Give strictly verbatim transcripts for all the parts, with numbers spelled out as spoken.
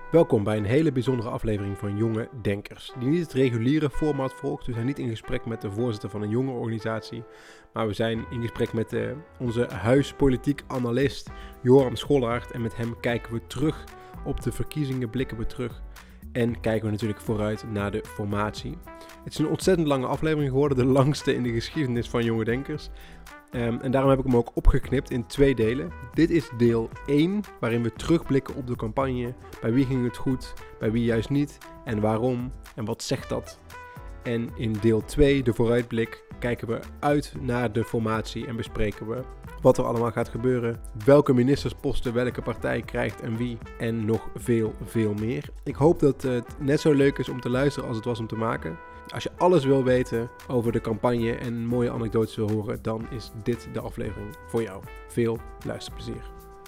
Welkom bij een hele bijzondere aflevering van Jonge Denkers, die niet het reguliere format volgt. We zijn niet in gesprek met de voorzitter van een jongerenorganisatie, maar we zijn in gesprek met uh, onze huispolitiek analist Joram Schollaert. En met hem kijken we terug op de verkiezingen, blikken we terug en kijken we natuurlijk vooruit naar de formatie. Het is een ontzettend lange aflevering geworden, de langste in de geschiedenis van Jonge Denkers. Um, en daarom heb ik hem ook opgeknipt in twee delen. Dit is deel één, waarin we terugblikken op de campagne. Bij wie ging het goed, bij wie juist niet en waarom en wat zegt dat? En in deel twee, de vooruitblik, kijken we uit naar de formatie en bespreken we wat er allemaal gaat gebeuren. Welke ministersposten welke partij krijgt en wie en nog veel, veel meer. Ik hoop dat het net zo leuk is om te luisteren als het was om te maken. Als je alles wil weten over de campagne en mooie anekdotes wil horen, dan is dit de aflevering voor jou. Veel luisterplezier.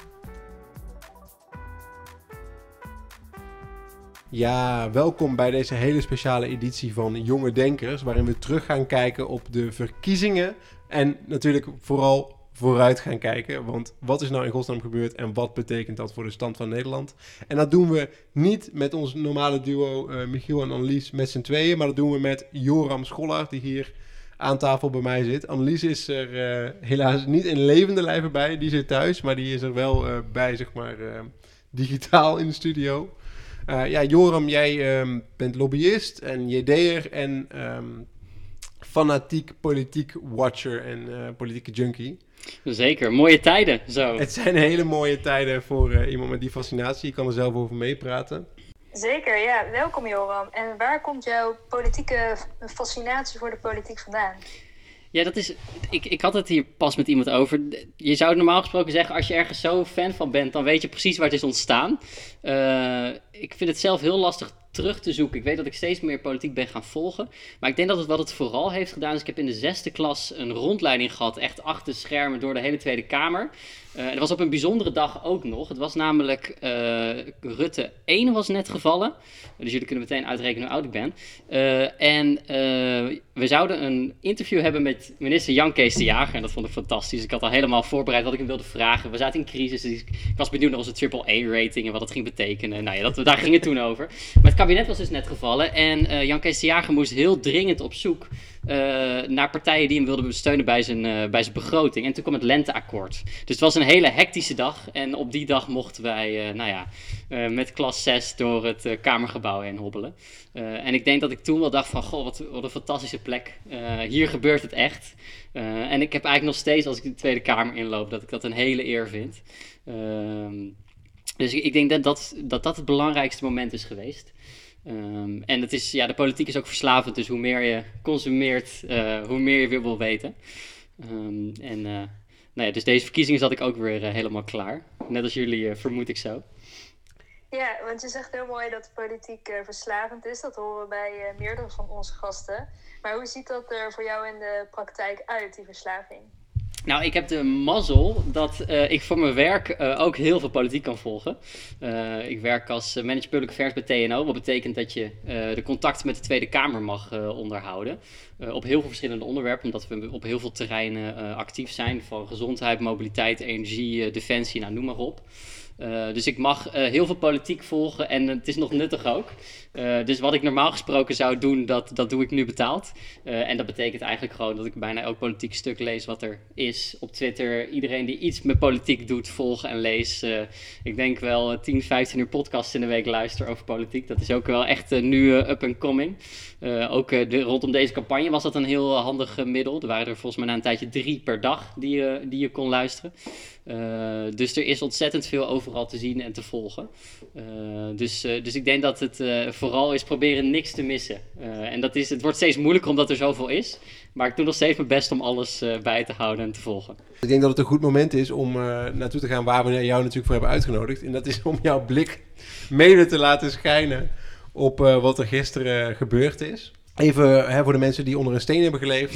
Ja, welkom bij deze hele speciale editie van Jonge Denkers, waarin we terug gaan kijken op de verkiezingen en natuurlijk vooral vooruit gaan kijken. Want wat is nou in godsnaam gebeurd en wat betekent dat voor de stand van Nederland? En dat doen we niet met ons normale duo uh, Michiel en Annelies met z'n tweeën, maar dat doen we met Joram Schollaert, die hier aan tafel bij mij zit. Annelies is er uh, helaas niet in levende lijven bij, die zit thuis, maar die is er wel uh, bij, zeg maar, uh, digitaal in de studio. Uh, ja, Joram, jij um, bent lobbyist en J D'er en um, fanatiek politiek watcher en uh, politieke junkie. Zeker, mooie tijden zo. Het zijn hele mooie tijden voor uh, iemand met die fascinatie. Je kan er zelf over meepraten. Zeker, ja. Welkom Joram. En waar komt jouw politieke fascinatie voor de politiek vandaan? Ja, dat is. Ik, ik had het hier pas met iemand over. Je zou normaal gesproken zeggen, als je ergens zo fan van bent, dan weet je precies waar het is ontstaan. Uh, ik vind het zelf heel lastig terug te zoeken. Ik weet dat ik steeds meer politiek ben gaan volgen. Maar ik denk dat het wat het vooral heeft gedaan is, ik heb in de zesde klas een rondleiding gehad, echt achter schermen door de hele Tweede Kamer. Uh, dat was op een bijzondere dag ook nog. Het was namelijk uh, Rutte één was net gevallen. Dus jullie kunnen meteen uitrekenen hoe oud ik ben. Uh, en uh, we zouden een interview hebben met minister Jan Kees de Jager. En dat vond ik fantastisch. Ik had al helemaal voorbereid wat ik hem wilde vragen. We zaten in crisis. Dus ik was benieuwd naar onze triple A-rating en wat dat ging betekenen. Nou ja, dat, daar ging het toen over. Maar het kabinet was dus net gevallen. En uh, Jan Kees de Jager moest heel dringend op zoek Uh, naar partijen die hem wilden steunen bij zijn, uh, bij zijn begroting. En toen kwam het lenteakkoord. Dus het was een hele hectische dag. En op die dag mochten wij, uh, nou ja, uh, met klas zes door het uh, Kamergebouw heen hobbelen. Uh, en ik denk dat ik toen wel dacht van, goh, wat, wat een fantastische plek. Uh, hier gebeurt het echt. Uh, en ik heb eigenlijk nog steeds, als ik de Tweede Kamer inloop, dat ik dat een hele eer vind. Uh, dus ik, ik denk dat dat, dat dat het belangrijkste moment is geweest. Um, en het is, ja, de politiek is ook verslavend, dus hoe meer je consumeert, uh, hoe meer je weer wil weten. Um, en uh, nou ja, dus deze verkiezingen zat ik ook weer uh, helemaal klaar. Net als jullie, uh, vermoed ik zo. Ja, want je zegt heel mooi dat politiek uh, verslavend is. Dat horen we bij uh, meerdere van onze gasten. Maar hoe ziet dat er voor jou in de praktijk uit, die verslaving? Nou, ik heb de mazzel dat uh, ik voor mijn werk uh, ook heel veel politiek kan volgen. Uh, ik werk als uh, manager public affairs bij T N O. Wat betekent dat je uh, de contacten met de Tweede Kamer mag uh, onderhouden. Uh, op heel veel verschillende onderwerpen, omdat we op heel veel terreinen uh, actief zijn. Van gezondheid, mobiliteit, energie, uh, defensie, nou noem maar op. Uh, dus ik mag uh, heel veel politiek volgen en uh, het is nog nuttig ook. Uh, dus wat ik normaal gesproken zou doen, dat, dat doe ik nu betaald. Uh, en dat betekent eigenlijk gewoon dat ik bijna elk politiek stuk lees wat er is op Twitter. Iedereen die iets met politiek doet, volg en lees. Uh, ik denk wel tien, vijftien uur podcasts in de week luisteren over politiek. Dat is ook wel echt uh, nu uh, up and coming. Uh, ook uh, de, rondom deze campagne was dat een heel handig uh, middel. Er waren er volgens mij na een tijdje drie per dag die, uh, die je kon luisteren. Uh, dus er is ontzettend veel overal te zien en te volgen. Uh, dus, uh, dus ik denk dat het uh, vooral is proberen niks te missen. Uh, en dat is, het wordt steeds moeilijker omdat er zoveel is. Maar ik doe nog steeds mijn best om alles uh, bij te houden en te volgen. Ik denk dat het een goed moment is om uh, naartoe te gaan waar we jou natuurlijk voor hebben uitgenodigd. En dat is om jouw blik mede te laten schijnen op uh, wat er gisteren gebeurd is. Even hè, voor de mensen die onder een steen hebben geleefd.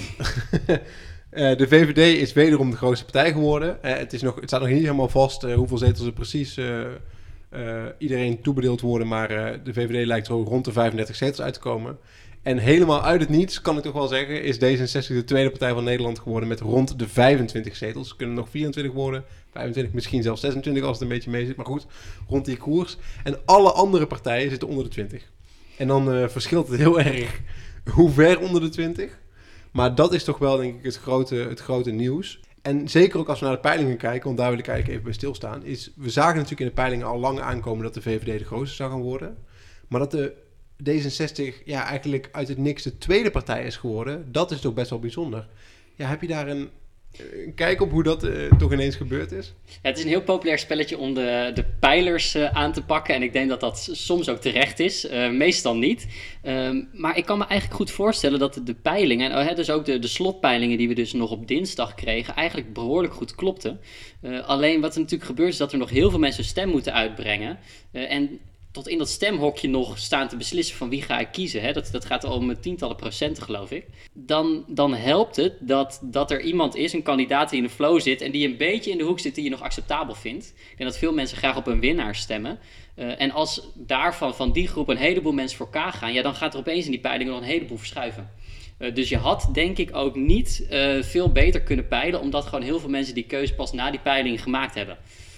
Uh, de V V D is wederom de grootste partij geworden. Uh, het, is nog, het staat nog niet helemaal vast uh, hoeveel zetels er precies uh, uh, iedereen toebedeeld worden. Maar uh, de V V D lijkt er rond de vijfendertig zetels uit te komen. En helemaal uit het niets, kan ik toch wel zeggen, is D zesenzestig de tweede partij van Nederland geworden met rond de vijfentwintig zetels. Er kunnen nog vierentwintig worden, vijfentwintig, misschien zelfs zesentwintig als het een beetje mee zit. Maar goed, rond die koers. En alle andere partijen zitten onder de twintig. En dan uh, verschilt het heel erg hoe ver onder de twintig. Maar dat is toch wel, denk ik, het grote, het grote nieuws. En zeker ook als we naar de peilingen kijken, want daar wil ik eigenlijk even bij stilstaan, is, we zagen natuurlijk in de peilingen al lang aankomen dat de V V D de grootste zou gaan worden. Maar dat de D zesenzestig ja, eigenlijk uit het niks de tweede partij is geworden, dat is toch best wel bijzonder. Ja, heb je daar een, een kijk op hoe dat uh, toch ineens gebeurd is? Ja, het is een heel populair spelletje om de, de pijlers uh, aan te pakken. En ik denk dat dat soms ook terecht is. Uh, meestal niet. Um, maar ik kan me eigenlijk goed voorstellen dat de, de peilingen, en uh, dus ook de, de slotpeilingen die we dus nog op dinsdag kregen, eigenlijk behoorlijk goed klopten. Uh, alleen wat er natuurlijk gebeurt is dat er nog heel veel mensen stem moeten uitbrengen. Uh, en tot in dat stemhokje nog staan te beslissen van wie ga ik kiezen. Hè? Dat, dat gaat al om tientallen procenten, geloof ik. Dan, dan helpt het dat, dat er iemand is, een kandidaat die in de flow zit en die een beetje in de hoek zit die je nog acceptabel vindt. Ik denk dat veel mensen graag op een winnaar stemmen. Uh, en als daarvan, van die groep, een heleboel mensen voor elkaar gaan, ja, dan gaat er opeens in die peilingen nog een heleboel verschuiven. Uh, dus je had denk ik ook niet uh, veel beter kunnen peilen, omdat gewoon heel veel mensen die keuze pas na die peiling gemaakt hebben.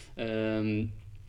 Um,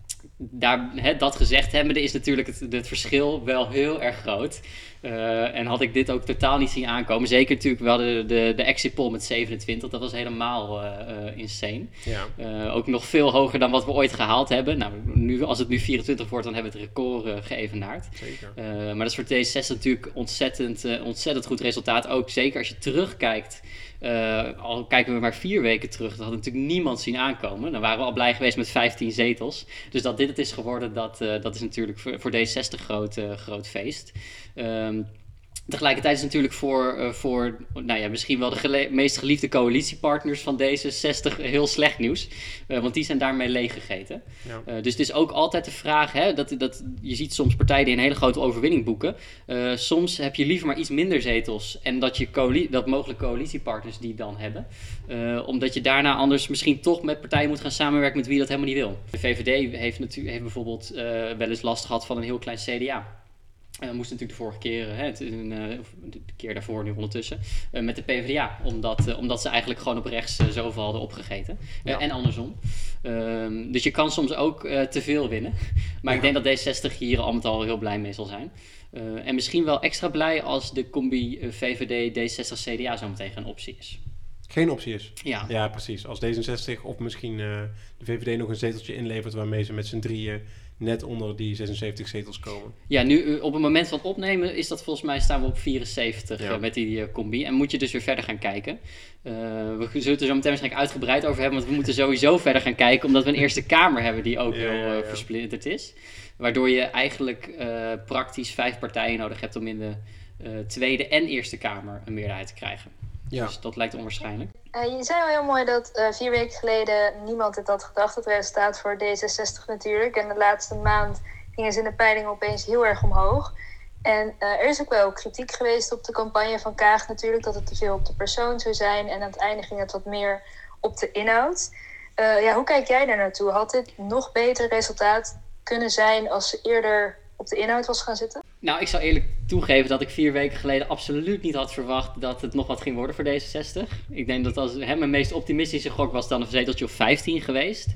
Daar, he, dat gezegd hebbende is natuurlijk het, het verschil wel heel erg groot. Uh, en had ik dit ook totaal niet zien aankomen. Zeker natuurlijk wel de, de, de exit poll met zevenentwintig. Dat was helemaal uh, uh, insane. Ja. Uh, ook nog veel hoger dan wat we ooit gehaald hebben. Nou, nu, als het nu vierentwintig wordt, dan hebben we het record uh, geëvenaard. Zeker. Uh, maar dat is voor D zesenzestig natuurlijk ontzettend, uh, ontzettend goed resultaat. Ook zeker als je terugkijkt. Uh, al kijken we maar vier weken terug, dat had natuurlijk niemand zien aankomen. Dan waren we al blij geweest met vijftien zetels. Dus dat dit het is geworden, dat, uh, dat is natuurlijk voor, voor D zesenzestig groot, uh, groot feest. Um, Tegelijkertijd is het natuurlijk voor, uh, voor nou ja, misschien wel de gele- meest geliefde coalitiepartners van D zesenzestig heel slecht nieuws. Uh, want die zijn daarmee leeggegeten. Ja. Uh, dus het is ook altijd de vraag, hè, dat, dat, je ziet soms partijen die een hele grote overwinning boeken. Uh, soms heb je liever maar iets minder zetels en dat, je coali- dat mogelijk coalitiepartners die dan hebben. Uh, omdat je daarna anders misschien toch met partijen moet gaan samenwerken met wie dat helemaal niet wil. De V V D heeft, natu- heeft bijvoorbeeld uh, wel eens last gehad van een heel klein C D A. En dat moest natuurlijk de vorige keer, hè, uh, de keer daarvoor nu ondertussen, uh, met de PvdA. Omdat, uh, omdat ze eigenlijk gewoon op rechts uh, zoveel hadden opgegeten. Uh, ja. En andersom. Uh, dus je kan soms ook uh, te veel winnen. Maar ja. Ik denk dat D zesenzestig hier al met al heel blij mee zal zijn. Uh, en misschien wel extra blij als de combi uh, V V D, D zesenzestig, C D A zo meteen geen optie is. Geen optie is? Ja. Ja, precies. Als D zesenzestig of misschien uh, de V V D nog een zeteltje inlevert waarmee ze met z'n drieën net onder die zesenzeventig zetels komen. Ja, nu op het moment van opnemen is dat volgens mij staan we op vierenzeventig ja. uh, met die uh, combi. En moet je dus weer verder gaan kijken. Uh, we zullen het er zo meteen waarschijnlijk uitgebreid over hebben, want we moeten sowieso verder gaan kijken, omdat we een Eerste Kamer hebben die ook ja, heel uh, ja, ja. versplinterd is. Waardoor je eigenlijk uh, praktisch vijf partijen nodig hebt om in de uh, Tweede en Eerste Kamer een meerderheid te krijgen. Ja. Dus dat lijkt onwaarschijnlijk. Uh, je zei al heel mooi dat uh, vier weken geleden niemand het had gedacht. Het resultaat voor D zesenzestig natuurlijk. En de laatste maand gingen ze in de peiling opeens heel erg omhoog. En uh, er is ook wel kritiek geweest op de campagne van Kaag natuurlijk. Dat het te veel op de persoon zou zijn. En aan het einde ging het wat meer op de inhoud. Uh, ja, hoe kijk jij daar naartoe? Had dit nog beter resultaat kunnen zijn als ze eerder op de inhoud was gaan zitten? Nou, ik zal eerlijk toegeven dat ik vier weken geleden absoluut niet had verwacht dat het nog wat ging worden voor D zesenzestig. Ik denk dat als hè, mijn meest optimistische gok was dan een zeteltje of vijftien geweest.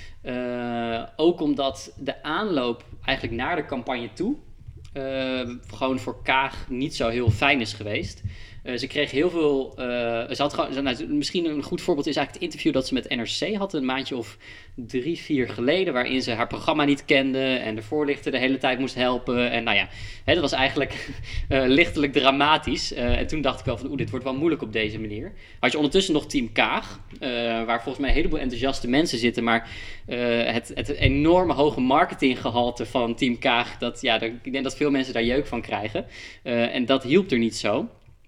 Uh, ook omdat de aanloop eigenlijk naar de campagne toe uh, gewoon voor Kaag niet zo heel fijn is geweest. Uh, ze kreeg heel veel... Uh, ze had gewoon, nou, misschien een goed voorbeeld is eigenlijk het interview dat ze met N R C had. Een maandje of drie, vier geleden. Waarin ze haar programma niet kende. En de voorlichter de hele tijd moest helpen. En nou ja, hè, dat was eigenlijk uh, lichtelijk dramatisch. Uh, en toen dacht ik wel van, oeh, dit wordt wel moeilijk op deze manier. Had je ondertussen nog Team Kaag. Uh, waar volgens mij een heleboel enthousiaste mensen zitten. Maar uh, het, het enorme hoge marketinggehalte van Team Kaag. Dat, ja, dat, ik denk dat veel mensen daar jeuk van krijgen. Uh, en dat hielp er niet zo.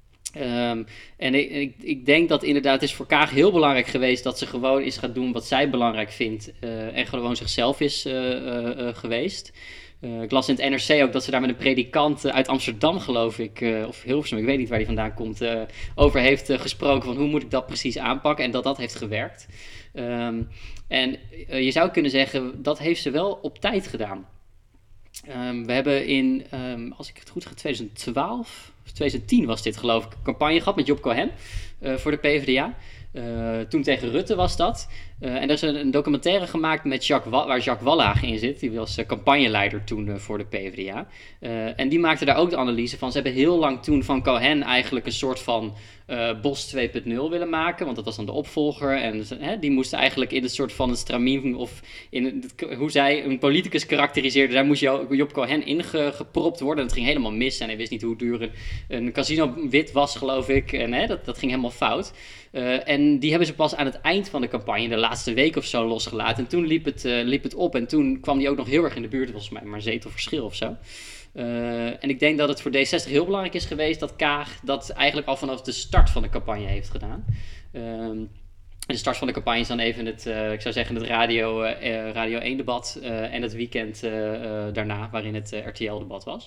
Um, en ik, ik, ik denk dat inderdaad het is voor Kaag heel belangrijk geweest dat ze gewoon is gaan doen wat zij belangrijk vindt uh, en gewoon zichzelf is uh, uh, uh, geweest. Uh, ik las in het N R C ook dat ze daar met een predikant uh, uit Amsterdam, geloof ik, uh, of Hilversum, ik weet niet waar die vandaan komt, uh, over heeft uh, gesproken van hoe moet ik dat precies aanpakken en dat dat heeft gewerkt. Um, en uh, je zou kunnen zeggen, dat heeft ze wel op tijd gedaan. Um, we hebben in, um, als ik het goed ga, twintig twaalf of twintig tien was dit geloof ik, een campagne gehad met Job Cohen uh, voor de PvdA. Uh, toen tegen Rutte was dat. Uh, en er is een, een documentaire gemaakt met Jacques Wa- waar Jacques Wallage in zit. Die was uh, campagneleider toen uh, voor de PvdA. Uh, en die maakte daar ook de analyse van. Ze hebben heel lang toen van Cohen eigenlijk een soort van uh, Bos twee punt nul willen maken. Want dat was dan de opvolger. En hè, die moesten eigenlijk in een soort van een stramien of in het, hoe zij een politicus karakteriseerden. Daar moest Job Cohen ingepropt worden. En het ging helemaal mis. En hij wist niet hoe duur een, een casino wit was, geloof ik. En hè, dat, dat ging helemaal fout. Uh, en die hebben ze pas aan het eind van de campagne, de laatste week of zo, losgelaten. En toen liep het, uh, liep het op. En toen kwam die ook nog heel erg in de buurt. Volgens mij maar een zetelverschil of zo. Uh, en ik denk dat het voor D zestig heel belangrijk is geweest dat Kaag dat eigenlijk al vanaf de start van de campagne heeft gedaan. Uh, de start van de campagne is dan even het, uh, ik zou zeggen, het Radio, uh, Radio één debat. Uh, en het weekend uh, uh, daarna, waarin het uh, R T L debat was.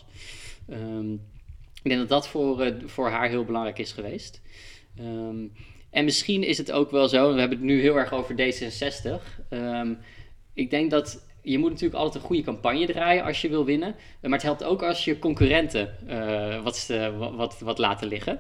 Um, ik denk dat dat voor, uh, voor haar heel belangrijk is geweest. Um, En misschien is het ook wel zo, we hebben het nu heel erg over D zesenzestig. Um, ik denk dat je moet natuurlijk altijd een goede campagne draaien als je wil winnen. Maar het helpt ook als je concurrenten uh, wat, uh, wat, wat laten liggen.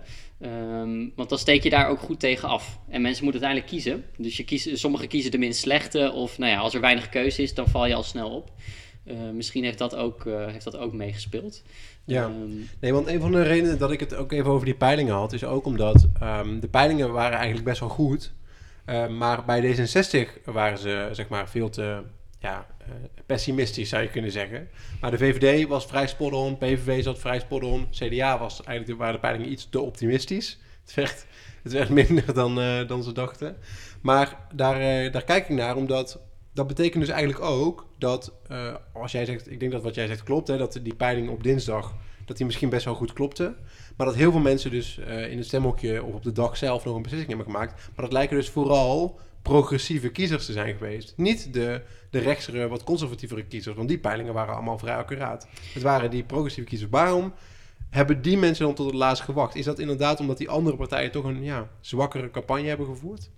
Um, want dan steek je daar ook goed tegen af. En mensen moeten uiteindelijk kiezen. Dus je kiest, sommigen kiezen de minst slechte. Of nou ja, als er weinig keuze is, dan val je al snel op. Uh, misschien heeft dat ook, uh, heeft dat ook meegespeeld. Ja, um, nee, want een van de redenen dat ik het ook even over die peilingen had, is ook omdat um, de peilingen waren eigenlijk best wel goed. Uh, maar bij D zesenzestig waren ze, zeg maar, veel te ja, uh, pessimistisch, zou je kunnen zeggen. Maar de V V D was vrij spot on, P V V zat vrij spot on, C D A was eigenlijk, waren de peilingen iets te optimistisch. Het werd, het werd minder dan, uh, dan ze dachten. Maar daar, uh, daar kijk ik naar, omdat dat betekent dus eigenlijk ook dat, uh, als jij zegt, ik denk dat wat jij zegt klopt, hè, dat die peiling op dinsdag, dat die misschien best wel goed klopte. Maar dat heel veel mensen dus uh, in het stemhokje of op de dag zelf nog een beslissing hebben gemaakt. Maar dat lijken dus vooral progressieve kiezers te zijn geweest. Niet de, de rechtsere, wat conservatievere kiezers, want die peilingen waren allemaal vrij accuraat. Het waren die progressieve kiezers. Waarom hebben die mensen dan tot het laatst gewacht? Is dat inderdaad omdat die andere partijen toch een ja, zwakkere campagne hebben gevoerd?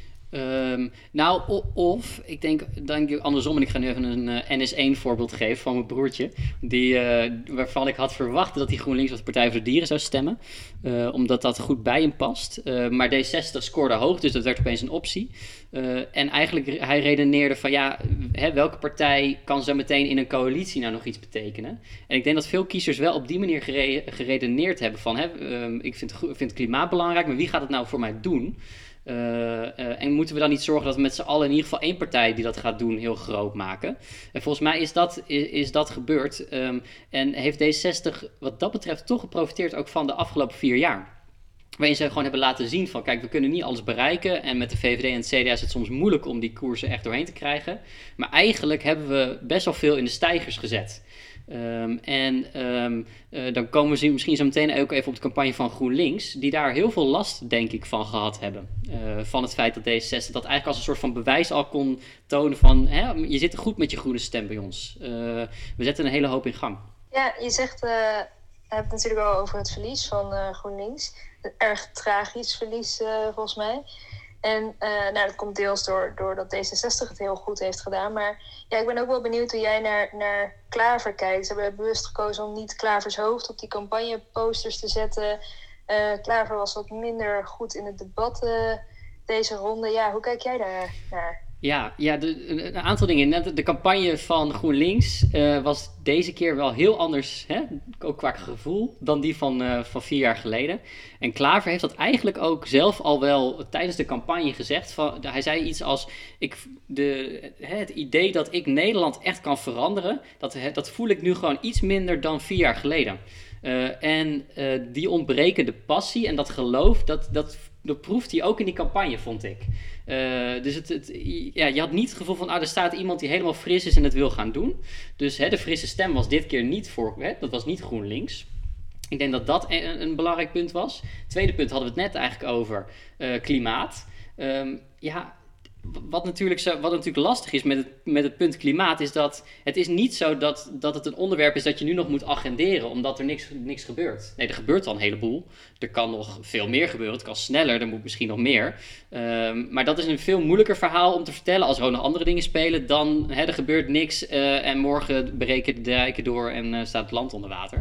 Um, nou, of, of ik denk, denk ik andersom, en ik ga nu even een uh, N S één voorbeeld geven van mijn broertje, die, uh, waarvan ik had verwacht dat hij GroenLinks of de Partij voor de Dieren zou stemmen, uh, omdat dat goed bij hem past. Uh, maar D zesenzestig scoorde hoog, dus dat werd opeens een optie. Uh, en eigenlijk, hij redeneerde van, ja, hè, welke partij kan zo meteen in een coalitie nou nog iets betekenen? En ik denk dat veel kiezers wel op die manier gere- geredeneerd hebben van, hè, uh, ik vind, vind het klimaat belangrijk, maar wie gaat het nou voor mij doen? Uh, uh, en moeten we dan niet zorgen dat we met z'n allen in ieder geval één partij die dat gaat doen heel groot maken? En volgens mij is dat, is, is dat gebeurd. Um, en heeft D zesenzestig wat dat betreft toch geprofiteerd ook van de afgelopen vier jaar. Waarin ze gewoon hebben laten zien van, kijk, we kunnen niet alles bereiken. En met de V V D en het C D A is het soms moeilijk om die koersen echt doorheen te krijgen. Maar eigenlijk hebben we best wel veel in de stijgers gezet. Um, en um, uh, dan komen we misschien zo meteen ook even op de campagne van GroenLinks, die daar heel veel last, denk ik, van gehad hebben. Uh, van het feit dat D zesenzestig dat eigenlijk als een soort van bewijs al kon tonen van, hè, je zit goed met je groene stem bij ons. Uh, we zetten een hele hoop in gang. Ja, je zegt, uh, je hebt het natuurlijk al over het verlies van uh, GroenLinks. Een erg tragisch verlies, uh, volgens mij. En uh, nou, dat komt deels door, door dat D zesenzestig het heel goed heeft gedaan. Maar ja, ik ben ook wel benieuwd hoe jij naar, naar Klaver kijkt. Ze hebben bewust gekozen om niet Klavers hoofd op die campagneposters te zetten. Uh, Klaver was wat minder goed in het debat uh, deze ronde. Ja, hoe kijk jij daar naar? Ja, ja de, een aantal dingen. Net de campagne van GroenLinks uh, was deze keer wel heel anders, hè? Ook qua gevoel, dan die van, uh, van vier jaar geleden. En Klaver heeft dat eigenlijk ook zelf al wel tijdens de campagne gezegd. Van, hij zei iets als, ik, de, het idee dat ik Nederland echt kan veranderen, dat, dat voel ik nu gewoon iets minder dan vier jaar geleden. Uh, en uh, die ontbrekende passie en dat geloof, dat, dat, dat proeft hij ook in die campagne, vond ik. Uh, dus het, het, ja, je had niet het gevoel van, ah, er staat iemand die helemaal fris is en het wil gaan doen. Dus hè, de frisse stem was dit keer niet voor, hè, dat was niet GroenLinks. Ik denk dat dat een, een belangrijk punt was. Tweede punt hadden we het net eigenlijk over uh, klimaat. Um, ja, wat, natuurlijk zo, wat natuurlijk lastig is met het, met het punt klimaat, is dat het is niet zo dat, dat het een onderwerp is dat je nu nog moet agenderen, omdat er niks, niks gebeurt. Nee, er gebeurt al een heleboel. Er kan nog veel meer gebeuren. Het kan sneller, er moet misschien nog meer. Um, maar dat is een veel moeilijker verhaal om te vertellen als er ook nog andere dingen spelen dan hè, er gebeurt niks uh, en morgen breken de dijken door en uh, staat het land onder water.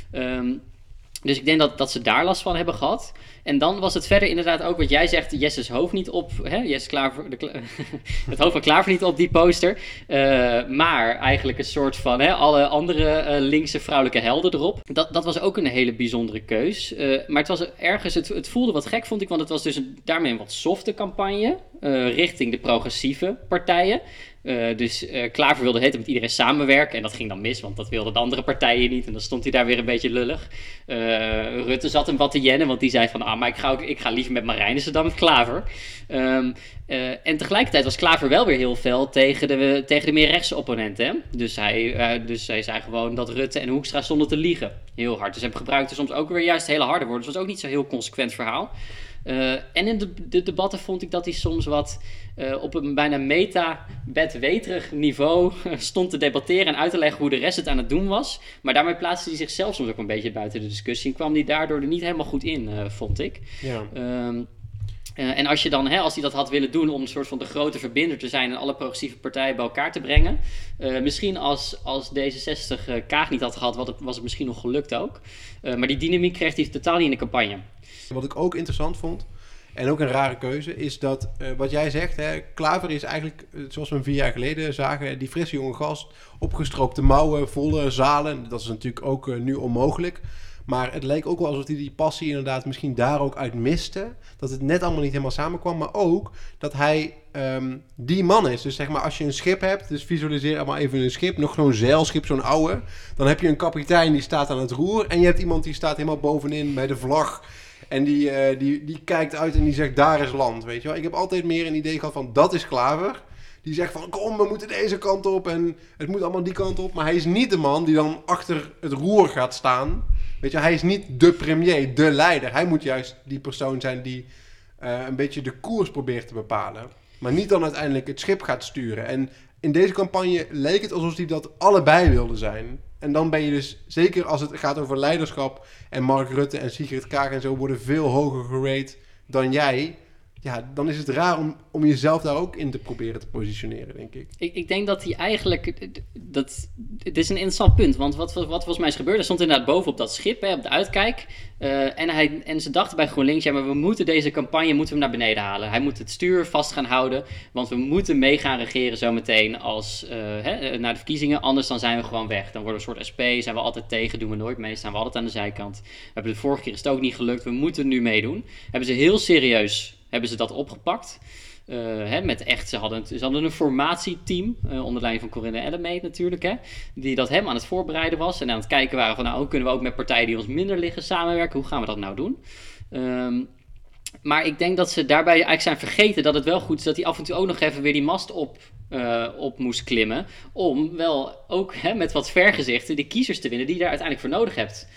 Um, Dus ik denk dat, dat ze daar last van hebben gehad. En dan was het verder inderdaad ook wat jij zegt, Jesse's hoofd niet op, hè, Jesse Klaver, de, het hoofd van Klaver niet op die poster. Uh, maar eigenlijk een soort van hè, alle andere uh, linkse vrouwelijke helden erop. Dat, dat was ook een hele bijzondere keus. Uh, maar het was ergens, het, het voelde wat gek vond ik, want het was dus een, daarmee een wat softe campagne uh, richting de progressieve partijen. Uh, dus uh, Klaver wilde heten met iedereen samenwerken en dat ging dan mis, want dat wilden de andere partijen niet en dan stond hij daar weer een beetje lullig. Uh, Rutte zat hem wat te jennen, want die zei van ah, maar ik ga, ook, ik ga liever met Marijnissen dan met Klaver. Um, uh, en tegelijkertijd was Klaver wel weer heel fel tegen de, tegen de meer rechtse opponenten. Hè? Dus, hij, uh, dus hij zei gewoon dat Rutte en Hoekstra stonden te liegen. Heel hard. Dus hij gebruikte soms ook weer juist hele harde woorden. Dus het was ook niet zo'n heel consequent verhaal. Uh, en in de, de debatten vond ik dat hij soms wat uh, op een bijna meta-bedweterig niveau stond te debatteren en uit te leggen hoe de rest het aan het doen was. Maar daarmee plaatste hij zichzelf soms ook een beetje buiten de discussie en kwam hij daardoor er niet helemaal goed in, uh, vond ik. Ja. Um, Uh, en als je dan, hè, als hij dat had willen doen om een soort van de grote verbinder te zijn en alle progressieve partijen bij elkaar te brengen. Uh, misschien als, als D zesenzestig uh, Kaag niet had gehad, was het, was het misschien nog gelukt ook. Uh, maar die dynamiek kreeg hij totaal niet in de campagne. Wat ik ook interessant vond, en ook een rare keuze, is dat uh, wat jij zegt, hè, Klaver is eigenlijk, zoals we hem vier jaar geleden zagen, die frisse jonge gast, opgestroopte mouwen, volle zalen. Dat is natuurlijk ook uh, nu onmogelijk. Maar het leek ook wel alsof hij die passie inderdaad misschien daar ook uit miste. Dat het net allemaal niet helemaal samenkwam. Maar ook dat hij um, die man is. Dus zeg maar als je een schip hebt. Dus visualiseer allemaal even een schip. Nog zo'n zeilschip, zo'n oude. Dan heb je een kapitein die staat aan het roer. En je hebt iemand die staat helemaal bovenin bij de vlag. En die, uh, die, die kijkt uit en die zegt daar is land. Weet je wel? Ik heb altijd meer een idee gehad van dat is Klaver. Die zegt van kom we moeten deze kant op. En het moet allemaal die kant op. Maar hij is niet de man die dan achter het roer gaat staan. Weet je, hij is niet de premier, de leider. Hij moet juist die persoon zijn die uh, een beetje de koers probeert te bepalen. Maar niet dan uiteindelijk het schip gaat sturen. En in deze campagne leek het alsof hij dat allebei wilde zijn. En dan ben je dus, zeker als het gaat over leiderschap. En Mark Rutte en Sigrid Kaag en zo worden veel hoger gerate dan jij. Ja, dan is het raar om, om jezelf daar ook in te proberen te positioneren, denk ik. Ik, ik denk dat hij eigenlijk... Dat, het is een interessant punt, want wat, wat, wat volgens mij is gebeurd... Hij stond inderdaad boven op dat schip, hè, op de uitkijk. Uh, en, hij, en ze dachten bij GroenLinks... Ja, maar we moeten deze campagne moeten we naar beneden halen. Hij moet het stuur vast gaan houden. Want we moeten mee gaan regeren zometeen als, uh, hè, naar de verkiezingen. Anders dan zijn we gewoon weg. Dan worden we een soort S P, zijn we altijd tegen, doen we nooit mee. Staan we altijd aan de zijkant. We hebben de vorige keer is het ook niet gelukt. We moeten nu meedoen. Hebben ze heel serieus... Hebben ze dat opgepakt. Uh, hè, met echt, ze hadden, ze hadden een formatieteam. Uh, onder leiding van Corinne Ellemeet natuurlijk. Hè, die dat hem aan het voorbereiden was. En aan het kijken waren van nou, hoe kunnen we ook met partijen die ons minder liggen samenwerken. Hoe gaan we dat nou doen? Um, maar ik denk dat ze daarbij eigenlijk zijn vergeten dat het wel goed is dat hij af en toe ook nog even weer die mast op, uh, op moest klimmen. Om wel ook hè, met wat vergezichten de kiezers te winnen die je daar uiteindelijk voor nodig hebt.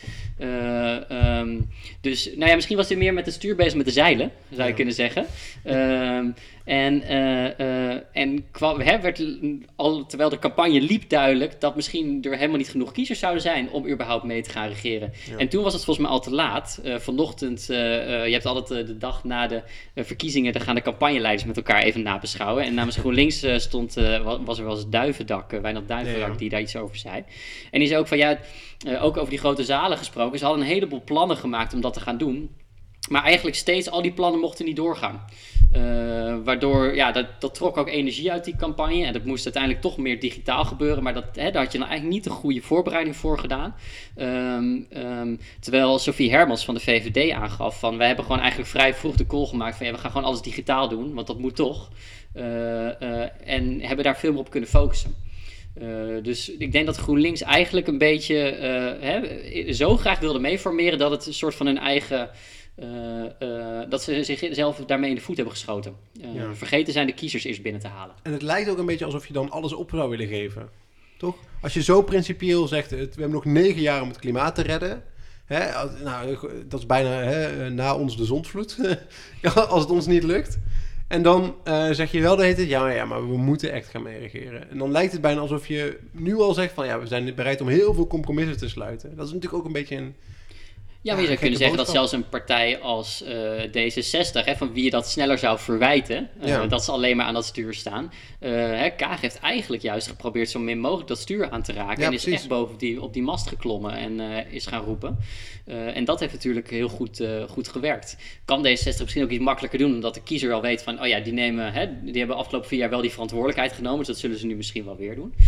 Uh, um, dus nou ja, misschien was hij meer met het stuur bezig met de zeilen, zou je ja. kunnen zeggen. Um, en uh, uh, en kwam, hè, werd al, terwijl de campagne liep duidelijk dat misschien er helemaal niet genoeg kiezers zouden zijn om überhaupt mee te gaan regeren. Ja. En toen was het volgens mij al te laat. Uh, vanochtend, uh, uh, je hebt altijd uh, de dag na de uh, verkiezingen, dan gaan de campagneleiders met elkaar even nabeschouwen. En namens GroenLinks uh, stond, uh, was er wel eens Duivendak, uh, Wijnand Duivendak, ja, ja. die daar iets over zei. En die zei ook van ja, uh, ook over die grote zalen gesproken. Ze hadden een heleboel plannen gemaakt om dat te gaan doen. Maar eigenlijk steeds al die plannen mochten niet doorgaan. Uh, waardoor, ja, dat, dat trok ook energie uit die campagne. En dat moest uiteindelijk toch meer digitaal gebeuren. Maar dat, hè, daar had je nou eigenlijk niet de goede voorbereiding voor gedaan. Um, um, terwijl Sophie Hermans van de V V D aangaf van... wij hebben gewoon eigenlijk vrij vroeg de call gemaakt van... ja, we gaan gewoon alles digitaal doen, want dat moet toch. Uh, uh, en hebben daar veel meer op kunnen focussen. Uh, dus ik denk dat GroenLinks eigenlijk een beetje uh, hè, zo graag wilde meeformeren... dat het een soort van hun eigen... Uh, uh, dat ze zichzelf daarmee in de voet hebben geschoten. Uh, ja. Vergeten zijn de kiezers eerst binnen te halen. En het lijkt ook een beetje alsof je dan alles op zou willen geven. Toch? Als je zo principieel zegt... Het, we hebben nog negen jaar om het klimaat te redden. Hè? Nou, dat is bijna hè, na ons de zondvloed. Als het ons niet lukt. En dan uh, zeg je wel de hele tijd, ja, ja, maar we moeten echt gaan meeregeren. En dan lijkt het bijna alsof je nu al zegt van, ja, we zijn bereid om heel veel compromissen te sluiten. Dat is natuurlijk ook een beetje een... Ja, maar je zou kunnen zeggen dat zelfs een partij als uh, D zesenzestig, hè, van wie je dat sneller zou verwijten, uh, ja. dat ze alleen maar aan dat stuur staan. Uh, hè, Kaag heeft eigenlijk juist geprobeerd zo min mogelijk dat stuur aan te raken. Ja, en is precies. echt boven die, op die mast geklommen en uh, is gaan roepen. Uh, en dat heeft natuurlijk heel goed, uh, goed gewerkt. Kan D zesenzestig misschien ook iets makkelijker doen, omdat de kiezer al weet van, oh ja, die, nemen, hè, die hebben afgelopen vier jaar wel die verantwoordelijkheid genomen, dus dat zullen ze nu misschien wel weer doen.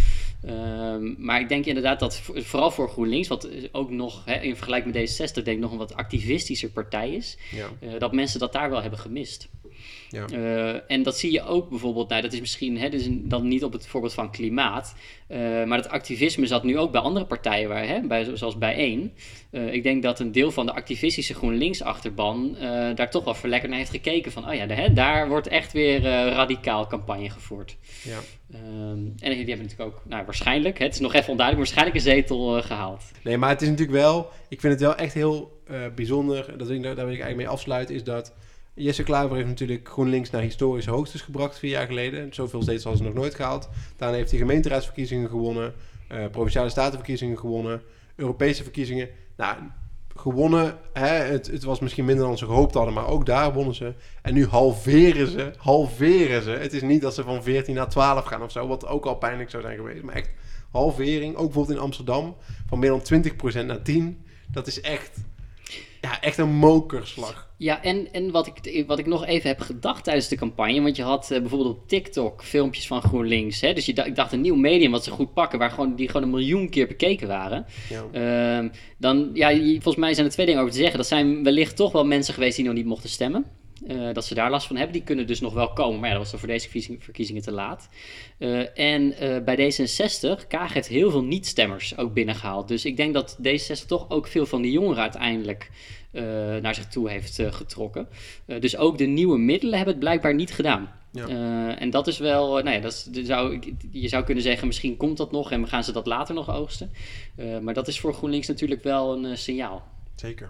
Uh, maar ik denk inderdaad dat vooral voor GroenLinks, wat ook nog hè, in vergelijking met D zesenzestig denk ik nog een wat activistische partij is, ja. uh, dat mensen dat daar wel hebben gemist. Ja. Uh, en dat zie je ook bijvoorbeeld, nou dat is misschien hè, dus dan niet op het voorbeeld van klimaat, uh, maar dat activisme zat nu ook bij andere partijen, waar, hè, bij, zoals bijeen. Uh, ik denk dat een deel van de activistische GroenLinks-achterban uh, daar toch wel verlekkerd naar heeft gekeken van, oh ja, de, hè, daar wordt echt weer uh, radicaal campagne gevoerd. Ja. Um, en die hebben natuurlijk ook, nou waarschijnlijk, hè, het is nog even onduidelijk, waarschijnlijk een zetel uh, gehaald. Nee, maar het is natuurlijk wel, ik vind het wel echt heel uh, bijzonder, dat ik, daar wil ik eigenlijk mee afsluiten, is dat Jesse Klaver heeft natuurlijk GroenLinks naar historische hoogtes gebracht vier jaar geleden. Zoveel steeds als ze nog nooit gehaald. Daarna heeft hij gemeenteraadsverkiezingen gewonnen, uh, provinciale statenverkiezingen gewonnen, Europese verkiezingen. Nou, gewonnen, hè, het, het was misschien minder dan ze gehoopt hadden, maar ook daar wonnen ze. En nu halveren ze, halveren ze. Het is niet dat ze van veertien naar twaalf gaan of zo, wat ook al pijnlijk zou zijn geweest. Maar echt halvering, ook bijvoorbeeld in Amsterdam, van meer dan twintig procent naar tien. Dat is echt... Ja, echt een mokerslag. Ja, en, en wat, ik, wat ik nog even heb gedacht tijdens de campagne, want je had uh, bijvoorbeeld op TikTok filmpjes van GroenLinks, hè, dus je, ik dacht een nieuw medium wat ze goed pakken, waar gewoon, die gewoon een miljoen keer bekeken waren. Ja. Uh, dan, ja, volgens mij zijn er twee dingen over te zeggen. Dat zijn wellicht toch wel mensen geweest die nog niet mochten stemmen. Uh, dat ze daar last van hebben. Die kunnen dus nog wel komen. Maar ja, dat was dan voor deze verkiezing, verkiezingen te laat. Uh, en uh, bij D zesenzestig, Kaag heeft heel veel niet-stemmers ook binnengehaald. Dus ik denk dat D zesenzestig toch ook veel van die jongeren uiteindelijk uh, naar zich toe heeft uh, getrokken. Uh, dus ook de nieuwe middelen hebben het blijkbaar niet gedaan. Ja. Uh, en dat is wel, uh, nou ja, dat is, zou, je zou kunnen zeggen, misschien komt dat nog en gaan ze dat later nog oogsten. Uh, maar dat is voor GroenLinks natuurlijk wel een uh, signaal. Zeker.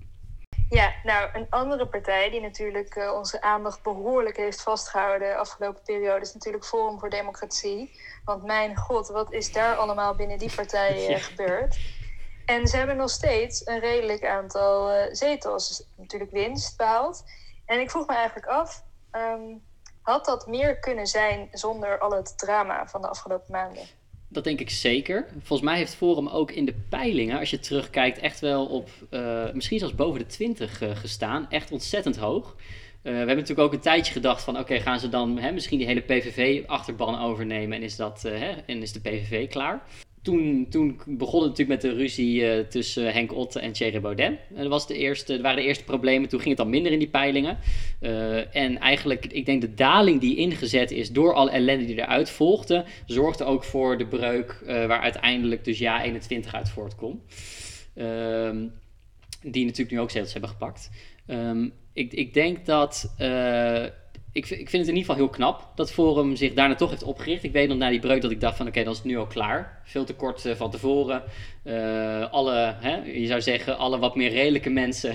Ja, nou, een andere partij die natuurlijk uh, onze aandacht behoorlijk heeft vastgehouden de afgelopen periode is natuurlijk Forum voor Democratie. Want mijn god, wat is daar allemaal binnen die partij uh, ja. gebeurd? En ze hebben nog steeds een redelijk aantal uh, zetels, dus natuurlijk winst behaald. En ik vroeg me eigenlijk af, um, had dat meer kunnen zijn zonder al het drama van de afgelopen maanden? Dat denk ik zeker. Volgens mij heeft Forum ook in de peilingen, als je terugkijkt, echt wel op uh, misschien zelfs boven de twintig uh, gestaan. Echt ontzettend hoog. Uh, we hebben natuurlijk ook een tijdje gedacht van, oké, okay, gaan ze dan hè, misschien die hele P V V-achterban overnemen en is, dat, uh, hè, en is de P V V klaar? Toen, toen begon het natuurlijk met de ruzie uh, tussen Henk Otte en Thierry Baudet. En dat was de eerste, dat waren de eerste problemen. Toen ging het dan minder in die peilingen. Uh, en eigenlijk, ik denk de daling die ingezet is door alle ellende die eruit volgde, zorgde ook voor de breuk uh, waar uiteindelijk dus ja eenentwintig uit voortkwam. Uh, die natuurlijk nu ook zetels hebben gepakt. Um, ik, ik denk dat... Uh, Ik, ik vind het in ieder geval heel knap dat Forum zich daarna toch heeft opgericht. Ik weet nog na die breuk dat ik dacht van oké, okay, dan is het nu al klaar. Veel te kort uh, van tevoren. Uh, alle, hè, je zou zeggen, alle wat meer redelijke mensen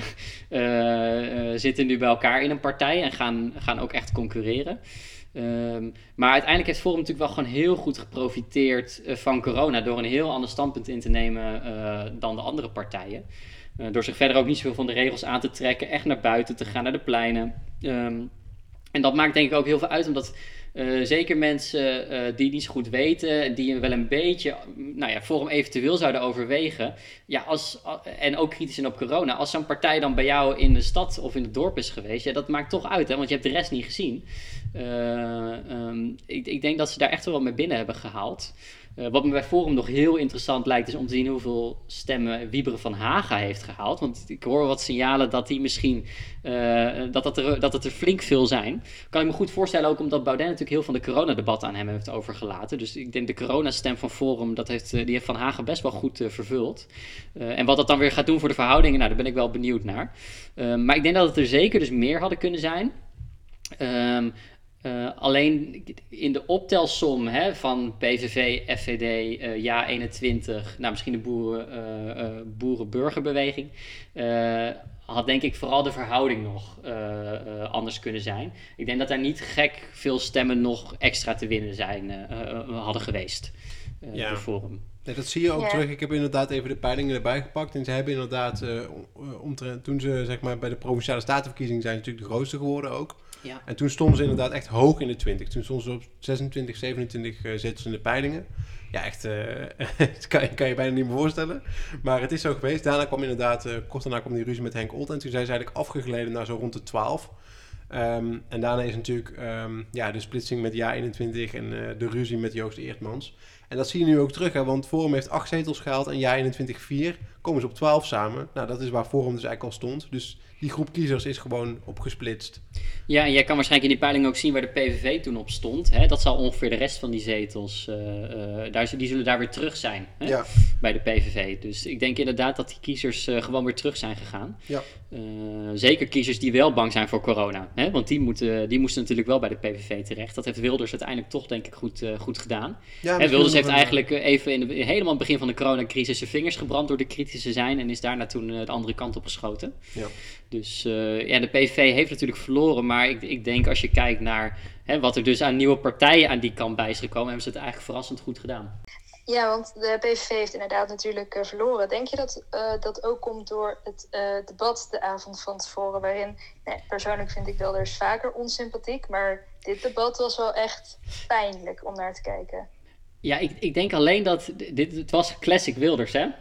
uh, uh, zitten nu bij elkaar in een partij en gaan, gaan ook echt concurreren. Um, maar uiteindelijk heeft Forum natuurlijk wel gewoon heel goed geprofiteerd uh, van corona door een heel ander standpunt in te nemen uh, dan de andere partijen. Uh, door zich verder ook niet zoveel van de regels aan te trekken, echt naar buiten te gaan, naar de pleinen. Um, En dat maakt denk ik ook heel veel uit, omdat uh, zeker mensen uh, die niet zo goed weten, die wel een beetje, nou ja, Forum eventueel zouden overwegen. Ja, als, en ook kritisch zijn op corona. Als zo'n partij dan bij jou in de stad of in het dorp is geweest, ja, dat maakt toch uit, hè, want je hebt de rest niet gezien. Uh, um, ik, ik denk dat ze daar echt wel mee binnen hebben gehaald. Uh, wat me bij Forum nog heel interessant lijkt, is om te zien hoeveel stemmen Wieberen van Haga heeft gehaald. Want ik hoor wat signalen dat die misschien uh, dat, dat, er, dat het er flink veel zijn. Kan ik me goed voorstellen, ook omdat Baudet natuurlijk heel van de coronadebat aan hem heeft overgelaten. Dus ik denk de coronastem van Forum, dat heeft, die heeft Van Haga best wel goed uh, vervuld. Uh, en wat dat dan weer gaat doen voor de verhoudingen, nou, daar ben ik wel benieuwd naar. Uh, maar ik denk dat het er zeker dus meer hadden kunnen zijn. Um, Uh, alleen in de optelsom hè, van P V V, F V D, uh, Ja eenentwintig, nou misschien de boeren, uh, uh, boeren-burgerbeweging, uh, had denk ik vooral de verhouding nog uh, uh, anders kunnen zijn. Ik denk dat daar niet gek veel stemmen nog extra te winnen zijn, uh, uh, hadden geweest uh, ja. voor Forum. Ja, dat zie je ook ja. terug. Ik heb inderdaad even de peilingen erbij gepakt. En ze hebben inderdaad, uh, omtrent, toen ze zeg maar bij de Provinciale Statenverkiezingen zijn natuurlijk de grootste geworden ook. Ja. En toen stonden ze inderdaad echt hoog in de twintig. Toen stonden ze op zesentwintig, zevenentwintig uh, zetels in de peilingen. Ja, echt, uh, dat kan, kan je bijna niet meer voorstellen. Maar het is zo geweest. Daarna kwam inderdaad, uh, kort daarna kwam die ruzie met Henk Olt. En toen zijn ze eigenlijk afgegleden naar zo rond de twaalf. Um, en daarna is natuurlijk um, ja, de splitsing met Ja eenentwintig en uh, de ruzie met Joost Eertmans. En dat zie je nu ook terug, hè, want Forum heeft acht zetels gehaald en Ja eenentwintig vier. Komen ze op twaalf samen. Nou, dat is waar Forum dus eigenlijk al stond. Dus die groep kiezers is gewoon opgesplitst. Ja, en jij kan waarschijnlijk in die peiling ook zien waar de P V V toen op stond. Hè? Dat zal ongeveer de rest van die zetels, uh, uh, daar, die zullen daar weer terug zijn hè? Ja. Bij de P V V. Dus ik denk inderdaad dat die kiezers uh, gewoon weer terug zijn gegaan. Ja. Uh, zeker kiezers die wel bang zijn voor corona. Hè? Want die, moeten, die moesten natuurlijk wel bij de P V V terecht. Dat heeft Wilders uiteindelijk toch denk ik goed, uh, goed gedaan. Ja, hè, Wilders heeft eigenlijk uh, even in de, helemaal in het begin van de coronacrisis zijn vingers gebrand door de kritisch te zijn. En is daarna toen uh, de andere kant op geschoten. Ja. Dus uh, ja, de P V V heeft natuurlijk verloren. Maar ik, ik denk als je kijkt naar hè, wat er dus aan nieuwe partijen aan die kant bij is gekomen, hebben ze het eigenlijk verrassend goed gedaan. Ja, want de P V V heeft inderdaad natuurlijk uh, verloren. Denk je dat uh, dat ook komt door het uh, debat de avond van tevoren, waarin, nee, persoonlijk vind ik Wilders vaker onsympathiek, maar dit debat was wel echt pijnlijk om naar te kijken. Ja, ik, ik denk alleen dat, dit, het was classic Wilders, hè.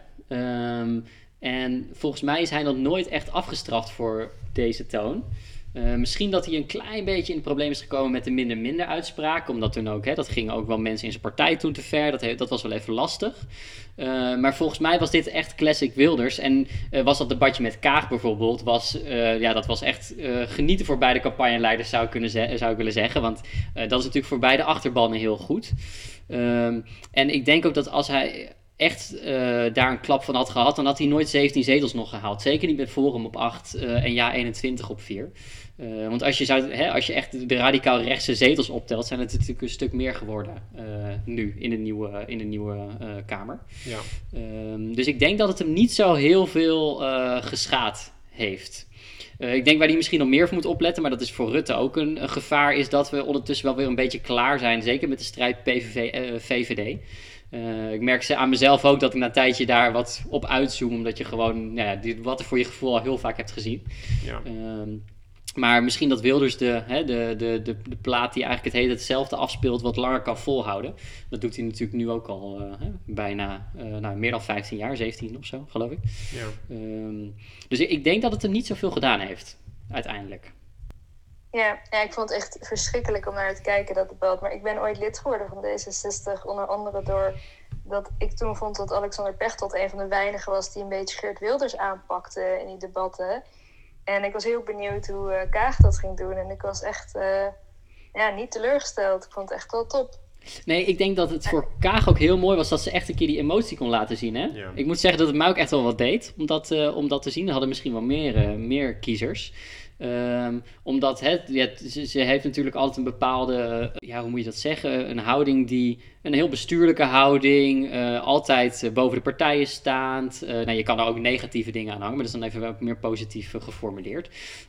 Um, en volgens mij is hij nog nooit echt afgestraft voor deze toon. Uh, misschien dat hij een klein beetje in het probleem is gekomen met de minder-minder uitspraak. Omdat toen ook, hè, dat gingen ook wel mensen in zijn partij toen te ver. Dat, he, dat was wel even lastig. Uh, maar volgens mij was dit echt classic Wilders. En uh, was dat debatje met Kaag bijvoorbeeld, was, uh, ja, dat was echt uh, genieten voor beide campagneleiders, zou ik, kunnen ze- zou ik willen zeggen. Want uh, dat is natuurlijk voor beide achterbannen heel goed. Uh, en ik denk ook dat als hij echt uh, daar een klap van had gehad, dan had hij nooit zeventien zetels nog gehaald. Zeker niet met Forum op acht uh, en Ja eenentwintig op vier. Uh, want als je, zou, hè, als je echt de radicaal rechtse zetels optelt, zijn het natuurlijk een stuk meer geworden uh, nu in de nieuwe, in de nieuwe uh, Kamer. Ja. Um, dus ik denk dat het hem niet zo heel veel uh, geschaad heeft. Uh, ik denk waar hij misschien nog meer voor moet opletten, maar dat is voor Rutte ook een, een gevaar, is dat we ondertussen wel weer een beetje klaar zijn. Zeker met de strijd P V V, uh, V V D. Uh, ik merk aan mezelf ook dat ik na een tijdje daar wat op uitzoom, omdat je gewoon, nou ja, die, wat er voor je gevoel al heel vaak hebt gezien. Ja. Um, maar misschien dat Wilders de, hè, de, de, de, de plaat die eigenlijk het hele hetzelfde afspeelt wat langer kan volhouden. Dat doet hij natuurlijk nu ook al uh, hè, bijna uh, nou, meer dan vijftien jaar, zeventien of zo, geloof ik. Ja. Um, dus ik, ik denk dat het hem niet zoveel gedaan heeft, uiteindelijk. Ja, ja, ik vond het echt verschrikkelijk om naar te kijken, dat debat. Maar ik ben ooit lid geworden van D zesenzestig, onder andere door dat ik toen vond dat Alexander Pechtold een van de weinigen was die een beetje Geert Wilders aanpakte in die debatten. En ik was heel benieuwd hoe uh, Kaag dat ging doen. En ik was echt uh, ja, niet teleurgesteld. Ik vond het echt wel top. Nee, ik denk dat het voor Kaag ook heel mooi was dat ze echt een keer die emotie kon laten zien. Hè? Ja. Ik moet zeggen dat het mij ook echt wel wat deed om dat, uh, om dat te zien. Er hadden misschien wel meer, uh, meer kiezers. Um, omdat het, ja, ze, ze heeft natuurlijk altijd een bepaalde, ja, hoe moet je dat zeggen, een houding die, een heel bestuurlijke houding, uh, altijd uh, boven de partijen staand. Uh, nou, je kan er ook negatieve dingen aan hangen, maar dat is dan even wat meer positief uh, geformuleerd.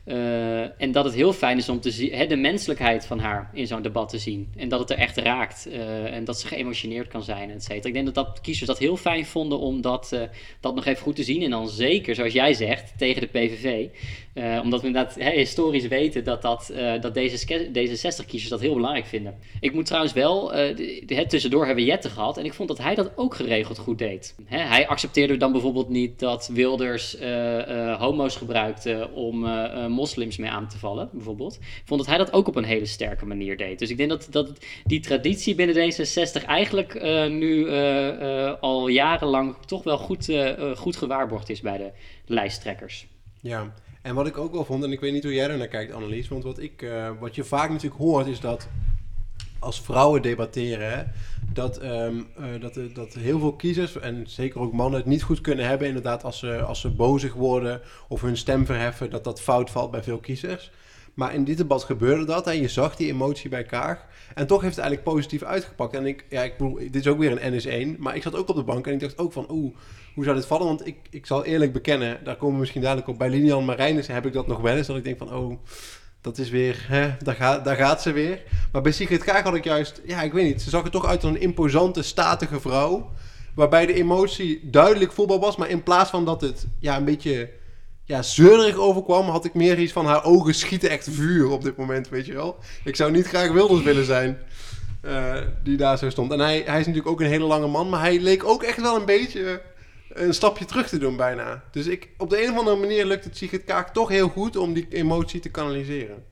Uh, en dat het heel fijn is om te zien, hè, de menselijkheid van haar in zo'n debat te zien. En dat het er echt raakt. Uh, en dat ze geëmotioneerd kan zijn, et cetera. Ik denk dat, dat kiezers dat heel fijn vonden om dat, uh, dat nog even goed te zien. En dan zeker, zoals jij zegt, tegen de P V V. Uh, omdat we inderdaad hè, historisch weten dat, dat, uh, dat D zesenzestig-kiezers dat heel belangrijk vinden. Ik moet trouwens wel, uh, de, de, tussendoor hebben we Jette gehad en ik vond dat hij dat ook geregeld goed deed. Hè, hij accepteerde dan bijvoorbeeld niet dat Wilders uh, uh, homo's gebruikte om uh, uh, moslims mee aan te vallen, bijvoorbeeld. Ik vond dat hij dat ook op een hele sterke manier deed. Dus ik denk dat, dat die traditie binnen D zesenzestig eigenlijk uh, nu uh, uh, al jarenlang toch wel goed, uh, goed gewaarborgd is bij de lijsttrekkers. Ja. En wat ik ook wel vond, en ik weet niet hoe jij er naar kijkt, Annelies, want wat, ik, uh, wat je vaak natuurlijk hoort is dat als vrouwen debatteren, hè, dat, um, uh, dat, uh, dat heel veel kiezers, en zeker ook mannen, het niet goed kunnen hebben inderdaad als ze, als ze bozig worden of hun stem verheffen, dat dat fout valt bij veel kiezers. Maar in dit debat gebeurde dat en je zag die emotie bij Kaag. En toch heeft het eigenlijk positief uitgepakt. En ik, ja, ik bedoel, dit is ook weer een N S één. Maar ik zat ook op de bank en ik dacht ook van, oeh, hoe zou dit vallen? Want ik, ik zal eerlijk bekennen, daar komen we misschien dadelijk op. Bij Lilian Marijnissen heb ik dat nog wel eens. Dat ik denk van, oh, dat is weer, hè, daar, gaat, daar gaat ze weer. Maar bij Sigrid Kaag had ik juist, ja, ik weet niet. Ze zag er toch uit als een imposante, statige vrouw. Waarbij de emotie duidelijk voelbaar was. Maar in plaats van dat het ja, een beetje ja, zeurderig overkwam, had ik meer iets van haar ogen schieten echt vuur op dit moment, weet je wel. Ik zou niet graag Wilders willen zijn uh, die daar zo stond. En hij, hij is natuurlijk ook een hele lange man, maar hij leek ook echt wel een beetje een stapje terug te doen bijna. Dus ik, op de een of andere manier lukt het Sigrid Kaag toch heel goed om die emotie te kanaliseren.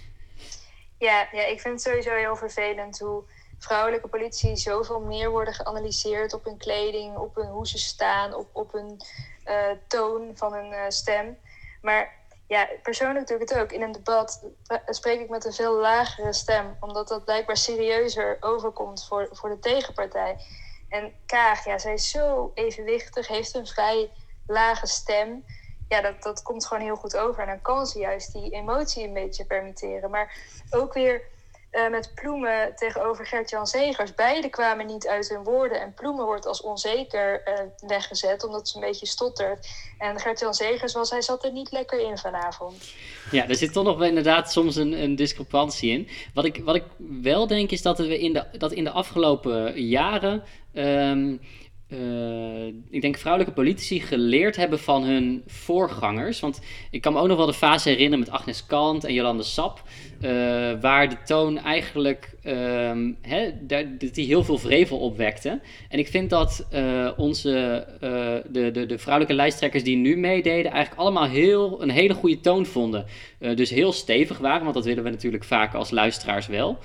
Ja, ja, ik vind het sowieso heel vervelend hoe vrouwelijke politici zoveel meer worden geanalyseerd op hun kleding, op hun, hoe ze staan, op, op hun uh, toon van hun uh, stem. Maar ja, persoonlijk doe ik het ook. In een debat spreek ik met een veel lagere stem, omdat dat blijkbaar serieuzer overkomt voor, voor de tegenpartij. En Kaag, ja, zij is zo evenwichtig, heeft een vrij lage stem. Ja, dat, dat komt gewoon heel goed over. En dan kan ze juist die emotie een beetje permitteren. Maar ook weer uh, met Ploemen tegenover Gert-Jan Zegers. Beide kwamen niet uit hun woorden. En Ploemen wordt als onzeker uh, weggezet, omdat ze een beetje stottert. En Gert-Jan Zegers was, hij zat er niet lekker in vanavond. Ja, er zit toch nog wel inderdaad soms een, een discrepantie in. Wat ik, wat ik wel denk is dat we in de, dat in de afgelopen jaren Um, Uh, ik denk vrouwelijke politici geleerd hebben van hun voorgangers. Want ik kan me ook nog wel de fase herinneren met Agnes Kant en Jolande Sap. Uh, waar de toon eigenlijk um, hè, daar, dat die heel veel vrevel opwekte. En ik vind dat uh, onze uh, de, de, de vrouwelijke lijsttrekkers die nu meededen eigenlijk allemaal heel, een hele goede toon vonden. Uh, dus heel stevig waren, want dat willen we natuurlijk vaak als luisteraars wel.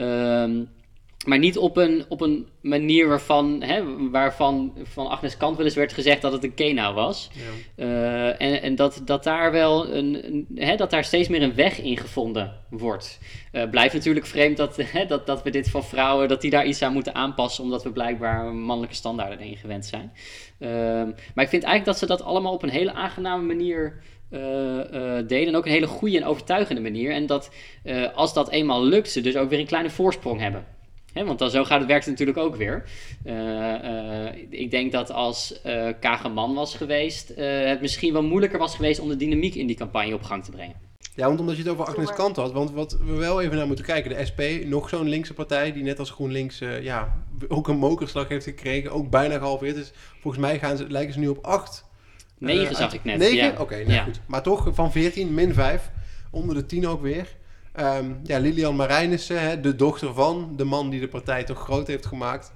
Um, Maar niet op een, op een manier waarvan, hè, waarvan van Agnes Kant wel eens werd gezegd dat het een Kena was. Ja. Uh, en en dat, dat daar wel een, een, hè, dat daar steeds meer een weg in gevonden wordt. Uh, blijft natuurlijk vreemd dat, hè, dat, dat we dit van vrouwen, dat die daar iets aan moeten aanpassen, omdat we blijkbaar mannelijke standaarden erin gewend zijn. Uh, maar ik vind eigenlijk dat ze dat allemaal op een hele aangename manier Uh, uh, deden. En ook een hele goede en overtuigende manier. En dat uh, als dat eenmaal lukt, ze dus ook weer een kleine voorsprong hebben. He, want dan zo gaat het werkt het natuurlijk ook weer. Uh, uh, ik denk dat als uh, Kaag een man was geweest, uh, het misschien wel moeilijker was geweest om de dynamiek in die campagne op gang te brengen. Ja, want omdat je het over Agnes Kant had, want wat we wel even naar moeten kijken, de S P, nog zo'n linkse partij die net als GroenLinks uh, ja, ook een mokerslag heeft gekregen, ook bijna gehalveerd is. Volgens mij gaan ze, lijken ze nu op acht. negen uh, zag uit, ik net. negen? Ja. Oké, okay, nou ja. Goed. Maar toch van veertien, min vijf, onder de tien ook weer. Um, ja, Lilian Marijnissen, hè, de dochter van de man die de partij toch groot heeft gemaakt.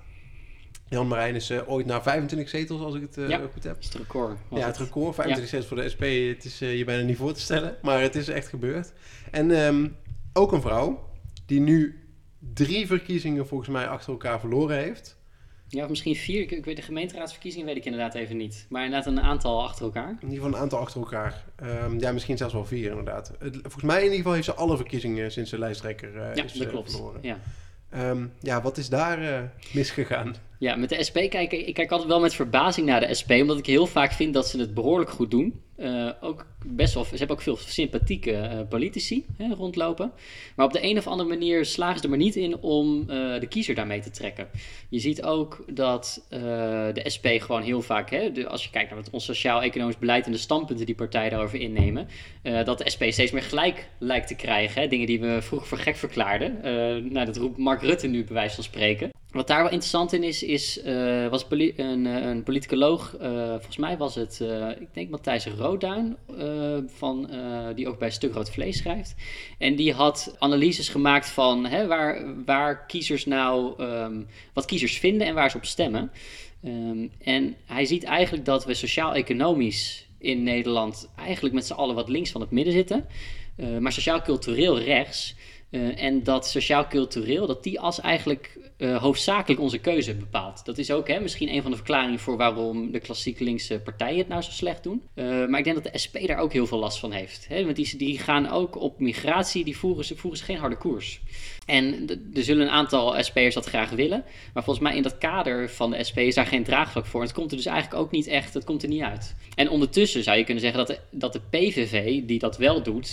Jan Marijnissen ooit naar vijfentwintig zetels, als ik het uh, ja, goed heb. Ja, het record. Ja, het record. vijfentwintig ja. zetels voor de S P. Het is uh, je bijna niet voor te stellen, maar het is echt gebeurd. En um, ook een vrouw die nu drie verkiezingen volgens mij achter elkaar verloren heeft. Ja, of misschien vier. Ik, ik weet de gemeenteraadsverkiezingen weet ik inderdaad even niet. Maar inderdaad een aantal achter elkaar. In ieder geval een aantal achter elkaar. Um, ja, misschien zelfs wel vier inderdaad. Het, volgens mij in ieder geval heeft ze alle verkiezingen sinds de lijsttrekker uh, ja, is dat uh, klopt. verloren. Ja. Um, ja, wat is daar uh, misgegaan? Ja, met de S P kijk ik kijk altijd wel met verbazing naar de S P, omdat ik heel vaak vind dat ze het behoorlijk goed doen. Uh, ook best wel, ze hebben ook veel sympathieke uh, politici hè, rondlopen. Maar op de een of andere manier slagen ze er maar niet in om uh, de kiezer daarmee te trekken. Je ziet ook dat uh, de S P gewoon heel vaak, hè, de, als je kijkt naar het ons sociaal-economisch beleid en de standpunten die partijen daarover innemen, uh, dat de S P steeds meer gelijk lijkt te krijgen. Hè, dingen die we vroeger voor gek verklaarden. Uh, nou, dat roept Mark Rutte nu bij wijze van spreken. Wat daar wel interessant in is, is uh, was poli- een, een politicoloog, uh, volgens mij was het, uh, ik denk Matthijs Roodduin, uh, van, uh, die ook bij Stuk Rood Vlees schrijft. En die had analyses gemaakt van hè, waar, waar kiezers nou, um, wat kiezers vinden en waar ze op stemmen. Um, en hij ziet eigenlijk dat we sociaal-economisch in Nederland eigenlijk met z'n allen wat links van het midden zitten. Uh, maar sociaal-cultureel rechts. Uh, en dat sociaal-cultureel, dat die as eigenlijk uh, hoofdzakelijk onze keuze bepaalt. Dat is ook hè, misschien een van de verklaringen voor waarom de klassiek linkse partijen het nou zo slecht doen. Uh, maar ik denk dat de S P daar ook heel veel last van heeft. Hè? Want die, die gaan ook op migratie, die voeren ze, voeren ze geen harde koers. En d- er zullen een aantal S P'ers dat graag willen. Maar volgens mij in dat kader van de S P is daar geen draagvlak voor. En het komt er dus eigenlijk ook niet echt, het komt er niet uit. En ondertussen zou je kunnen zeggen dat de, dat de P V V, die dat wel doet,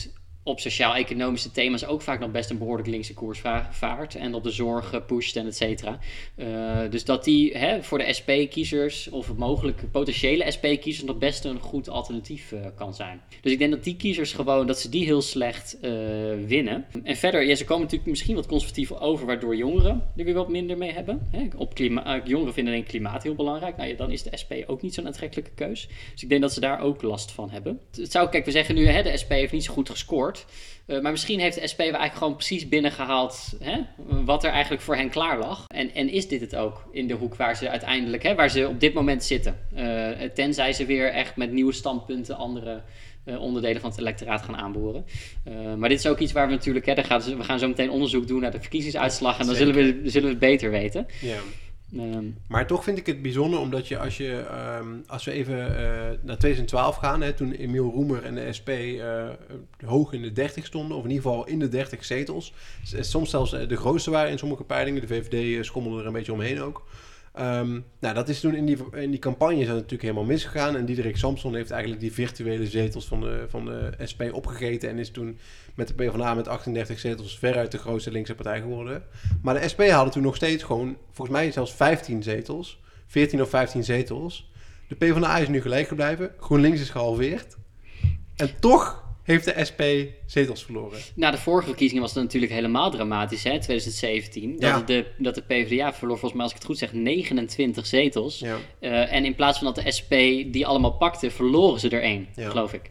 op sociaal-economische thema's ook vaak nog best een behoorlijk linkse koers vaart. En op de zorg uh, pusht en et cetera. Uh, dus dat die hè, voor de S P-kiezers of mogelijk potentiële S P-kiezers nog best een goed alternatief uh, kan zijn. Dus ik denk dat die kiezers gewoon, dat ze die heel slecht uh, winnen. En verder, ja, ze komen natuurlijk misschien wat conservatiever over, waardoor jongeren er weer wat minder mee hebben. Hè, op klima- uh, jongeren vinden denk ik klimaat heel belangrijk. Nou ja, dan is de S P ook niet zo'n aantrekkelijke keus. Dus ik denk dat ze daar ook last van hebben. Het zou, kijk, we zeggen nu, hè, de S P heeft niet zo goed gescoord. Uh, maar misschien heeft de S P wel eigenlijk gewoon precies binnengehaald hè, wat er eigenlijk voor hen klaar lag. En, en is dit het ook in de hoek waar ze uiteindelijk, hè, waar ze op dit moment zitten. Uh, tenzij ze weer echt met nieuwe standpunten andere uh, onderdelen van het electoraat gaan aanboren. Uh, maar dit is ook iets waar we natuurlijk, hè, gaan, we gaan zo meteen onderzoek doen naar de verkiezingsuitslag. En dan zullen we, zullen we het beter weten. Ja. Um, maar toch vind ik het bijzonder, omdat je als je um, als we even uh, naar twintig twaalf gaan, hè, toen Emiel Roemer en de S P uh, hoog in de dertig stonden, of in ieder geval in de dertig zetels, soms zelfs de grootste waren in sommige peilingen, de V V D schommelde er een beetje omheen ook. Um, nou, dat is toen in die, in die campagne is dat natuurlijk helemaal misgegaan. En Diederik Samson heeft eigenlijk die virtuele zetels van de, van de S P opgegeten. En is toen met de PvdA met achtendertig zetels veruit de grootste linkse partij geworden. Maar de S P hadden toen nog steeds gewoon, volgens mij zelfs vijftien zetels. veertien of vijftien zetels. De PvdA is nu gelijk gebleven. GroenLinks is gehalveerd. En toch heeft de S P zetels verloren. Na de vorige verkiezingen was het natuurlijk helemaal dramatisch, hè, twintig zeventien. Dat, Ja. de, dat de PvdA verloor, volgens mij, als ik het goed zeg, negenentwintig zetels. Ja. Uh, en in plaats van dat de S P die allemaal pakte, verloren ze er één, Ja. geloof ik.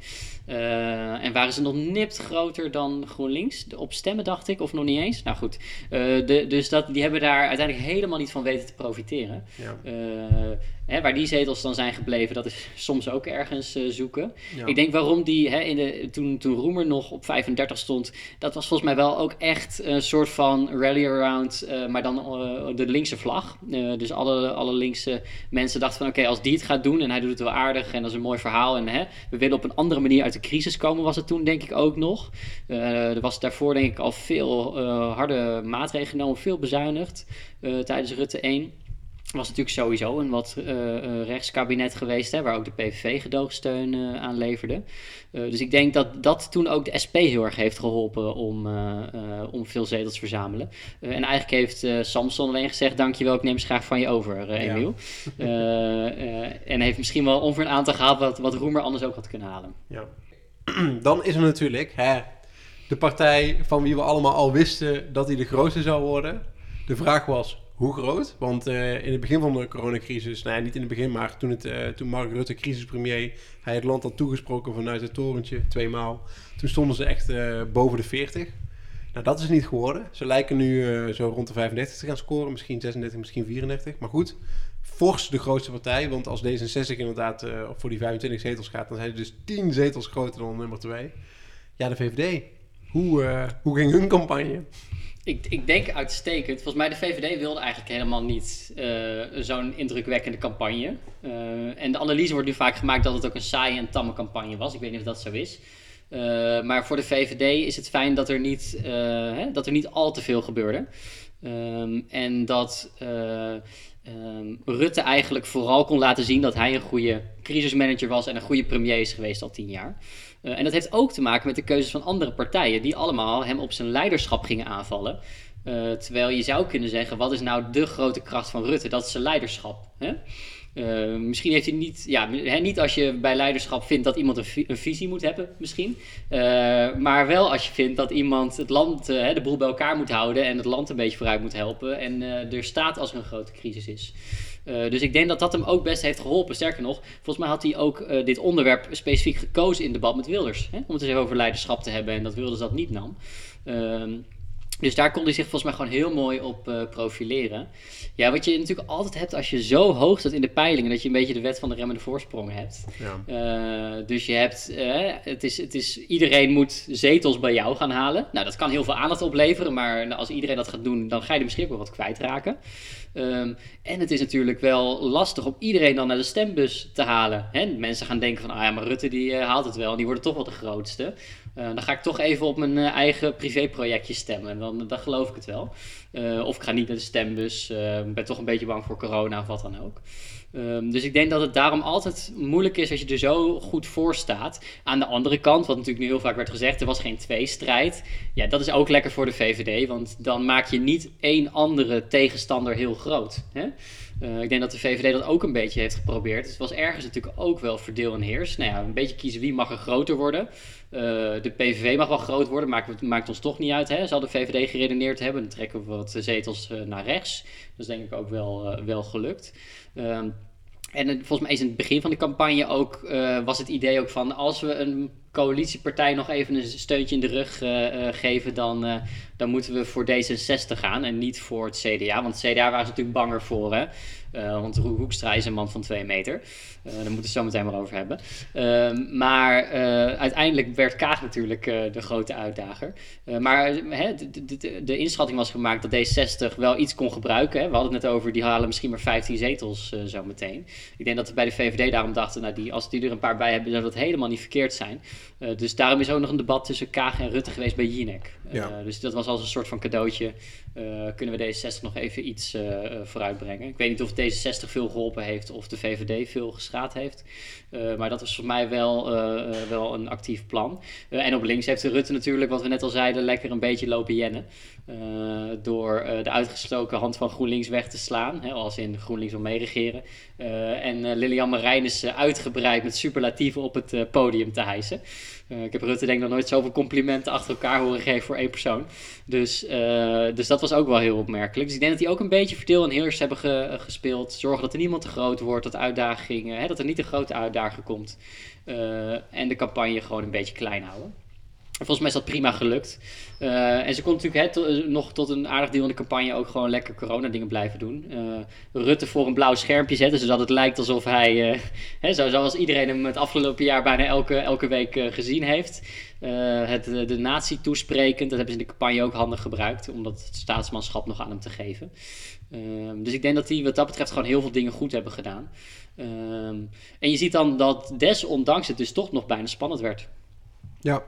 Uh, en waren ze nog nipt groter dan GroenLinks? De- Op stemmen, dacht ik, of nog niet eens? Nou goed, uh, de, dus dat, die hebben daar uiteindelijk helemaal niet van weten te profiteren. Ja. Uh, hè, waar die zetels dan zijn gebleven, dat is soms ook ergens uh, zoeken. Ja. Ik denk waarom die, hè, in de, toen, toen Roemer nog op vijfendertig stond, dat was volgens mij wel ook echt een soort van rally around, uh, maar dan uh, de linkse vlag. Uh, dus alle, alle linkse mensen dachten van oké, okay, als die het gaat doen en hij doet het wel aardig en dat is een mooi verhaal en hè, we willen op een andere manier uit de crisis komen, was het toen denk ik ook nog. Uh, er was daarvoor denk ik al veel uh, harde maatregelen genomen, veel bezuinigd uh, tijdens Rutte één. Was natuurlijk sowieso een wat uh, uh, rechtskabinet geweest, hè, waar ook de P V V gedoogsteun uh, aan leverde. Uh, dus ik denk dat dat toen ook de S P heel erg heeft geholpen om, uh, uh, om veel zetels te verzamelen. Uh, en eigenlijk heeft uh, Samson alleen gezegd, dankjewel, ik neem ze graag van je over, uh, Emiel. Ja. Uh, uh, en heeft misschien wel ongeveer een aantal gehaald wat, wat Roemer anders ook had kunnen halen. Ja. Dan is er natuurlijk hè, de partij van wie we allemaal al wisten dat hij de grootste zou worden. De vraag was, hoe groot? Want uh, in het begin van de coronacrisis, nou ja, niet in het begin, maar toen, het, uh, toen Mark Rutte crisispremier, hij het land had toegesproken vanuit het torentje, tweemaal. Toen stonden ze echt uh, boven de veertig. Nou, dat is niet geworden. Ze lijken nu uh, zo rond de vijfendertig te gaan scoren, misschien zesendertig, misschien vierendertig. Maar goed, fors de grootste partij, want als D zesenzestig inderdaad uh, voor die vijfentwintig zetels gaat, dan zijn ze dus tien zetels groter dan nummer twee. Ja, de V V D. Hoe, uh, hoe ging hun campagne? Ik, ik denk uitstekend. Volgens mij de V V D wilde eigenlijk helemaal niet uh, zo'n indrukwekkende campagne. Uh, en de analyse wordt nu vaak gemaakt dat het ook een saaie en tamme campagne was. Ik weet niet of dat zo is. Uh, maar voor de V V D is het fijn dat er niet, uh, hè, dat er niet al te veel gebeurde. Um, en dat uh, um, Rutte eigenlijk vooral kon laten zien dat hij een goede crisismanager was en een goede premier is geweest al tien jaar. Uh, en dat heeft ook te maken met de keuzes van andere partijen die allemaal hem op zijn leiderschap gingen aanvallen. Uh, terwijl je zou kunnen zeggen, wat is nou de grote kracht van Rutte? Dat is zijn leiderschap. Hè? Uh, misschien heeft hij niet, ja, hè, niet als je bij leiderschap vindt dat iemand een, vi- een visie moet hebben, misschien. Uh, maar wel als je vindt dat iemand het land, uh, de boel bij elkaar moet houden en het land een beetje vooruit moet helpen. En uh, er staat als er een grote crisis is. Uh, dus ik denk dat dat hem ook best heeft geholpen. Sterker nog, volgens mij had hij ook uh, dit onderwerp specifiek gekozen in het debat met Wilders. Hè? Om het eens even over leiderschap te hebben en dat Wilders dat niet nam. Uh, Dus daar kon hij zich volgens mij gewoon heel mooi op uh, profileren. Ja, wat je natuurlijk altijd hebt als je zo hoog staat in de peilingen, dat je een beetje de wet van de remmende voorsprong hebt. Ja. Uh, dus je hebt, uh, het is, het is, iedereen moet zetels bij jou gaan halen. Nou, dat kan heel veel aandacht opleveren, maar nou, als iedereen dat gaat doen, dan ga je er misschien ook wel wat kwijtraken. Um, en het is natuurlijk wel lastig om iedereen dan naar de stembus te halen. Hè? Mensen gaan denken van, ah ja, maar Rutte die uh, haalt het wel, die wordt toch wel de grootste. Uh, dan ga ik toch even op mijn uh, eigen privéprojectje stemmen. Dan, dan geloof ik het wel. Uh, of ik ga niet naar de stembus. Ik uh, ben toch een beetje bang voor corona of wat dan ook. Um, dus ik denk dat het daarom altijd moeilijk is als je er zo goed voor staat. Aan de andere kant, wat natuurlijk nu heel vaak werd gezegd, er was geen tweestrijd. Ja, dat is ook lekker voor de V V D, want dan maak je niet één andere tegenstander heel groot. Hè? Uh, ik denk dat de V V D dat ook een beetje heeft geprobeerd. Dus het was ergens natuurlijk ook wel verdeel en heers. Nou ja, een beetje kiezen wie mag er groter worden. Uh, de P V V mag wel groot worden, maakt, maakt ons toch niet uit. Hè? Zal de V V D geredeneerd hebben, dan trekken we wat zetels uh, naar rechts. Dat is denk ik ook wel, uh, wel gelukt. Um, en uh, volgens mij is in het begin van de campagne ook, uh, was het idee ook van, als we een coalitiepartij nog even een steuntje in de rug uh, uh, geven, dan, uh, dan moeten we voor D zesenzestig gaan en niet voor het C D A. Want het C D A waren ze natuurlijk banger voor, hè. Uh, want Roel Hoekstra is een man van twee meter. Uh, daar moeten we het zo meteen maar over hebben. Uh, maar uh, uiteindelijk werd Kaag natuurlijk uh, de grote uitdager. Uh, maar uh, de, de, de, de inschatting was gemaakt dat D zesenzestig wel iets kon gebruiken. Hè. We hadden het net over, die halen misschien maar vijftien zetels uh, zo meteen. Ik denk dat we bij de V V D daarom dachten, nou die, als die er een paar bij hebben, zou dat helemaal niet verkeerd zijn. Uh, dus daarom is ook nog een debat tussen Kaag en Rutte geweest bij Jinek. Uh, ja. Dus dat was als een soort van cadeautje. Uh, kunnen we D zesenzestig nog even iets uh, uh, vooruitbrengen. Ik weet niet of D zesenzestig veel geholpen heeft of de V V D veel geschaad heeft. Uh, maar dat was voor mij wel, uh, uh, wel een actief plan. Uh, en op links heeft de Rutte natuurlijk, wat we net al zeiden, lekker een beetje lopen jennen. Uh, door uh, de uitgestoken hand van GroenLinks weg te slaan. Hè, als in GroenLinks wil meeregeren. Uh, en uh, Lilian Marijnissen uh, uitgebreid met superlatieven op het uh, podium te hijsen. Uh, ik heb Rutte denk ik nog nooit zoveel complimenten achter elkaar horen geven voor één persoon. Dus, uh, dus dat was ook wel heel opmerkelijk. Dus ik denk dat die ook een beetje verdeel en heers hebben ge, gespeeld. Zorgen dat er niemand te groot wordt, dat uitdagingen, hè, dat er niet een grote uitdager komt. Uh, en de campagne gewoon een beetje klein houden. Volgens mij is dat prima gelukt. Uh, en ze kon natuurlijk he, to, nog tot een aardig deel in de campagne ook gewoon lekker corona-dingen blijven doen. Uh, Rutte voor een blauw schermpje zetten, zodat het lijkt alsof hij, uh, he, zoals iedereen hem het afgelopen jaar bijna elke, elke week uh, gezien heeft. Uh, het, de natie toesprekend, dat hebben ze in de campagne ook handig gebruikt, om dat staatsmanschap nog aan hem te geven. Uh, dus ik denk dat die wat dat betreft gewoon heel veel dingen goed hebben gedaan. Uh, en je ziet dan dat desondanks het dus toch nog bijna spannend werd. Ja.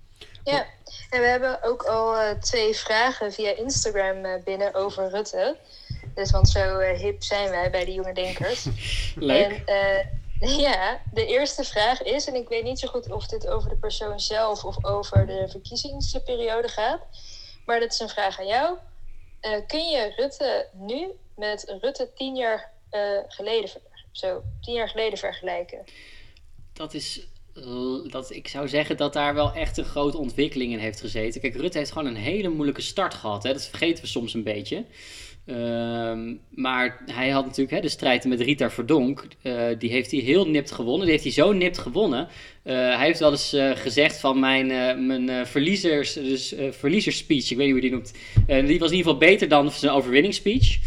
Ja, en we hebben ook al uh, twee vragen via Instagram uh, binnen over Rutte. Dus want zo uh, hip zijn wij bij de jonge denkers. Leuk. En, uh, ja, de eerste vraag is, en ik weet niet zo goed of dit over de persoon zelf of over de verkiezingsperiode gaat, maar dat is een vraag aan jou. Uh, kun je Rutte nu met Rutte tien jaar uh, geleden, zo tien jaar geleden vergelijken? Dat is... Dat, ik zou zeggen dat daar wel echt een grote ontwikkeling in heeft gezeten. Kijk, Rutte heeft gewoon een hele moeilijke start gehad. Hè? Dat vergeten we soms een beetje. Um, maar hij had natuurlijk hè, de strijd met Rita Verdonk. Uh, die heeft hij heel nipt gewonnen. Die heeft hij zo nipt gewonnen. Uh, hij heeft wel eens uh, gezegd van mijn, uh, mijn uh, verliezers, dus, uh, verliezersspeech. Ik weet niet hoe die noemt. Uh, die was in ieder geval beter dan zijn overwinningsspeech.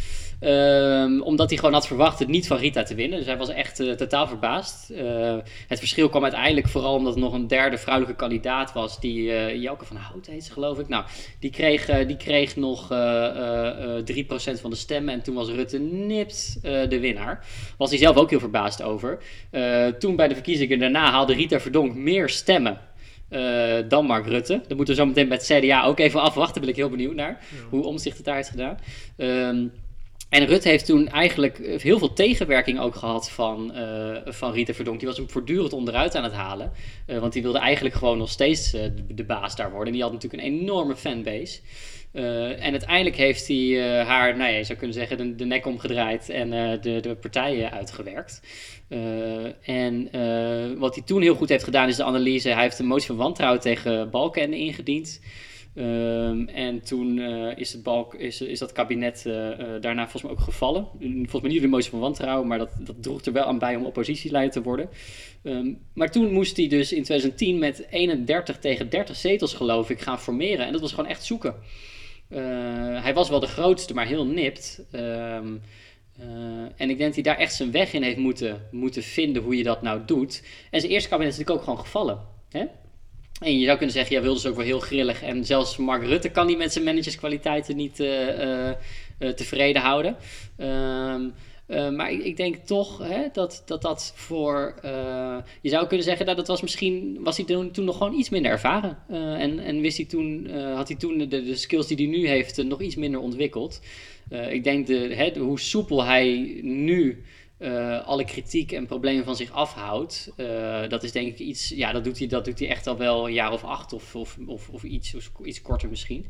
Um, omdat hij gewoon had verwacht het niet van Rita te winnen. Dus hij was echt uh, totaal verbaasd. Uh, het verschil kwam uiteindelijk vooral omdat er nog een derde vrouwelijke kandidaat was. Die uh, Joke van Houten heet ze geloof ik. Nou, die kreeg, uh, die kreeg nog uh, uh, drie procent van de stemmen. En toen was Rutte nipt uh, de winnaar. Was hij zelf ook heel verbaasd over. Uh, toen bij de verkiezingen daarna haalde Rita Verdonk meer stemmen. Uh, dan Mark Rutte. Dan moeten we zo meteen met het C D A ook even afwachten. Daar ben ik heel benieuwd naar. Ja. Hoe Omtzigt het daar heeft gedaan. Um, En Rutte heeft toen eigenlijk heel veel tegenwerking ook gehad van, uh, van Rita Verdonk. Die was hem voortdurend onderuit aan het halen. Uh, want die wilde eigenlijk gewoon nog steeds uh, de, de baas daar worden. En die had natuurlijk een enorme fanbase. Uh, en uiteindelijk heeft hij uh, haar, nou ja, je zou kunnen zeggen, de, de nek omgedraaid en uh, de, de partijen uitgewerkt. Uh, en uh, wat hij toen heel goed heeft gedaan is de analyse. Hij heeft een motie van wantrouwen tegen Balkenende ingediend. Um, en toen uh, is, het balk, is, is dat kabinet uh, uh, daarna volgens mij ook gevallen. Volgens mij niet de motie van wantrouwen, maar dat, dat droeg er wel aan bij om oppositieleider te worden. Um, maar toen moest hij dus in twintig tien met eenendertig tegen dertig zetels geloof ik gaan formeren. En dat was gewoon echt zoeken. Uh, hij was wel de grootste, maar heel nipt. Um, Uh, en ik denk dat hij daar echt zijn weg in heeft moeten, moeten vinden hoe je dat nou doet. En zijn eerste kabinet is natuurlijk ook gewoon gevallen. Hè? En je zou kunnen zeggen, ja, Wilders ook wel heel grillig. En zelfs Mark Rutte kan die met zijn managerskwaliteiten niet uh, uh, uh, tevreden houden. Um, uh, maar ik, ik denk toch hè, dat, dat dat voor... Uh, je zou kunnen zeggen, dat, dat was misschien... was hij toen, toen nog gewoon iets minder ervaren. Uh, en, en wist hij toen, uh, had hij toen de, de skills die hij nu heeft uh, nog iets minder ontwikkeld. Uh, ik denk de, hè, de, hoe soepel hij nu uh, alle kritiek en problemen van zich afhoudt. Uh, dat is denk ik iets, ja, dat doet hij, dat doet hij echt al wel een jaar of acht of, of, of, of iets, of iets korter misschien.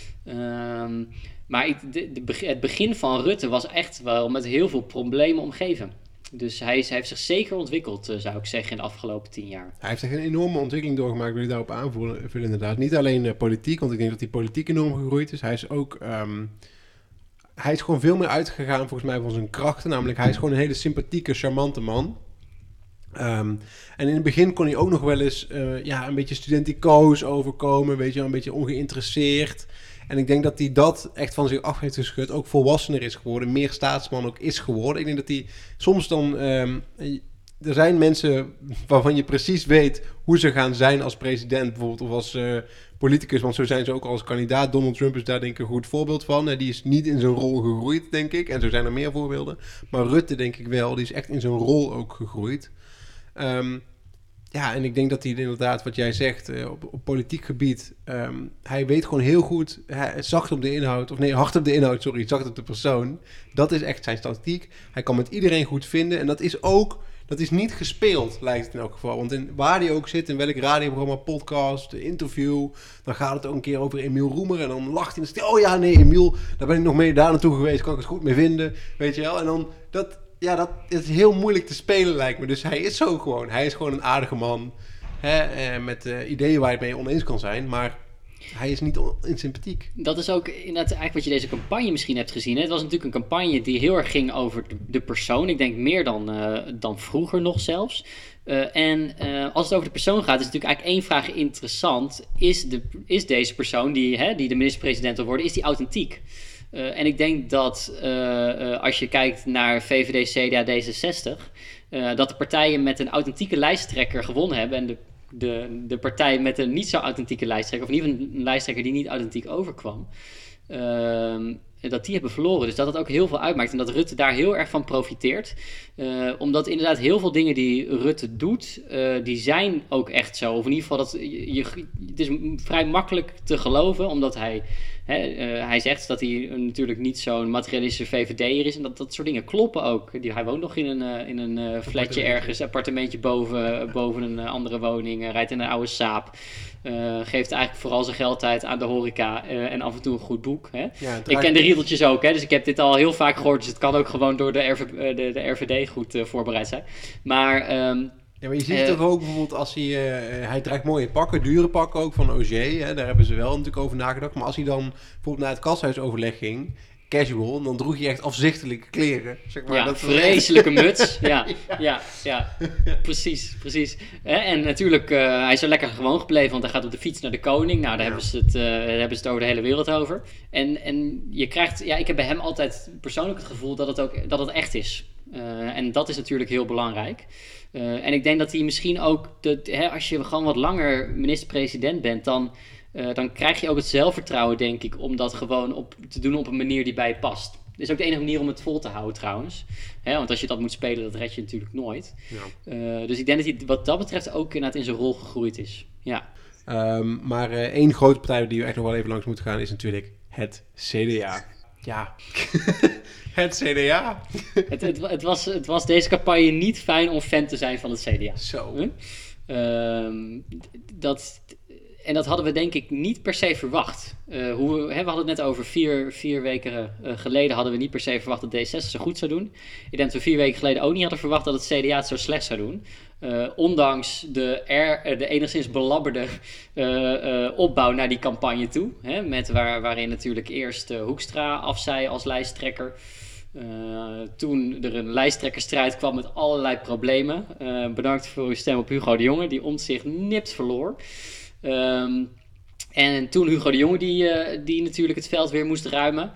Um, maar ik, de, de, het begin van Rutte was echt wel met heel veel problemen omgeven. Dus hij, is, hij heeft zich zeker ontwikkeld, uh, zou ik zeggen, in de afgelopen tien jaar. Hij heeft echt een enorme ontwikkeling doorgemaakt, wil ik daarop aanvullen inderdaad. Niet alleen uh, politiek, want ik denk dat die politiek enorm gegroeid is. Hij is ook... Um, hij is gewoon veel meer uitgegaan volgens mij van zijn krachten. Namelijk, hij is gewoon een hele sympathieke, charmante man. Um, en in het begin kon hij ook nog wel eens uh, ja, een beetje studenticoos overkomen. Weet je, een beetje ongeïnteresseerd. En ik denk dat hij dat echt van zich af heeft geschud. Ook volwassener is geworden. Meer staatsman ook is geworden. Ik denk dat hij soms dan... Um, er zijn mensen waarvan je precies weet hoe ze gaan zijn als president. Bijvoorbeeld of als uh, politicus. Want zo zijn ze ook als kandidaat. Donald Trump is daar denk ik een goed voorbeeld van. Die is niet in zijn rol gegroeid, denk ik. En zo zijn er meer voorbeelden. Maar Rutte denk ik wel. Die is echt in zijn rol ook gegroeid. Um, Ja, en ik denk dat hij inderdaad, wat jij zegt, uh, op, op politiek gebied, um, hij weet gewoon heel goed, hij, zacht op de inhoud, of nee, hard op de inhoud, sorry, zacht op de persoon. Dat is echt zijn tactiek. Hij kan met iedereen goed vinden en dat is ook, dat is niet gespeeld, lijkt het in elk geval. Want in, waar hij ook zit, in welk radioprogramma, podcast, interview, dan gaat het ook een keer over Emiel Roemer en dan lacht hij en dan zegt hij, oh ja, nee, Emiel, daar ben ik nog mee daar naartoe geweest, kan ik het goed mee vinden, weet je wel. En dan, dat... Ja, dat is heel moeilijk te spelen, lijkt me. Dus hij is zo gewoon. Hij is gewoon een aardige man. Hè, eh, met uh, ideeën waar je het mee oneens kan zijn. Maar hij is niet onsympathiek. Dat is ook inderdaad eigenlijk wat je deze campagne misschien hebt gezien. Hè? Het was natuurlijk een campagne die heel erg ging over de, de persoon. Ik denk meer dan, uh, dan vroeger nog zelfs. Uh, en uh, als het over de persoon gaat, is natuurlijk eigenlijk één vraag interessant. Is, de, is deze persoon die, hè, die de minister-president wil worden, is die authentiek? Uh, en ik denk dat uh, uh, als je kijkt naar V V D, C D A, D zesenzestig... Uh, dat de partijen met een authentieke lijsttrekker gewonnen hebben. En de, de, de partij met een niet zo authentieke lijsttrekker, of in ieder geval een lijsttrekker die niet authentiek overkwam, Uh, dat die hebben verloren. Dus dat het ook heel veel uitmaakt. En dat Rutte daar heel erg van profiteert. Uh, omdat inderdaad heel veel dingen die Rutte doet, uh, die zijn ook echt zo. Of in ieder geval, dat je, je, het is vrij makkelijk te geloven. Omdat hij, hè, uh, hij zegt dat hij uh, natuurlijk niet zo'n materialistische V V D'er is. En dat, dat soort dingen kloppen ook. Die, hij woont nog in een, uh, in een uh, flatje ergens, appartementje boven, boven een uh, andere woning. Uh, rijdt in een oude Saab. Uh, geeft eigenlijk vooral zijn geld uit aan de horeca uh, en af en toe een goed boek. Hè? Ja, ik ken de riedeltjes ook, hè? Dus ik heb dit al heel vaak gehoord. Dus het kan ook gewoon door de, R V, uh, de, de R V D goed uh, voorbereid zijn. Maar... Um, ja, maar je ziet uh, toch ook bijvoorbeeld als hij... Uh, hij draagt mooie pakken, dure pakken ook van Auger. Hè? Daar hebben ze wel natuurlijk over nagedacht. Maar als hij dan bijvoorbeeld naar het kasthuisoverleg ging... casual, dan droeg hij echt afzichtelijke kleren. Zeg maar. Ja, dat vreselijke muts. Ja, ja, ja, ja. Precies, precies. En natuurlijk, uh, hij is er lekker gewoon gebleven, want hij gaat op de fiets naar de koning. Nou, daar, ja. hebben, ze het, uh, daar hebben ze het over de hele wereld over. En, en je krijgt, ja, ik heb bij hem altijd persoonlijk het gevoel dat het ook dat het echt is. Uh, en dat is natuurlijk heel belangrijk. Uh, en ik denk dat hij misschien ook, de, hè, als je gewoon wat langer minister-president bent, dan... Uh, dan krijg je ook het zelfvertrouwen, denk ik, om dat gewoon op, te doen op een manier die bij je past. Dat is ook de enige manier om het vol te houden trouwens. Hè, want als je dat moet spelen, dat red je natuurlijk nooit. Ja. Uh, dus ik denk dat hij wat dat betreft ook inderdaad in zijn rol gegroeid is. Ja. Um, maar uh, één grote partij die we echt nog wel even langs moeten gaan is natuurlijk het C D A. Ja, het C D A. het, het, het, was, het was deze campagne niet fijn om fan te zijn van het C D A. Zo. Huh? Um, dat... En dat hadden we denk ik niet per se verwacht. Uh, hoe, hè, we hadden het net over vier, vier weken uh, geleden hadden we niet per se verwacht dat D zesenzestig zo goed zou doen. Ik denk dat we vier weken geleden ook niet hadden verwacht dat het C D A het zo slecht zou doen. Uh, ondanks de, er, de enigszins belabberde uh, uh, opbouw naar die campagne toe. Hè, met waar, waarin natuurlijk eerst uh, Hoekstra afzei als lijsttrekker. Uh, toen er een lijsttrekkerstrijd kwam met allerlei problemen. Uh, bedankt voor uw stem op Hugo de Jonge, die Omtzigt nipt verloor. Um, en toen Hugo de Jonge die, uh, die natuurlijk het veld weer moest ruimen.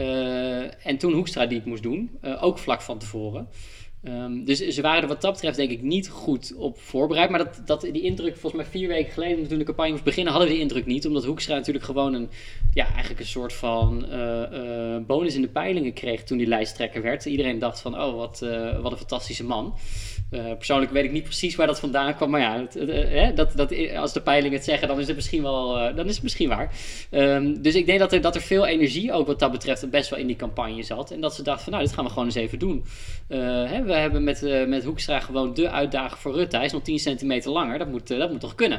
Uh, en toen Hoekstra die het moest doen. Uh, ook vlak van tevoren. Um, dus ze waren er wat dat betreft denk ik niet goed op voorbereid. Maar dat, dat, die indruk volgens mij vier weken geleden toen de campagne moest beginnen hadden we die indruk niet. Omdat Hoekstra natuurlijk gewoon een, ja, eigenlijk een soort van uh, uh, bonus in de peilingen kreeg toen die lijsttrekker werd. Iedereen dacht van oh wat, uh, wat een fantastische man. Uh, persoonlijk weet ik niet precies waar dat vandaan kwam. Maar ja, het, het, uh, dat, dat, als de peilingen het zeggen dan is het misschien wel uh, dan is het misschien waar. Um, dus ik denk dat er, dat er veel energie ook wat dat betreft best wel in die campagne zat. En dat ze dachten van nou dit gaan we gewoon eens even doen. Uh, hè, we we hebben met, uh, met Hoekstra gewoon de uitdaging voor Rutte. Hij is nog tien centimeter langer, dat moet, uh, dat moet toch kunnen.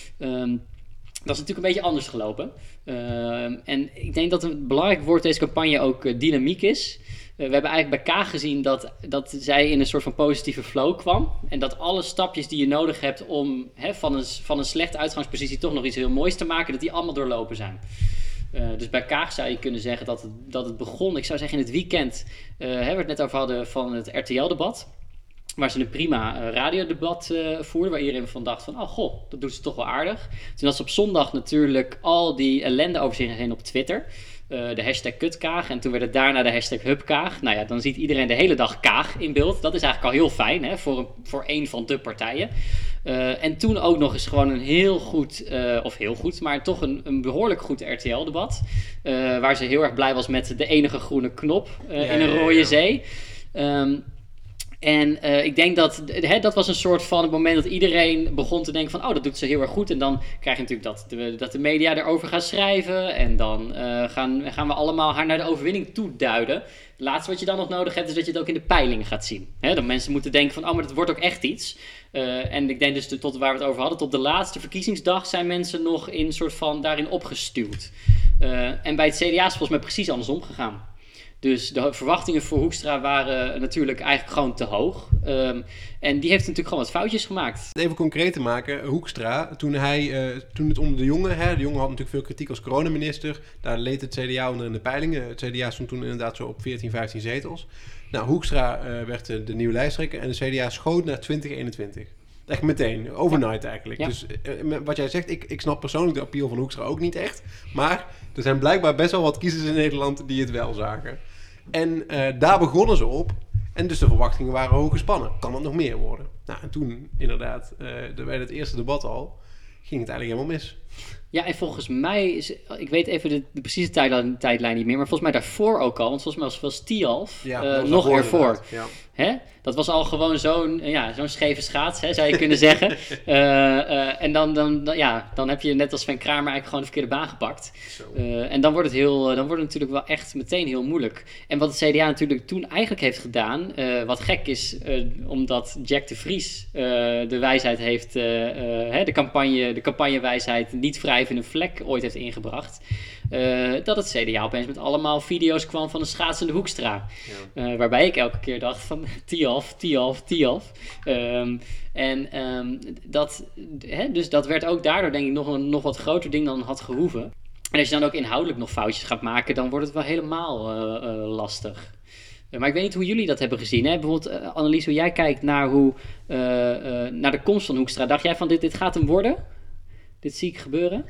Um, dat is natuurlijk een beetje anders gelopen. Uh, en ik denk dat een belangrijk woord deze campagne ook uh, dynamiek is. Uh, we hebben eigenlijk bij Kaag gezien dat, dat zij in een soort van positieve flow kwam. En dat alle stapjes die je nodig hebt om hè, van, een, van een slechte uitgangspositie toch nog iets heel moois te maken, dat die allemaal doorlopen zijn. Uh, dus bij Kaag zou je kunnen zeggen dat het, dat het begon, ik zou zeggen in het weekend, uh, hè, we het net over hadden van het R T L-debat. Waar ze een prima uh, radiodebat uh, voerden, waar iedereen van dacht van, oh goh, dat doet ze toch wel aardig. Toen had ze op zondag natuurlijk al die ellende over zich heen op Twitter. Uh, de hashtag kutkaag. En toen werd het daarna de hashtag hupkaag. Nou ja, dan ziet iedereen de hele dag Kaag in beeld. Dat is eigenlijk al heel fijn, hè, voor, een, voor een van de partijen. Uh, en toen ook nog eens gewoon een heel goed, uh, of heel goed, maar toch een, een behoorlijk goed R T L-debat. Uh, waar ze heel erg blij was met de enige groene knop uh, ja, in een rode ja, ja. zee. Um, En uh, ik denk dat, hè, dat was een soort van het moment dat iedereen begon te denken van, oh, dat doet ze heel erg goed. En dan krijg je natuurlijk dat de, dat de media erover gaan schrijven. En dan uh, gaan, gaan we allemaal haar naar de overwinning toeduiden. Het laatste wat je dan nog nodig hebt, is dat je het ook in de peilingen gaat zien. Hè, dat mensen moeten denken van, oh, maar dat wordt ook echt iets. Uh, en ik denk dus, de, tot waar we het over hadden, tot de laatste verkiezingsdag zijn mensen nog in soort van daarin opgestuwd. Uh, en bij het C D A is volgens mij precies andersom gegaan. Dus de verwachtingen voor Hoekstra waren natuurlijk eigenlijk gewoon te hoog. Um, en die heeft natuurlijk gewoon wat foutjes gemaakt. Even concreet te maken, Hoekstra, toen, hij, uh, toen het onder de jongen... Hè, de jongen had natuurlijk veel kritiek als coronaminister. Daar leed het C D A onder in de peilingen. Het C D A stond toen inderdaad zo op veertien, vijftien zetels. Nou, Hoekstra uh, werd de, de nieuwe lijsttrekker en de C D A schoot naar twintig eenentwintig. Echt meteen, overnight ja. eigenlijk. Ja. Dus uh, wat jij zegt, ik, ik snap persoonlijk de appeal van Hoekstra ook niet echt. Maar er zijn blijkbaar best wel wat kiezers in Nederland die het wel zagen. En uh, daar begonnen ze op. En dus de verwachtingen waren hoog gespannen. Kan het nog meer worden? Nou, en toen inderdaad, uh, bij het eerste debat al, ging het eigenlijk helemaal mis. Ja, en volgens mij, is, ik weet even de, de precieze tijdlijn, tijdlijn niet meer, maar volgens mij daarvoor ook al, want volgens mij was, was Tialf ja, uh, nog ervoor. Ja. Hè? Dat was al gewoon zo'n, ja, zo'n scheve schaats, hè, zou je kunnen zeggen. uh, uh, en dan, dan, dan, ja, dan heb je net als Sven Kramer eigenlijk gewoon de verkeerde baan gepakt. Uh, en dan wordt, het heel, dan wordt het natuurlijk wel echt meteen heel moeilijk. En wat het C D A natuurlijk toen eigenlijk heeft gedaan, uh, wat gek is, uh, omdat Jack de Vries uh, de wijsheid heeft, uh, uh, hè, de, campagne, de campagnewijsheid niet vrij in een vlek ooit heeft ingebracht. Uh, dat het C D A opeens met allemaal video's kwam van een schaatsende Hoekstra. Ja. Uh, waarbij ik elke keer dacht van Tialf, Tialf, Tialf. Um, en um, dat, hè, dus dat werd ook daardoor denk ik nog een nog wat groter ding dan had gehoeven. En als je dan ook inhoudelijk nog foutjes gaat maken, dan wordt het wel helemaal uh, uh, lastig. Uh, maar ik weet niet hoe jullie dat hebben gezien. Hè? Bijvoorbeeld, uh, Annelies, hoe jij kijkt naar, hoe, uh, uh, naar de komst van Hoekstra. Dacht jij van dit, dit gaat hem worden? Dit zie ik gebeuren?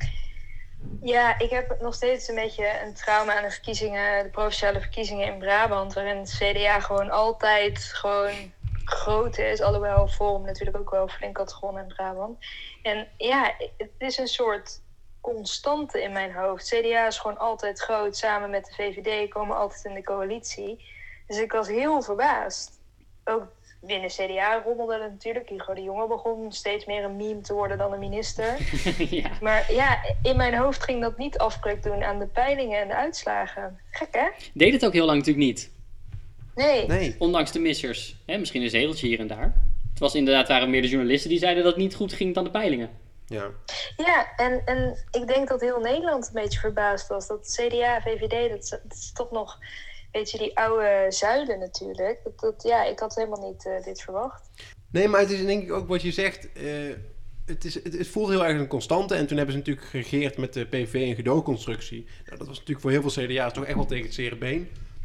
Ja, ik heb nog steeds een beetje een trauma aan de verkiezingen, de provinciale verkiezingen in Brabant, waarin het C D A gewoon altijd gewoon groot is, alhoewel Forum natuurlijk ook wel flink had gewonnen in Brabant. En ja, het is een soort constante in mijn hoofd. C D A is gewoon altijd groot, samen met de V V D komen altijd in de coalitie. Dus ik was heel verbaasd. Ook binnen C D A rommelde het natuurlijk. Hugo de Jonge begon steeds meer een meme te worden dan een minister. ja. Maar ja, in mijn hoofd ging dat niet afbreuk doen aan de peilingen en de uitslagen. Gek, hè? Deed het ook heel lang natuurlijk niet. Nee. nee. Ondanks de missers. Hè, misschien een zeteltje hier en daar. Het was inderdaad, waren meer de journalisten die zeiden dat het niet goed ging dan de peilingen. Ja, ja en, en ik denk dat heel Nederland een beetje verbaasd was. Dat C D A, V V D, dat, dat is toch nog... Weet je, die oude zuilen natuurlijk. Dat, dat, ja, ik had helemaal niet uh, dit verwacht. Nee, maar het is denk ik ook wat je zegt. Uh, het, is, het, het voelt heel erg een constante. En toen hebben ze natuurlijk geregeerd met de P V V en gedoogconstructie. Nou, dat was natuurlijk voor heel veel C D A's toch echt wel tegen het zere been.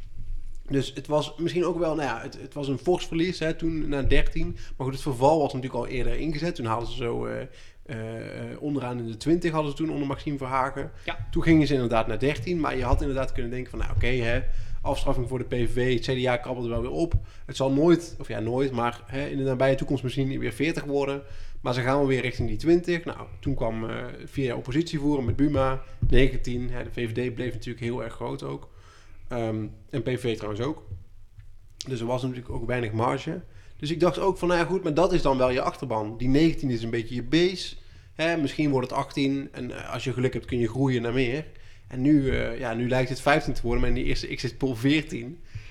Dus het was misschien ook wel, nou ja, het, het was een fors verlies hè, toen naar dertien. Maar goed, het verval was natuurlijk al eerder ingezet. Toen hadden ze zo... Uh, Uh, uh, onderaan in de twintig hadden ze toen onder Maxime Verhagen. Ja. Toen gingen ze inderdaad naar dertien. Maar je had inderdaad kunnen denken van... nou oké, okay, afstraffing voor de P V V. Het C D A krabbelde wel weer op. Het zal nooit, of ja nooit... maar hè, in de nabije toekomst misschien weer veertig worden. Maar ze gaan wel weer richting die twintig. Nou, toen kwam uh, vier jaar oppositie voeren met Buma. negentien. Hè, de V V D bleef natuurlijk heel erg groot ook. Um, en P V V trouwens ook. Dus er was natuurlijk ook weinig marge... Dus ik dacht ook van, nou ja goed, maar dat is dan wel je achterban. Die negentien is een beetje je base. Hè, misschien wordt het achttien en uh, als je geluk hebt kun je groeien naar meer. En nu, uh, ja, nu lijkt het vijftien te worden, maar in die eerste exit poll veertien.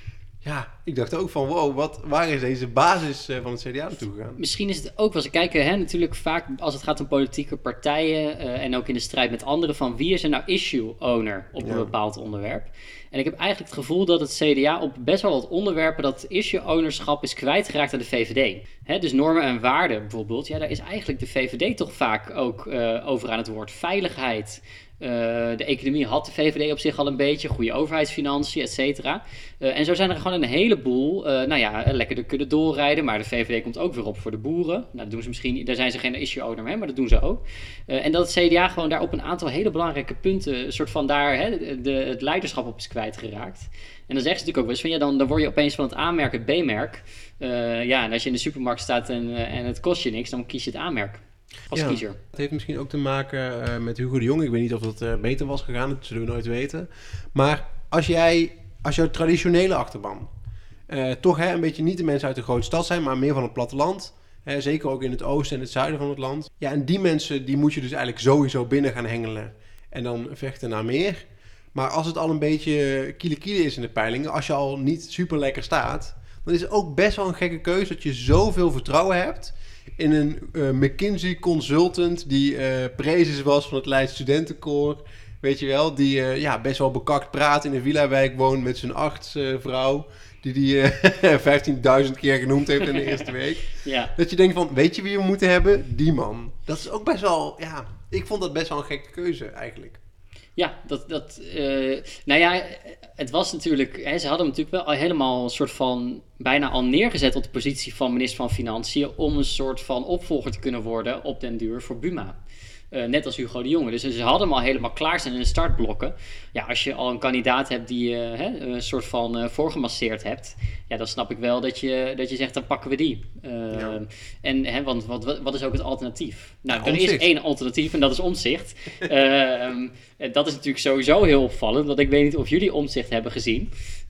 Ja, ik dacht ook van wow, wat, waar is deze basis uh, van het C D A naartoe gegaan? Misschien is het ook wel eens kijken, hè, natuurlijk vaak als het gaat om politieke partijen uh, en ook in de strijd met anderen, van wie is er nou issue owner op ja. een bepaald onderwerp. En ik heb eigenlijk het gevoel dat het C D A op best wel wat onderwerpen dat issue ownerschap is kwijtgeraakt aan de V V D. Hè, dus normen en waarden bijvoorbeeld, ja, daar is eigenlijk de V V D toch vaak ook uh, over aan het woord. Veiligheid. Uh, de economie had de V V D op zich al een beetje, goede overheidsfinanciën, et cetera. Uh, en zo zijn er gewoon een heleboel, uh, nou ja, lekker er kunnen doorrijden, maar de V V D komt ook weer op voor de boeren. Nou, dat doen ze misschien, daar zijn ze geen issue owner mee, maar dat doen ze ook. Uh, en dat het C D A gewoon daar op een aantal hele belangrijke punten, een soort van daar hè, de, de, het leiderschap op is kwijtgeraakt. En dan zeggen ze natuurlijk ook wel eens van, ja, dan, dan word je opeens van het A-merk het B-merk. Uh, ja, en als je in de supermarkt staat en, uh, en het kost je niks, dan kies je het A-merk. Als ja, kiezer. Het heeft misschien ook te maken uh, met Hugo de Jonge. Ik weet niet of dat uh, beter was gegaan, dat zullen we nooit weten. Maar als jij, als jouw traditionele achterban uh, toch hè, een beetje niet de mensen uit de grote stad zijn, maar meer van het platteland, hè, zeker ook in het oosten en het zuiden van het land. Ja, en die mensen die moet je dus eigenlijk sowieso binnen gaan hengelen en dan vechten naar meer. Maar als het al een beetje kiele-kiele is in de peilingen, als je al niet super lekker staat, dan is het ook best wel een gekke keuze dat je zoveel vertrouwen hebt in een uh, McKinsey consultant die uh, prezes was van het Leids Studentenkoor. Weet je wel, die uh, ja, best wel bekakt praat in een villa-wijk woont met zijn arts-vrouw. Uh, die die uh, vijftienduizend keer genoemd heeft in de eerste week. Ja. Dat je denkt van, weet je wie we moeten hebben? Die man. Dat is ook best wel, ja, ik vond dat best wel een gekke keuze eigenlijk. Ja, dat, dat uh, nou ja, het was natuurlijk, hè, ze hadden hem natuurlijk wel al helemaal een soort van, bijna al neergezet op de positie van minister van Financiën om een soort van opvolger te kunnen worden op den duur voor Buma. Uh, net als Hugo de Jonge. Dus ze hadden hem al helemaal klaar staan in de startblokken. Ja, als je al een kandidaat hebt die je uh, hè, een soort van uh, voorgemasseerd hebt, ja, dan snap ik wel dat je, dat je zegt, dan pakken we die. Uh, ja. En, hè, want wat, wat is ook het alternatief? Nou, ja, er is één alternatief en dat is Omtzigt. uh, dat is natuurlijk sowieso heel opvallend, want ik weet niet of jullie Omtzigt hebben gezien.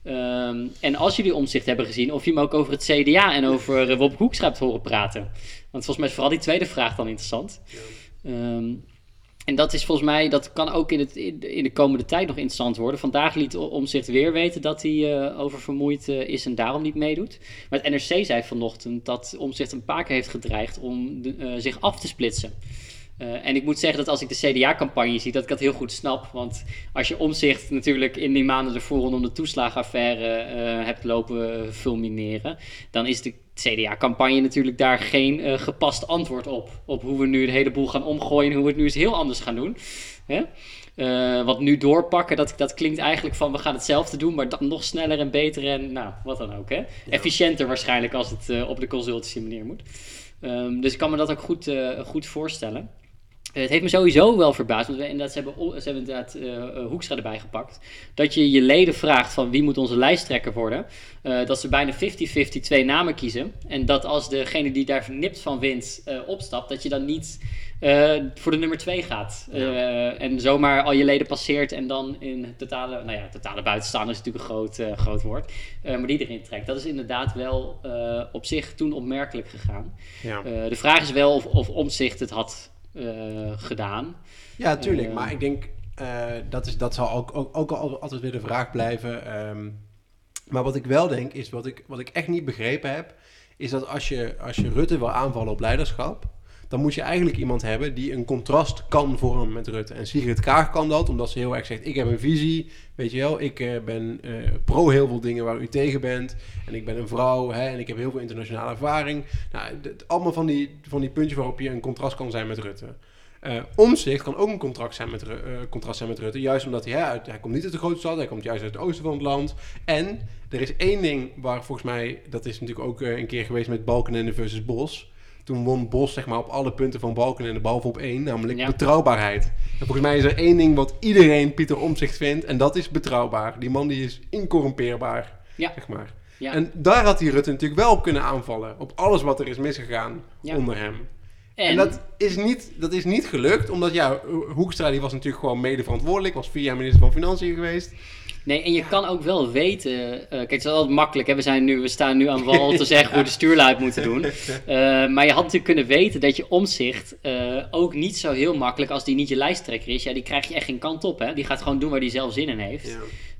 Um, en als jullie Omtzigt hebben gezien, of je hem ook over het C D A en over uh, Wopke Hoekstra hebt horen praten. Want volgens mij is vooral die tweede vraag dan interessant. Ja. Um, en dat is volgens mij, dat kan ook in, het, in, de, in de komende tijd nog interessant worden. Vandaag liet Omtzigt weer weten dat hij uh, oververmoeid uh, is en daarom niet meedoet. Maar het N R C zei vanochtend dat Omtzigt een paar keer heeft gedreigd om de, uh, zich af te splitsen. Uh, en ik moet zeggen dat als ik de C D A-campagne zie, dat ik dat heel goed snap. Want als je Omtzigt natuurlijk in die maanden ervoor rondom de toeslagenaffaire uh, hebt lopen fulmineren, dan is de C D A-campagne natuurlijk daar geen uh, gepast antwoord op. Op hoe we nu de hele boel gaan omgooien en hoe we het nu eens heel anders gaan doen. Hè? Uh, wat nu doorpakken, dat, dat klinkt eigenlijk van we gaan hetzelfde doen, maar dan nog sneller en beter en nou, wat dan ook. Hè? Ja. Efficiënter waarschijnlijk als het uh, op de consultancy manier moet. Um, dus ik kan me dat ook goed, uh, goed voorstellen. Uh, het heeft me sowieso wel verbaasd, want we, inderdaad, ze, hebben, ze hebben inderdaad uh, Hoekstra erbij gepakt, dat je je leden vraagt van wie moet onze lijsttrekker worden. Uh, dat ze bijna vijftig vijftig twee namen kiezen. En dat als degene die daar nipt van wint uh, opstapt, dat je dan niet uh, voor de nummer twee gaat. Ja. Uh, en zomaar al je leden passeert en dan in totale, nou ja, totale buitenstaander is natuurlijk een groot, uh, groot woord. Uh, maar die erin trekt. Dat is inderdaad wel uh, op zich toen opmerkelijk gegaan. Ja. Uh, de vraag is wel of, of Omtzigt het had Uh, gedaan. Ja, tuurlijk. Uh, maar ik denk, uh, dat, is, dat zal ook, ook, ook altijd weer de vraag blijven. Um, maar wat ik wel denk, is wat ik, wat ik echt niet begrepen heb, is dat als je, als je Rutte wil aanvallen op leiderschap, dan moet je eigenlijk iemand hebben die een contrast kan vormen met Rutte. En Sigrid Kaag kan dat, omdat ze heel erg zegt, ik heb een visie, weet je wel, ik uh, ben uh, pro heel veel dingen waar u tegen bent, en ik ben een vrouw, hè, en ik heb heel veel internationale ervaring. Nou, d- allemaal van die, van die puntjes waarop je een contrast kan zijn met Rutte. Uh, Omtzigt kan ook een contrast zijn, met, uh, contrast zijn met Rutte, juist omdat hij, hè, uit, hij komt niet uit de grote stad, hij komt juist uit het oosten van het land. En er is één ding waar volgens mij, dat is natuurlijk ook uh, een keer geweest met Balkenende versus Bos. Toen won Bos zeg maar op alle punten van Balkenende behalve op één, namelijk ja. betrouwbaarheid. En volgens mij is er één ding wat iedereen Pieter Omtzigt vindt, en dat is betrouwbaar. Die man die is incorrumpeerbaar, ja. zeg maar. Ja. En daar had die Rutte natuurlijk wel op kunnen aanvallen, op alles wat er is misgegaan ja. onder hem. En, en dat, is niet, dat is niet gelukt, omdat ja, Hoekstra die was natuurlijk gewoon mede verantwoordelijk, was vier jaar minister van Financiën geweest. Nee, en je ja. kan ook wel weten, uh, kijk, het is altijd makkelijk, hè? We, zijn nu, we staan nu aan wal te zeggen hoe de stuurlui moeten doen. Uh, maar je had natuurlijk kunnen weten dat je Omtzigt uh, ook niet zo heel makkelijk, als die niet je lijsttrekker is, ja, die krijg je echt geen kant op, hè? Die gaat gewoon doen waar die zelf zin in heeft. Ja.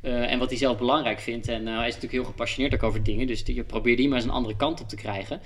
Uh, en wat hij zelf belangrijk vindt. En uh, hij is natuurlijk heel gepassioneerd ook over dingen. Dus die, probeer die maar eens een andere kant op te krijgen.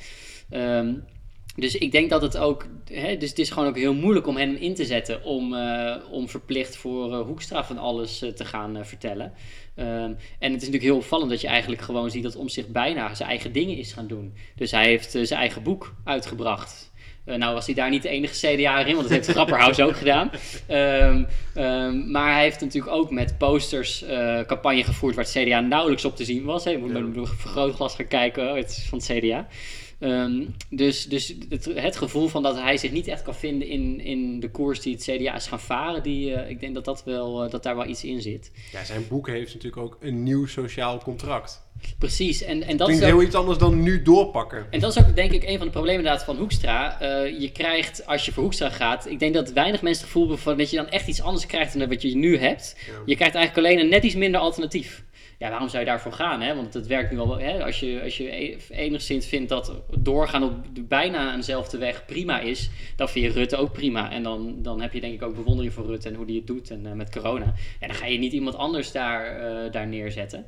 Um, dus ik denk dat het ook... Hè, dus het is gewoon ook heel moeilijk om hem in te zetten... om, uh, om verplicht voor uh, Hoekstra van alles uh, te gaan uh, vertellen. Um, en het is natuurlijk heel opvallend dat je eigenlijk gewoon ziet... dat Omtzigt bijna zijn eigen dingen is gaan doen. Dus hij heeft uh, zijn eigen boek uitgebracht... Uh, nou was hij daar niet de enige C D A'er in, want dat heeft Grapperhaus ook gedaan. Um, um, maar hij heeft natuurlijk ook met posters uh, campagne gevoerd waar het C D A nauwelijks op te zien was. Je moet ja. met een vergrootglas gaan kijken, oh, het is van het C D A. Um, dus dus het, het gevoel van dat hij zich niet echt kan vinden in, in de koers die het C D A is gaan varen, die, uh, ik denk dat, dat, wel, uh, dat daar wel iets in zit. Ja, zijn boek heeft natuurlijk ook een nieuw sociaal contract. Precies. En, en dat klinkt is ook, heel iets anders dan nu doorpakken. En dat is ook denk ik een van de problemen inderdaad van Hoekstra. Uh, je krijgt, als je voor Hoekstra gaat... Ik denk dat weinig mensen het gevoel hebben van dat je dan echt iets anders krijgt dan wat je nu hebt. Ja. Je krijgt eigenlijk alleen een net iets minder alternatief. Ja, waarom zou je daarvoor gaan? Hè? Want het werkt nu al wel. Hè? Als je, als je enigszins vindt dat doorgaan op bijna eenzelfde weg prima is, dan vind je Rutte ook prima. En dan, dan heb je denk ik ook bewondering voor Rutte en hoe die het doet en uh, met corona. Ja, dan ga je niet iemand anders daar, uh, daar neerzetten.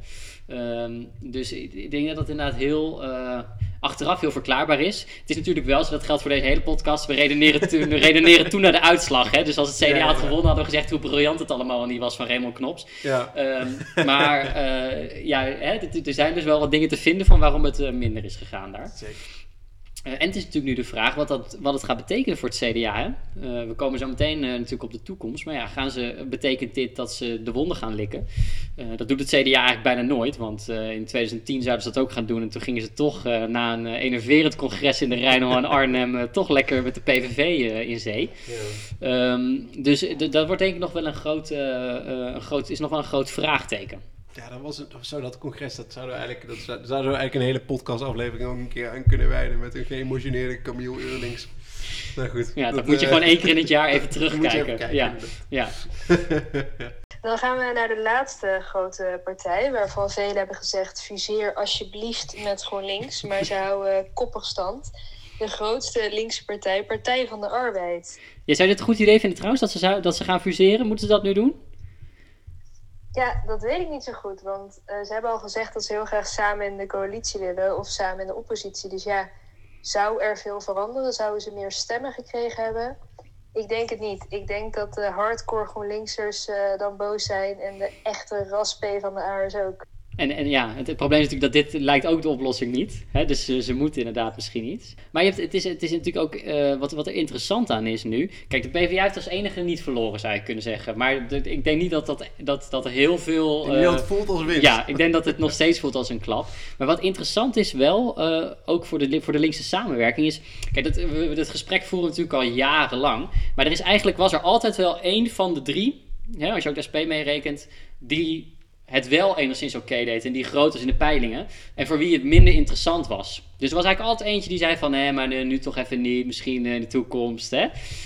Um, dus ik, ik denk dat dat inderdaad heel uh, achteraf heel verklaarbaar is. Het is natuurlijk wel zo, dat geldt voor deze hele podcast. We redeneren toen, we redeneren toen naar de uitslag. Hè? Dus als het C D A ja, ja, had gewonnen, hadden we gezegd hoe briljant het allemaal niet was van Raymond Knops. Ja. Um, maar uh, ja, hè, er zijn dus wel wat dingen te vinden van waarom het uh, minder is gegaan daar. Zeker. Uh, en het is natuurlijk nu de vraag wat, dat, wat het gaat betekenen voor het C D A. Hè? Uh, we komen zo meteen uh, natuurlijk op de toekomst. Maar ja, gaan ze, betekent dit dat ze de wonden gaan likken? Uh, dat doet het C D A eigenlijk bijna nooit. Want uh, in twintig tien zouden ze dat ook gaan doen. En toen gingen ze toch uh, na een uh, enerverend congres in de Rijnmond en Arnhem... Uh, toch lekker met de P V V uh, in zee. Ja. Um, dus d- dat wordt denk ik nog wel een groot, uh, uh, een groot, is nog wel een groot vraagteken. Ja, dat was het, zo dat congres, dat zouden we eigenlijk, dat zouden we eigenlijk een hele podcastaflevering ook een keer aan kunnen wijden met een geëmotioneerde Camille Eurlings. Nou goed. Ja, dat, dat moet je uh, gewoon één keer in het jaar even terugkijken. Even kijken, ja. Ja. Dan gaan we naar de laatste grote partij, waarvan velen hebben gezegd, fuseer alsjeblieft met GroenLinks, maar ze houden koppig stand. De grootste linkse partij, Partij van de Arbeid. Ja, zou je dit een goed idee vinden trouwens, dat ze, zou, dat ze gaan fuseren? Moeten ze dat nu doen? Ja, dat weet ik niet zo goed, want uh, ze hebben al gezegd dat ze heel graag samen in de coalitie willen of samen in de oppositie. Dus ja, zou er veel veranderen? Zouden ze meer stemmen gekregen hebben? Ik denk het niet. Ik denk dat de hardcore GroenLinksers uh, dan boos zijn en de echte ras-P van de A'ers ook. En, en ja, het, het probleem is natuurlijk dat dit lijkt ook de oplossing niet. Hè? Dus uh, ze moeten inderdaad misschien iets. Maar je hebt, het, is, het is natuurlijk ook, uh, wat, wat er interessant aan is nu. Kijk, de PvdA heeft als enige niet verloren, zou je kunnen zeggen. Maar de, ik denk niet dat, dat, dat, dat er heel veel... Uh, dat voelt als winst. Ja, ik denk dat het nog steeds voelt als een klap. Maar wat interessant is wel, uh, ook voor de, voor de linkse samenwerking is... Kijk, dat, we het gesprek voeren natuurlijk al jarenlang. Maar er is eigenlijk, was er altijd wel één van de drie, hè, als je ook de S P meerekent, die... het wel enigszins oké okay deed en die groot was in de peilingen. En voor wie het minder interessant was. Dus er was eigenlijk altijd eentje die zei van... nee, maar nu, nu toch even niet, misschien in de toekomst. Hè?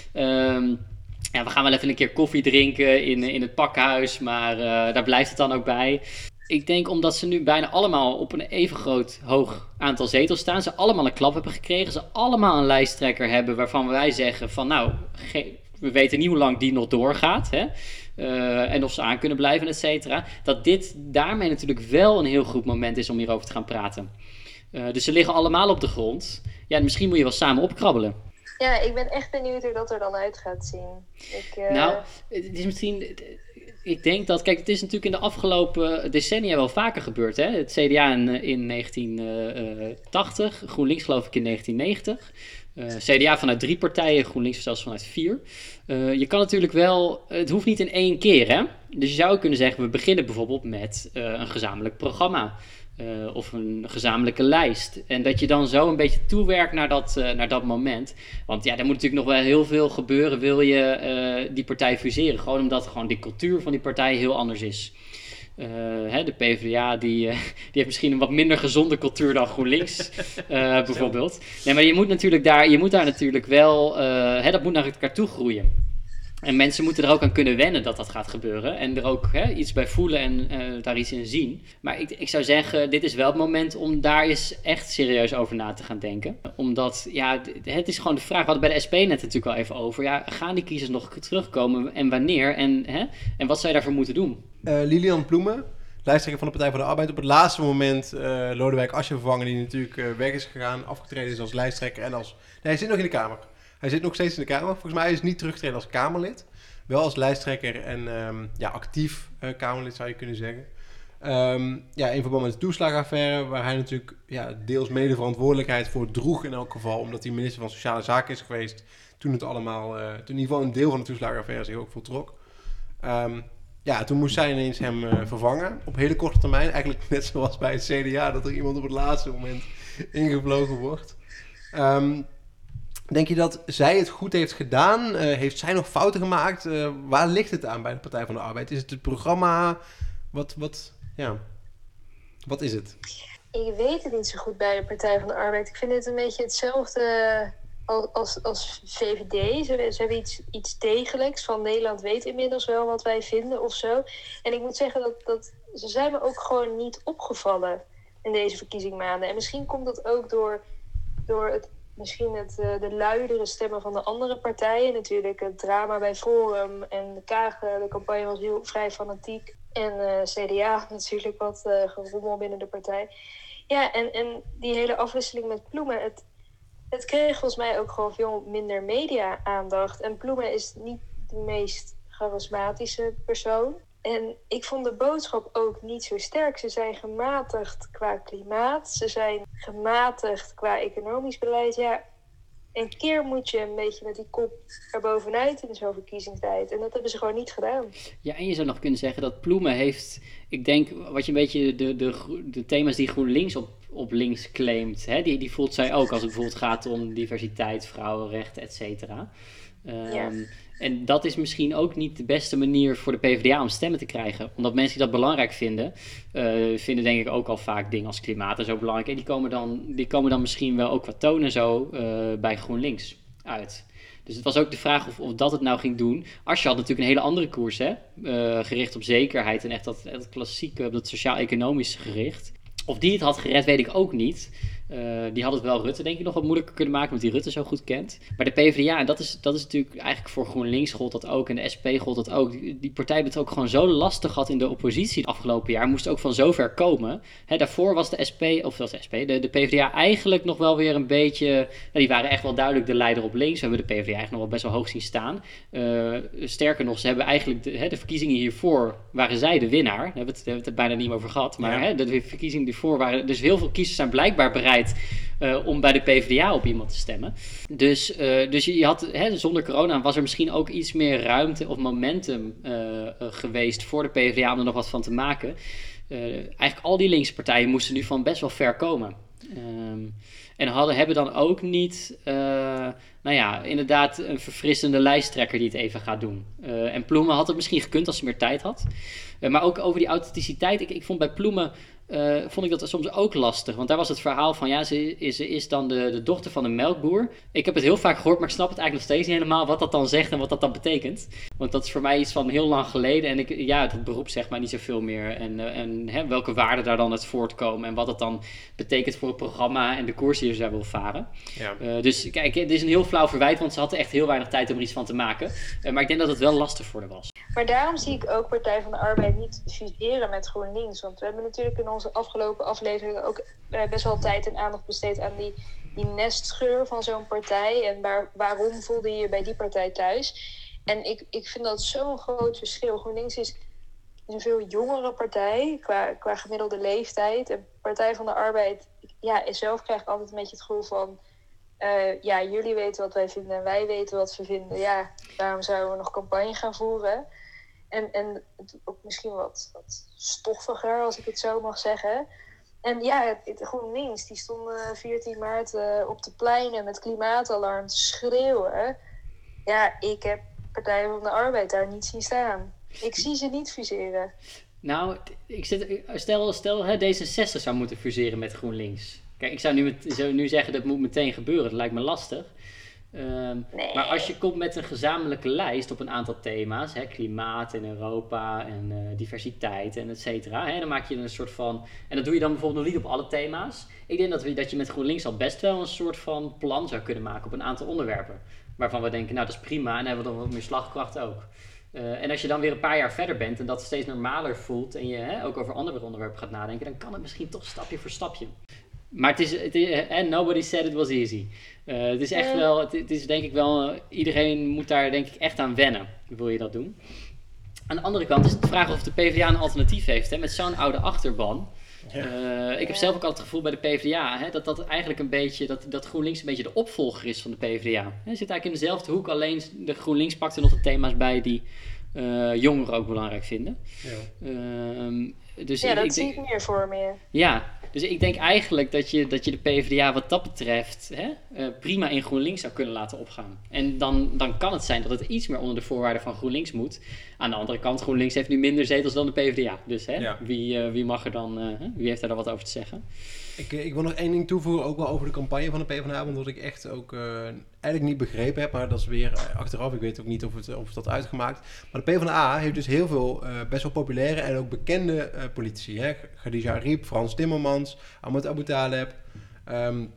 Um, ja, we gaan wel even een keer koffie drinken in, in het pakhuis. Maar uh, daar blijft het dan ook bij. Ik denk omdat ze nu bijna allemaal op een even groot hoog aantal zetels staan. Ze allemaal een klap hebben gekregen. Ze allemaal een lijsttrekker hebben waarvan wij zeggen van... nou, ge- we weten niet hoe lang die nog doorgaat, hè? Uh, en of ze aan kunnen blijven, et cetera. Dat dit daarmee natuurlijk wel een heel goed moment is om hierover te gaan praten. Uh, dus ze liggen allemaal op de grond. Ja, misschien moet je wel samen opkrabbelen. Ja, ik ben echt benieuwd hoe dat er dan uit gaat zien. Ik, uh... Nou, het is misschien... Ik denk dat... Kijk, het is natuurlijk in de afgelopen decennia wel vaker gebeurd, hè? Het C D A in, in negentien tachtig, GroenLinks geloof ik in negentien negentig... Uh, C D A vanuit drie partijen, GroenLinks zelfs vanuit vier. Uh, je kan natuurlijk wel... Het hoeft niet in één keer, hè? Dus je zou kunnen zeggen, we beginnen bijvoorbeeld met uh, een gezamenlijk programma. Uh, of een gezamenlijke lijst. En dat je dan zo een beetje toewerkt naar dat, uh, naar dat moment. Want ja, er moet natuurlijk nog wel heel veel gebeuren, wil je uh, die partij fuseren. Gewoon omdat gewoon de cultuur van die partij heel anders is. Uh, hè, de PvdA die, uh, die heeft misschien een wat minder gezonde cultuur dan GroenLinks, uh, bijvoorbeeld. Nee, maar je moet natuurlijk daar, je moet daar natuurlijk wel, uh, hè, dat moet naar elkaar toe groeien. En mensen moeten er ook aan kunnen wennen dat dat gaat gebeuren. En er ook hè, iets bij voelen en uh, daar iets in zien. Maar ik, ik zou zeggen, dit is wel het moment om daar eens echt serieus over na te gaan denken. Omdat, ja, het is gewoon de vraag. We hadden bij de S P net natuurlijk al even over. Ja, gaan die kiezers nog terugkomen en wanneer? En, hè, en wat zou je daarvoor moeten doen? Uh, Lilian Ploemen, lijsttrekker van de Partij voor de Arbeid. Op het laatste moment uh, Lodewijk Asscher vervangen, die natuurlijk uh, weg is gegaan, afgetreden is als lijsttrekker en als... Nee, hij zit nog in de Kamer. Hij zit nog steeds in de Kamer. Volgens mij is hij niet teruggetreden als Kamerlid. Wel als lijsttrekker en um, ja, actief uh, Kamerlid zou je kunnen zeggen. Um, ja, in verband met de toeslagenaffaire, waar hij natuurlijk ja, deels mede verantwoordelijkheid voor droeg in elk geval, omdat hij minister van Sociale Zaken is geweest toen het allemaal, uh, toen in ieder geval een deel van de toeslagenaffaire zich ook voltrok. Um, ja, toen moest zij ineens hem uh, vervangen op hele korte termijn. Eigenlijk net zoals bij het C D A, dat er iemand op het laatste moment ingevlogen wordt. Um, denk je dat zij het goed heeft gedaan? Uh, heeft zij nog fouten gemaakt? Uh, waar ligt het aan bij de Partij van de Arbeid? Is het het programma? Wat, wat, ja. Wat is het? Ik weet het niet zo goed bij de Partij van de Arbeid. Ik vind het een beetje hetzelfde als, als, als V V D. Ze, ze hebben iets, iets degelijks van Nederland weet inmiddels wel wat wij vinden of zo. En ik moet zeggen dat, dat ze zijn me ook gewoon niet opgevallen in deze verkiezingmaanden. En misschien komt dat ook door, door het, misschien het, de luidere stemmen van de andere partijen. Natuurlijk het drama bij Forum en de Kagen, de campagne was heel vrij fanatiek. En uh, C D A natuurlijk wat uh, gerommel binnen de partij. Ja, en, en die hele afwisseling met Ploemen, het, het kreeg volgens mij ook gewoon veel minder media-aandacht. En Ploemen is niet de meest charismatische persoon. En ik vond de boodschap ook niet zo sterk. Ze zijn gematigd qua klimaat. Ze zijn gematigd qua economisch beleid. Ja, een keer moet je een beetje met die kop erbovenuit in zo'n verkiezingstijd. En dat hebben ze gewoon niet gedaan. Ja, en je zou nog kunnen zeggen dat Ploemen heeft... Ik denk, wat je een beetje de, de, de thema's die GroenLinks op, op links claimt... Hè, die, die voelt zij ook als het bijvoorbeeld gaat om diversiteit, vrouwenrechten, et cetera. Um, ja. En dat is misschien ook niet de beste manier voor de PvdA om stemmen te krijgen. Omdat mensen die dat belangrijk vinden... Uh, vinden denk ik ook al vaak dingen als klimaat en zo belangrijk. En die komen dan, die komen dan misschien wel ook qua toon en zo uh, bij GroenLinks uit. Dus het was ook de vraag of, of dat het nou ging doen. Asscher had natuurlijk een hele andere koers, hè? Uh, gericht op zekerheid en echt dat, dat klassieke, dat sociaal-economisch gericht. Of die het had gered, weet ik ook niet. Uh, die had het wel Rutte denk ik nog wat moeilijker kunnen maken, omdat die Rutte zo goed kent. Maar de PvdA, en dat is, dat is natuurlijk eigenlijk voor GroenLinks gold dat ook, en de S P gold dat ook. Die, die partij heeft het ook gewoon zo lastig gehad in de oppositie het afgelopen jaar. Moest ook van zover komen. Hè, daarvoor was de S P, of was de S P, de, de PvdA eigenlijk nog wel weer een beetje... Nou, die waren echt wel duidelijk de leider op links. We hebben de PvdA eigenlijk nog wel best wel hoog zien staan. Uh, sterker nog, ze hebben eigenlijk de, hè, de verkiezingen hiervoor, waren zij de winnaar. Daar hebben we het, hebben we het bijna niet meer over gehad. Maar ja. hè, de verkiezingen hiervoor waren... Dus heel veel kiezers zijn blijkbaar bereid Uh, om bij de PvdA op iemand te stemmen. Dus, uh, dus je had, hè, zonder corona was er misschien ook iets meer ruimte of momentum uh, uh, geweest voor de PvdA om er nog wat van te maken. Uh, eigenlijk al die linkse partijen moesten nu van best wel ver komen. Um, en hadden, hebben dan ook niet, uh, nou ja, inderdaad een verfrissende lijsttrekker die het even gaat doen. Uh, en Ploemen had het misschien gekund als ze meer tijd had. Uh, maar ook over die authenticiteit. Ik, ik vond bij Ploemen... Uh, vond ik dat soms ook lastig. Want daar was het verhaal van... ja, ze is, ze is dan de, de dochter van een melkboer. Ik heb het heel vaak gehoord... maar ik snap het eigenlijk nog steeds niet helemaal... wat dat dan zegt en wat dat dan betekent. Want dat is voor mij iets van heel lang geleden... en ik, ja, dat beroep zegt mij niet zoveel meer. En, uh, en hè, welke waarden daar dan uit voortkomen... en wat het dan betekent voor het programma... en de koers die ze daar wil varen. Ja. Uh, dus kijk, het is een heel flauw verwijt... want ze had echt heel weinig tijd om er iets van te maken. Uh, maar ik denk dat het wel lastig voor haar was. Maar daarom zie ik ook Partij van de Arbeid niet fuseren met GroenLinks. Want we hebben natuurlijk in onze afgelopen afleveringen ook best wel tijd en aandacht besteed aan die, die nestscheur van zo'n partij. En waar, waarom voelde je je bij die partij thuis? En ik, ik vind dat zo'n groot verschil. GroenLinks is, is een veel jongere partij qua, qua gemiddelde leeftijd. En Partij van de Arbeid, ja, zelf krijg ik altijd een beetje het gevoel van... Uh, ja, jullie weten wat wij vinden en wij weten wat we vinden. Ja, waarom zouden we nog campagne gaan voeren? En, en ook misschien wat, wat stoffiger, als ik het zo mag zeggen. En ja, het, het GroenLinks, die stonden veertien maart uh, op de pleinen met klimaatalarm te schreeuwen. Ja, ik heb Partij van de Arbeid daar niet zien staan. Ik zie ze niet fuseren. Nou, ik zit, stel, stel hè, D zesenzestig zou moeten fuseren met GroenLinks. Kijk, ik zou nu, met, zou nu zeggen dat moet meteen gebeuren. Dat lijkt me lastig. Um, nee. Maar als je komt met een gezamenlijke lijst op een aantal thema's, hè, klimaat in Europa en uh, diversiteit en et cetera, hè, dan maak je een soort van, en dat doe je dan bijvoorbeeld nog niet op alle thema's. Ik denk dat, we, dat je met GroenLinks al best wel een soort van plan zou kunnen maken op een aantal onderwerpen, waarvan we denken, nou dat is prima en dan hebben we dan wat meer slagkracht ook. Uh, en als je dan weer een paar jaar verder bent en dat steeds normaler voelt en je hè, ook over andere onderwerpen gaat nadenken, dan kan het misschien toch stapje voor stapje. Maar het is, het is and nobody said it was easy. Uh, het is echt wel, het, het is denk ik wel, uh, iedereen moet daar denk ik echt aan wennen, wil je dat doen. Aan de andere kant is het de vraag of de PvdA een alternatief heeft, hè, met zo'n oude achterban. Ja. Uh, ik heb zelf ook altijd het gevoel bij de PvdA hè, dat dat eigenlijk een beetje, dat, dat GroenLinks een beetje de opvolger is van de PvdA. Hij zit eigenlijk in dezelfde hoek, alleen de GroenLinks pakt er nog de thema's bij die uh, jongeren ook belangrijk vinden. Ja, uh, dus ja ik, dat ik zie ik meer voor me. Ja, dus ik denk eigenlijk dat je, dat je de PvdA wat dat betreft hè, uh, prima in GroenLinks zou kunnen laten opgaan. En dan, dan kan het zijn dat het iets meer onder de voorwaarden van GroenLinks moet. Aan de andere kant, GroenLinks heeft nu minder zetels dan de PvdA. Dus hè, ja. wie, uh, wie mag er dan, uh, wie heeft daar dan wat over te zeggen? Ik, ik wil nog één ding toevoegen, ook wel over de campagne van de PvdA, want wat ik echt ook uh, eigenlijk niet begrepen heb, maar dat is weer uh, achteraf, ik weet ook niet of het, of het dat uitgemaakt. Maar de PvdA heeft dus heel veel uh, best wel populaire en ook bekende uh, politici. Hè? Khadija Ariep, Frans Timmermans, Ahmed Abu Taleb, um,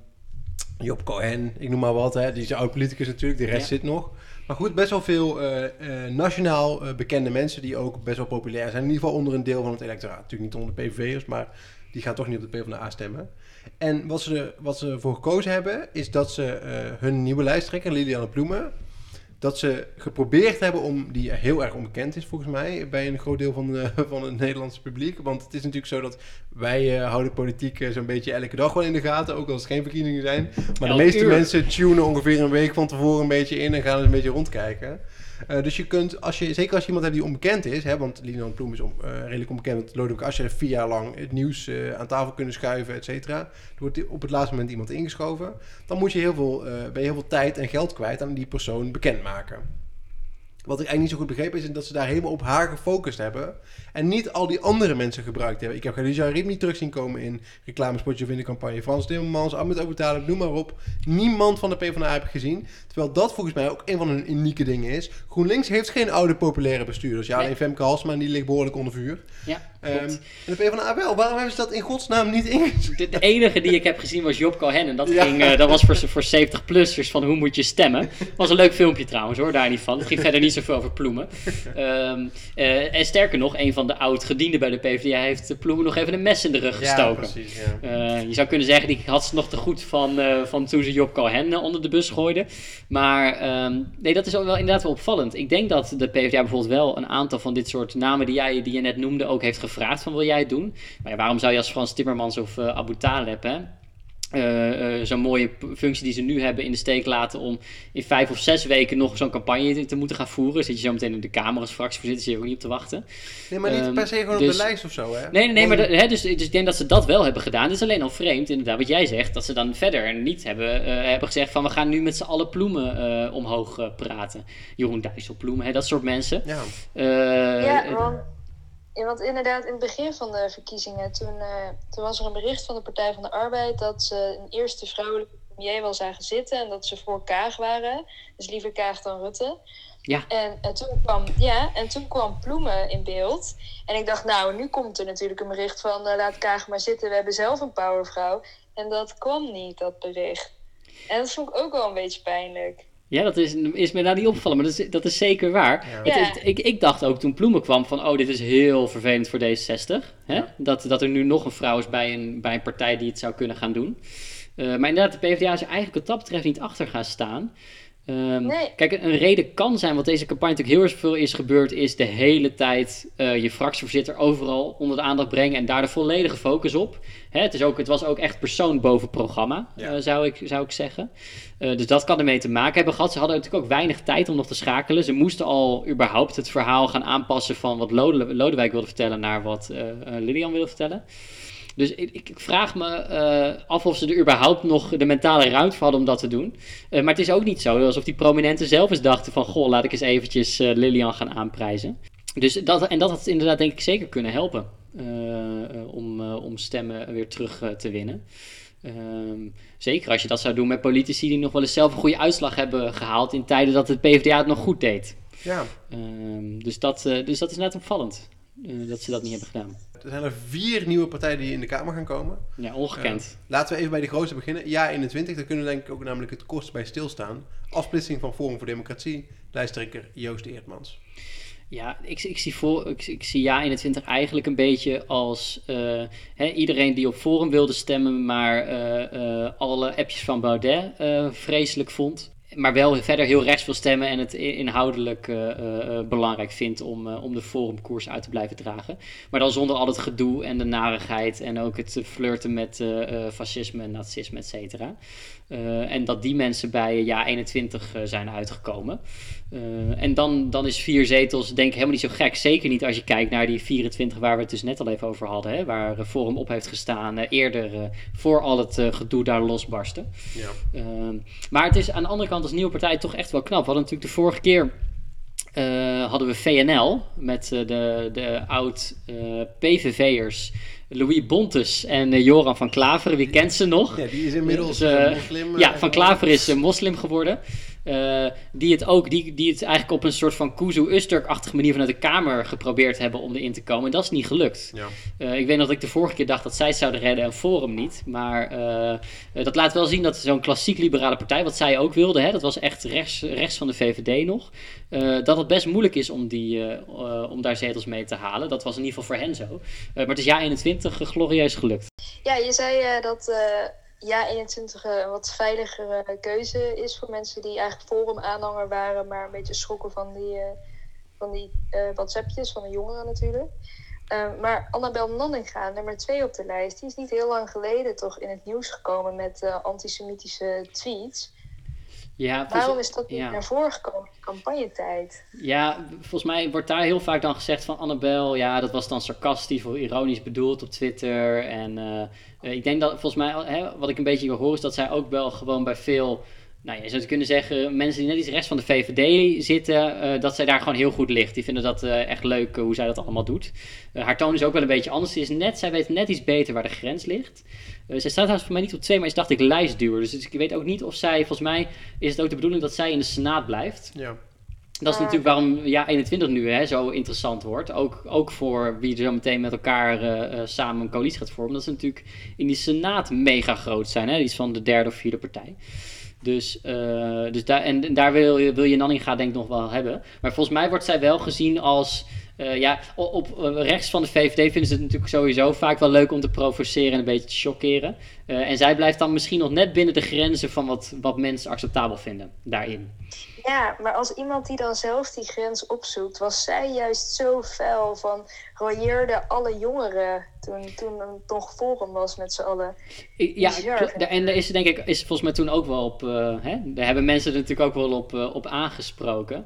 Job Cohen, ik noem maar wat. Hè? Die is een oud politicus natuurlijk, de rest ja. zit nog. Maar goed, best wel veel uh, uh, nationaal uh, bekende mensen die ook best wel populair zijn. In ieder geval onder een deel van het electoraat. Natuurlijk niet onder de P V V'ers, maar die gaan toch niet op de PvdA stemmen. En wat ze, wat ze voor gekozen hebben, is dat ze uh, hun nieuwe lijsttrekker, Lilianne Ploemen, dat ze geprobeerd hebben om, die heel erg onbekend is volgens mij, bij een groot deel van, de, van het Nederlandse publiek. Want het is natuurlijk zo dat wij uh, houden politiek uh, zo'n beetje elke dag wel in de gaten, ook als het geen verkiezingen zijn. Maar Elk de meeste uur. mensen tunen ongeveer een week van tevoren een beetje in en gaan eens een beetje rondkijken. Uh, dus je kunt, als je, zeker als je iemand hebt die onbekend is, hè, want Lilianne Ploemen is on, uh, redelijk onbekend, want Lodewijk Asscher heeft vier jaar lang het nieuws uh, aan tafel kunnen schuiven, et cetera. Er wordt op het laatste moment iemand ingeschoven. Dan moet je heel veel, uh, ben je heel veel tijd en geld kwijt aan die persoon bekendmaken. Wat ik eigenlijk niet zo goed begrepen is, is dat ze daar helemaal op haar gefocust hebben. En niet al die andere mensen gebruikt hebben. Ik heb Khadija Ariep niet terug zien komen in reclamespotje of in de campagne. Frans Timmermans, Ahmed Abu Taleb, noem maar op. Niemand van de PvdA heb ik gezien. Terwijl dat volgens mij ook een van hun unieke dingen is. GroenLinks heeft geen oude populaire bestuurders. Ja, nee. alleen Femke Halsema, die ligt behoorlijk onder vuur. Ja, um, en de PvdA wel. Waarom hebben ze dat in godsnaam niet ingezet? De, de enige die ik heb gezien was Job Cohen. En dat, ja. ging, uh, dat was voor, voor zeventig-plussers van hoe moet je stemmen. Was een leuk filmpje trouwens hoor, daar niet van. Het ging verder niet zoveel over Ploemen. Um, uh, en sterker nog, een van de oud-gedienden bij de PvdA heeft de Ploemen nog even een mes in de rug gestoken. Ja, precies, ja. Uh, je zou kunnen zeggen, die had ze nog te goed van, uh, van toen ze Job Cohen uh, onder de bus gooiden. Maar um, nee, dat is ook wel inderdaad wel opvallend. Ik denk dat de PvdA bijvoorbeeld wel een aantal van dit soort namen die jij die je net noemde ook heeft gevraagd van wil jij het doen? Maar ja, waarom zou je als Frans Timmermans of uh, Abu Taleb, hè? Uh, uh, zo'n mooie p- functie die ze nu hebben in de steek laten om in vijf of zes weken nog zo'n campagne te, te moeten gaan voeren. Zit je zo meteen in de Kamer als fractievoorzitter, zit je ook niet op te wachten. Nee, maar niet um, per se gewoon dus, op de lijst of zo, hè? Nee, nee, nee maar de, hè, dus, dus ik denk dat ze dat wel hebben gedaan. Het is alleen al vreemd, inderdaad, wat jij zegt, dat ze dan verder niet hebben, uh, hebben gezegd van we gaan nu met z'n allen Ploemen uh, omhoog uh, praten. Jeroen Dijsselbloem, hè, dat soort mensen. Ja, uh, ja want... Ja, want inderdaad, in het begin van de verkiezingen, toen, uh, toen was er een bericht van de Partij van de Arbeid dat ze een eerste vrouwelijke premier wel zagen zitten en dat ze voor Kaag waren. Dus liever Kaag dan Rutte. Ja. En, en, toen kwam, ja, en toen kwam Ploemen in beeld. En ik dacht, nou, nu komt er natuurlijk een bericht van uh, laat Kaag maar zitten, we hebben zelf een powervrouw. En dat kwam niet, dat bericht. En dat vond ik ook wel een beetje pijnlijk. Ja, dat is, is me nou niet opgevallen, maar dat is, dat is zeker waar. Ja. Het, het, ik, ik dacht ook toen Ploemen kwam van, oh, dit is heel vervelend voor D zesenzestig. Hè? Ja. Dat, dat er nu nog een vrouw is bij een, bij een partij die het zou kunnen gaan doen. Uh, maar inderdaad, de PvdA is er eigenlijk wat dat betreft niet achter gaan staan. Um, nee. Kijk, een reden kan zijn, wat deze campagne natuurlijk heel erg veel is gebeurd, is de hele tijd uh, je fractievoorzitter overal onder de aandacht brengen en daar de volledige focus op. Hè, het, is ook, het was ook echt persoon boven programma, ja. uh, zou, ik, zou ik zeggen. Uh, dus dat kan ermee te maken hebben gehad. Ze hadden natuurlijk ook weinig tijd om nog te schakelen. Ze moesten al überhaupt het verhaal gaan aanpassen van wat Lode, Lodewijk wilde vertellen naar wat uh, uh, Lilian wilde vertellen. Dus ik, ik vraag me uh, af of ze er überhaupt nog de mentale ruimte voor hadden om dat te doen. Uh, maar het is ook niet zo alsof die prominenten zelf eens dachten van goh, laat ik eens eventjes uh, Lilian gaan aanprijzen. Dus dat, en dat had inderdaad denk ik zeker kunnen helpen uh, uh, om, uh, om stemmen weer terug uh, te winnen. Um, zeker als je dat zou doen met politici die nog wel eens zelf een goede uitslag hebben gehaald in tijden dat het PvdA het nog goed deed. Ja. Um, dus, dat, uh, dus dat is net opvallend uh, dat ze dat niet hebben gedaan. Er zijn er vier nieuwe partijen die in de Kamer gaan komen. Ja, ongekend. Uh, laten we even bij de grootste beginnen. Ja, eenentwintig, daar kunnen we denk ik ook namelijk het kost bij stilstaan. Afsplitsing van Forum voor Democratie, lijsttrekker Joost Eertmans. Ja, ik, ik, zie voor, ik, ik zie Ja eenentwintig eigenlijk een beetje als uh, hè, iedereen die op Forum wilde stemmen, maar uh, uh, alle appjes van Baudet uh, vreselijk vond. Maar wel verder heel rechts wil stemmen en het inhoudelijk uh, uh, belangrijk vindt om, uh, om de forumkoers uit te blijven dragen. Maar dan zonder al het gedoe en de narigheid en ook het flirten met uh, uh, fascisme en nazisme, et cetera. Uh, en dat die mensen bij Ja eenentwintig uh, zijn uitgekomen. Uh, en dan, dan is vier zetels denk ik helemaal niet zo gek. Zeker niet als je kijkt naar die vierentwintig waar we het dus net al even over hadden. Hè, waar Forum op heeft gestaan uh, eerder uh, voor al het uh, gedoe daar losbarstte. Ja. Uh, maar het is aan de andere kant als nieuwe partij toch echt wel knap. We hadden natuurlijk de vorige keer uh, hadden we V N L met uh, de, de oud uh, P V V'ers Louis Bontes en uh, Joran van Klaveren. Wie kent ze nog? Ja, die is inmiddels dus, uh, moslim. Uh, ja, Van Klaveren is uh, moslim geworden. Uh, die het ook, die, die het eigenlijk op een soort van Kuzu Öztürk-achtige manier vanuit de Kamer geprobeerd hebben om erin te komen. En dat is niet gelukt. Ja. Uh, ik weet nog dat ik de vorige keer dacht dat zij het zouden redden en Forum niet. Maar uh, uh, dat laat wel zien dat zo'n klassiek liberale partij, wat zij ook wilde, hè, dat was echt rechts, rechts van de V V D nog, uh, dat het best moeilijk is om, die, uh, uh, om daar zetels mee te halen. Dat was in ieder geval voor hen zo. Uh, maar het is Ja eenentwintig uh, glorieus gelukt. Ja, je zei uh, dat... Uh... Ja eenentwintig een wat veiligere keuze is voor mensen die eigenlijk Forum-aanhanger waren, maar een beetje schrokken van die, uh, van die uh, WhatsAppjes van de jongeren natuurlijk. Uh, maar Annabel Nanninga, nummer twee op de lijst, die is niet heel lang geleden toch in het nieuws gekomen met uh, antisemitische tweets. Ja, Waarom is dat niet ja. naar voren gekomen in de campagnetijd? Ja, volgens mij wordt daar heel vaak dan gezegd van Annabel, ja, dat was dan sarcastisch of ironisch bedoeld op Twitter. En uh, ik denk dat volgens mij, hè, wat ik een beetje hoor, is dat zij ook wel gewoon bij veel, nou je zou kunnen zeggen, mensen die net iets rechts van de V V D zitten, uh, dat zij daar gewoon heel goed ligt. Die vinden dat uh, echt leuk uh, hoe zij dat allemaal doet. Uh, haar toon is ook wel een beetje anders. Ze is net, zij weet net iets beter waar de grens ligt. Uh, zij staat trouwens voor mij niet op twee, maar is dacht ik lijstduwer. Dus ik weet ook niet of zij, volgens mij is het ook de bedoeling dat zij in de Senaat blijft. Ja. Dat is natuurlijk waarom Ja eenentwintig nu hè, zo interessant wordt. Ook, ook voor wie er zo meteen met elkaar uh, uh, samen een coalitie gaat vormen. Dat ze natuurlijk in die Senaat mega groot zijn. Hè? Iets van de derde of vierde partij. Dus, uh, dus daar, en daar wil, wil je Nanninga denk ik nog wel hebben. Maar volgens mij wordt zij wel gezien als... Uh, ja, op, op uh, rechts van de V V D vinden ze het natuurlijk sowieso vaak wel leuk om te provoceren en een beetje te chockeren. Uh, en zij blijft dan misschien nog net binnen de grenzen van wat, wat mensen acceptabel vinden daarin. Ja, maar als iemand die dan zelf die grens opzoekt, was zij juist zo fel van royeerde alle jongeren toen, toen een toch Forum was met z'n allen. Ja, en daar is denk ik is volgens mij toen ook wel op, uh, hè, daar hebben mensen er natuurlijk ook wel op, uh, op aangesproken.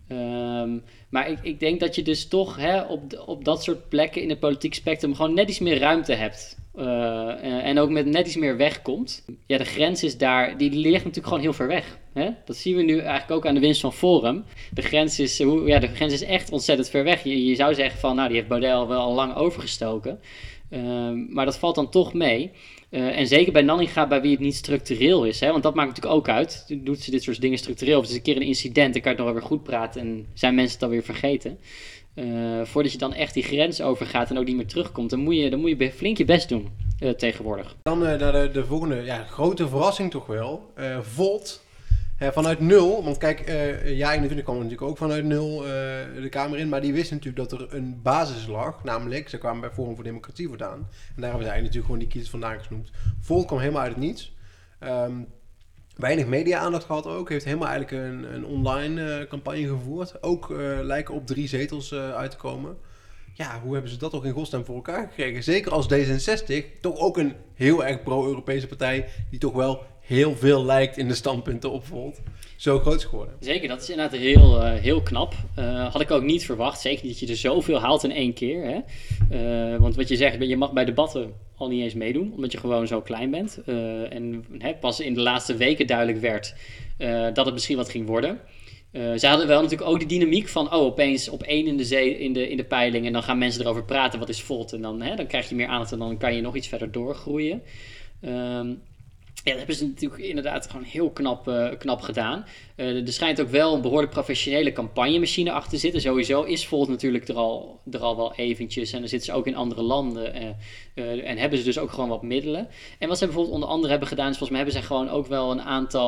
Um, maar ik, ik denk dat je dus toch hè, op, op dat soort plekken in het politiek spectrum gewoon net iets meer ruimte hebt. Uh, uh, en ook met net iets meer wegkomt. Ja, de grens is daar, die ligt natuurlijk gewoon heel ver weg. Hè? Dat zien we nu eigenlijk ook aan de winst van Forum. De grens is, ja, de grens is echt ontzettend ver weg. Je, je zou zeggen van, nou die heeft Baudet al wel al lang overgestoken. Uh, maar dat valt dan toch mee. Uh, en zeker bij Nanninga, bij wie het niet structureel is. Hè? Want dat maakt natuurlijk ook uit. Doet ze dit soort dingen structureel? Of het is een keer een incident, dan kan je het nog wel weer goed praten. En zijn mensen het dan weer vergeten. Uh, voordat je dan echt die grens overgaat en ook niet meer terugkomt, dan moet je, dan moet je flink je best doen uh, tegenwoordig. Dan uh, naar de, de volgende ja, grote verrassing toch wel. Uh, Volt. Uh, vanuit nul, want kijk, uh, Ja eenentwintig kwam natuurlijk ook vanuit nul uh, de Kamer in, maar die wist natuurlijk dat er een basis lag, namelijk, ze kwamen bij Forum voor Democratie vandaan. En daar hebben zij natuurlijk gewoon die kiezers vandaan gesnoept. Volt kwam helemaal uit het niets. Um, weinig media-aandacht gehad ook, heeft helemaal eigenlijk een, een online uh, campagne gevoerd. Ook uh, lijken op drie zetels uh, uit te komen. Ja, hoe hebben ze dat toch in godsnaam voor elkaar gekregen? Zeker als D zesenzestig, toch ook een heel erg pro-Europese partij, die toch wel heel veel lijkt in de standpunten op Volt. Zo groot is geworden. Zeker, dat is inderdaad heel, uh, heel knap. Uh, had ik ook niet verwacht. Zeker niet dat je er zoveel haalt in één keer. Hè? Uh, want wat je zegt, je mag bij debatten al niet eens meedoen, omdat je gewoon zo klein bent. Uh, en hè, pas in de laatste weken duidelijk werd uh, dat het misschien wat ging worden. Uh, ze hadden wel natuurlijk ook de dynamiek van, oh, opeens op één in de, zee, in de, in de peiling en dan gaan mensen erover praten, wat is Volt? En dan, hè, dan krijg je meer aandacht en dan kan je nog iets verder doorgroeien. Um, Ja, dat hebben ze natuurlijk inderdaad gewoon heel knap, uh, knap gedaan. Uh, er schijnt ook wel een behoorlijk professionele campagnemachine achter te zitten. Sowieso is Volt natuurlijk er al, er al wel eventjes. En dan zitten ze ook in andere landen. Uh, uh, en hebben ze dus ook gewoon wat middelen. En wat ze bijvoorbeeld onder andere hebben gedaan, is volgens mij hebben ze gewoon ook wel een aantal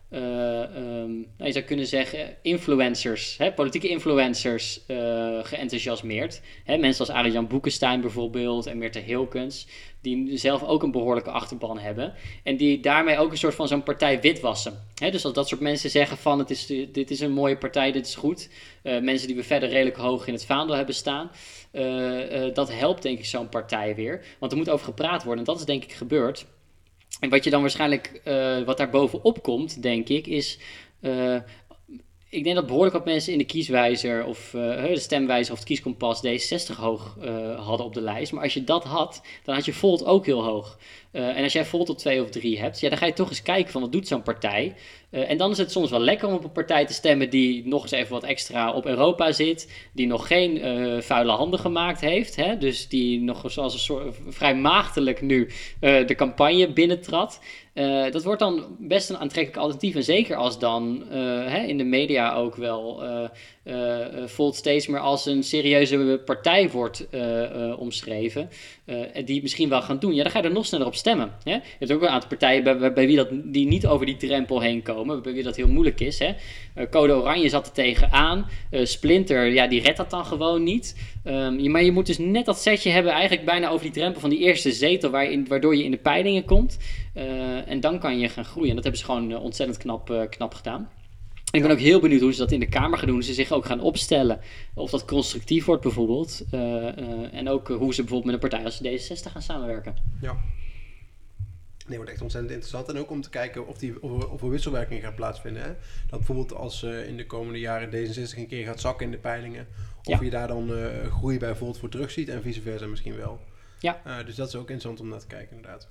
uh, um, nou, je zou kunnen zeggen, influencers, hè, politieke influencers uh, geenthousiasmeerd. Hè, mensen als Arjan Boekenstein bijvoorbeeld en Mirte Hilkens, die zelf ook een behoorlijke achterban hebben. En die daarmee ook een soort van zo'n partij witwassen. Hè, dus als dat soort mensen zeggen van, het is, dit is een mooie partij, dit is goed. Uh, mensen die we verder redelijk hoog in het vaandel hebben staan. Uh, uh, dat helpt denk ik zo'n partij weer. Want er moet over gepraat worden en dat is denk ik gebeurd. En wat je dan waarschijnlijk, uh, wat daar bovenop komt, denk ik, is... Uh, ik denk dat behoorlijk wat mensen in de kieswijzer of uh, de stemwijzer of het kieskompas D zesenzestig hoog uh, hadden op de lijst. Maar als je dat had, dan had je Volt ook heel hoog. Uh, en als jij Volt op twee of drie hebt, ja, dan ga je toch eens kijken van wat doet zo'n partij. Uh, en dan is het soms wel lekker om op een partij te stemmen die nog eens even wat extra op Europa zit. Die nog geen uh, vuile handen gemaakt heeft. Hè? Dus die nog zoals een soort vrij maagdelijk nu uh, de campagne binnentrad. Uh, dat wordt dan best een aantrekkelijk alternatief. En zeker als dan uh, hè, in de media ook wel uh, uh, Volt steeds meer als een serieuze partij wordt uh, uh, omschreven. Uh, die het misschien wel gaan doen. Ja, dan ga je er nog sneller op stemmen. Hè? Je hebt ook een aantal partijen bij, bij, bij wie dat, die niet over die drempel heen komen. Bij wie dat heel moeilijk is. Hè? Uh, Code Oranje zat er tegenaan. Uh, Splinter, ja, die redt dat dan gewoon niet. Um, je, maar je moet dus net dat setje hebben eigenlijk bijna over die drempel van die eerste zetel waar je in, waardoor je in de peilingen komt. Uh, en dan kan je gaan groeien. En dat hebben ze gewoon uh, ontzettend knap, uh, knap gedaan. Ik ben ook heel benieuwd hoe ze dat in de Kamer gaan doen. Hoe ze zich ook gaan opstellen. Of dat constructief wordt bijvoorbeeld. Uh, uh, en ook uh, hoe ze bijvoorbeeld met een partij als D zesenzestig gaan samenwerken. Ja. Nee, wordt echt ontzettend interessant. En ook om te kijken of, die, of, er, of er wisselwerking gaat plaatsvinden. Hè? Dat bijvoorbeeld als uh, in de komende jaren D zesenzestig een keer gaat zakken in de peilingen. Of ja. je daar dan uh, groei bij Volt voor terugziet. En vice versa misschien wel. Ja. Uh, dus dat is ook interessant om naar te kijken inderdaad.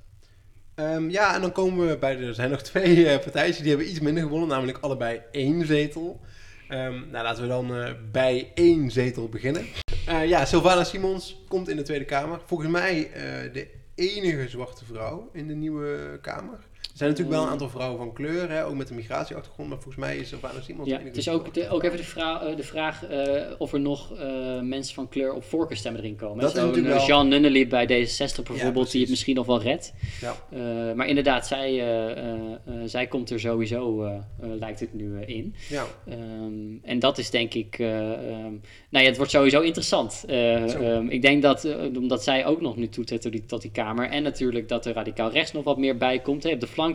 Um, ja, en dan komen we bij de... Er zijn nog twee uh, partijen die hebben iets minder gewonnen. Namelijk allebei één zetel. Um, nou, laten we dan uh, bij één zetel beginnen. Uh, ja, Sylvana Simons komt in de Tweede Kamer. Volgens mij uh, de enige zwarte vrouw in de nieuwe Kamer. Er zijn natuurlijk wel een aantal vrouwen van kleur, hè, ook met een migratieachtergrond, maar volgens mij is Sylvana Simons... Ja, het is ook, de, ook even de, vra- de vraag uh, of er nog uh, mensen van kleur op voorkeurstemmen erin komen. Dat Zo, wel... Jean Nunnely bij D zesenzestig bijvoorbeeld, ja, die het misschien nog wel redt. Ja. Uh, maar inderdaad, zij, uh, uh, uh, zij komt er sowieso, uh, uh, lijkt het nu uh, in. Ja. Um, en dat is denk ik... Uh, um, nou ja, het wordt sowieso interessant. Uh, um, ik denk dat, uh, omdat zij ook nog nu toetreedt tot die, tot die Kamer, en natuurlijk dat er radicaal rechts nog wat meer bij komt, hè, op de flank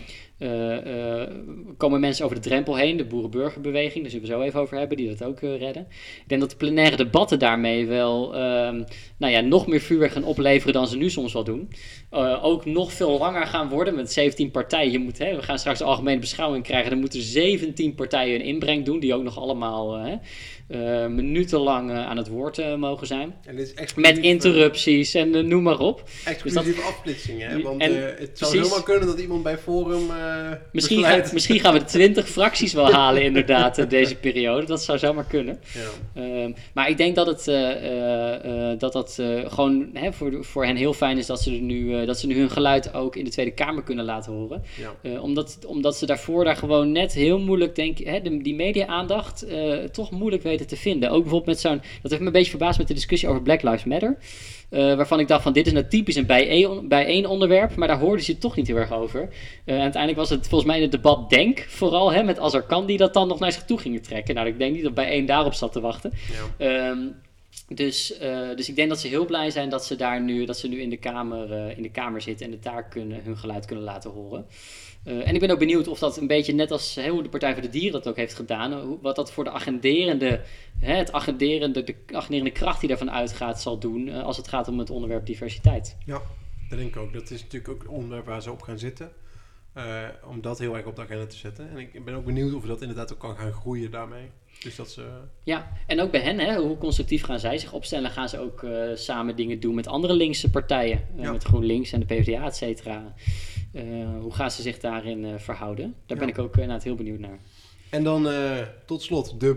Uh, uh, komen mensen over de drempel heen, de boerenburgerbeweging, daar zullen we zo even over hebben, die dat ook uh, redden. Ik denk dat de plenaire debatten daarmee wel uh, nou ja, nog meer vuur gaan opleveren dan ze nu soms wel doen. Uh, ook nog veel langer gaan worden met zeventien partijen. Je moet, hè, we gaan straks de algemene beschouwing krijgen, dan moeten zeventien partijen een inbreng doen, die ook nog allemaal uh, uh, minutenlang uh, aan het woord uh, mogen zijn. En dit is met interrupties uh, en uh, noem maar op. Exclusieve dus afsplitsingen, hè? Want en, uh, het zou zomaar kunnen dat iemand bij Forum uh, misschien, ga, misschien gaan we de twintig fracties wel halen inderdaad uh, deze periode. Dat zou zomaar kunnen. Ja. Um, maar ik denk dat het uh, uh, uh, dat, dat uh, gewoon hè, voor, voor hen heel fijn is dat ze, er nu, uh, dat ze nu hun geluid ook in de Tweede Kamer kunnen laten horen. Ja. Uh, omdat, omdat ze daarvoor daar gewoon net heel moeilijk, denk ik, hè, de, die media-aandacht uh, toch moeilijk weten te vinden. Ook bijvoorbeeld met zo'n, dat heeft me een beetje verbaasd met de discussie over Black Lives Matter. Uh, waarvan ik dacht van dit is nou typisch een bijeen, bijeen onderwerp, maar daar hoorden ze het toch niet heel erg over. Uh, en uiteindelijk was het volgens mij in het debat Denk vooral, hè, met Azarkan die dat dan nog naar zich toe gingen trekken. Nou, ik denk niet dat bijeen daarop zat te wachten. Ja. Um, dus, uh, dus ik denk dat ze heel blij zijn dat ze daar nu, dat ze nu in de Kamer, uh, in de kamer zitten en de daar kunnen, hun geluid kunnen laten horen. Uh, en ik ben ook benieuwd of dat een beetje net als hè, hoe de Partij voor de Dieren dat ook heeft gedaan, hoe, wat dat voor de agenderende, hè, het agenderende, de agenderende kracht die daarvan uitgaat zal doen uh, als het gaat om het onderwerp diversiteit. Ja, dat denk ik ook. Dat is natuurlijk ook een onderwerp waar ze op gaan zitten. Uh, om dat heel erg op de agenda te zetten. En ik ben ook benieuwd of dat inderdaad ook kan gaan groeien daarmee. Dus dat ze... Ja, en ook bij hen, hè, hoe constructief gaan zij zich opstellen? Gaan ze ook uh, samen dingen doen met andere linkse partijen? Uh, ja. Met GroenLinks en de PvdA, et cetera. Uh, hoe gaan ze zich daarin uh, verhouden? Daar ja. ben ik ook uh, inderdaad heel benieuwd naar. En dan uh, tot slot de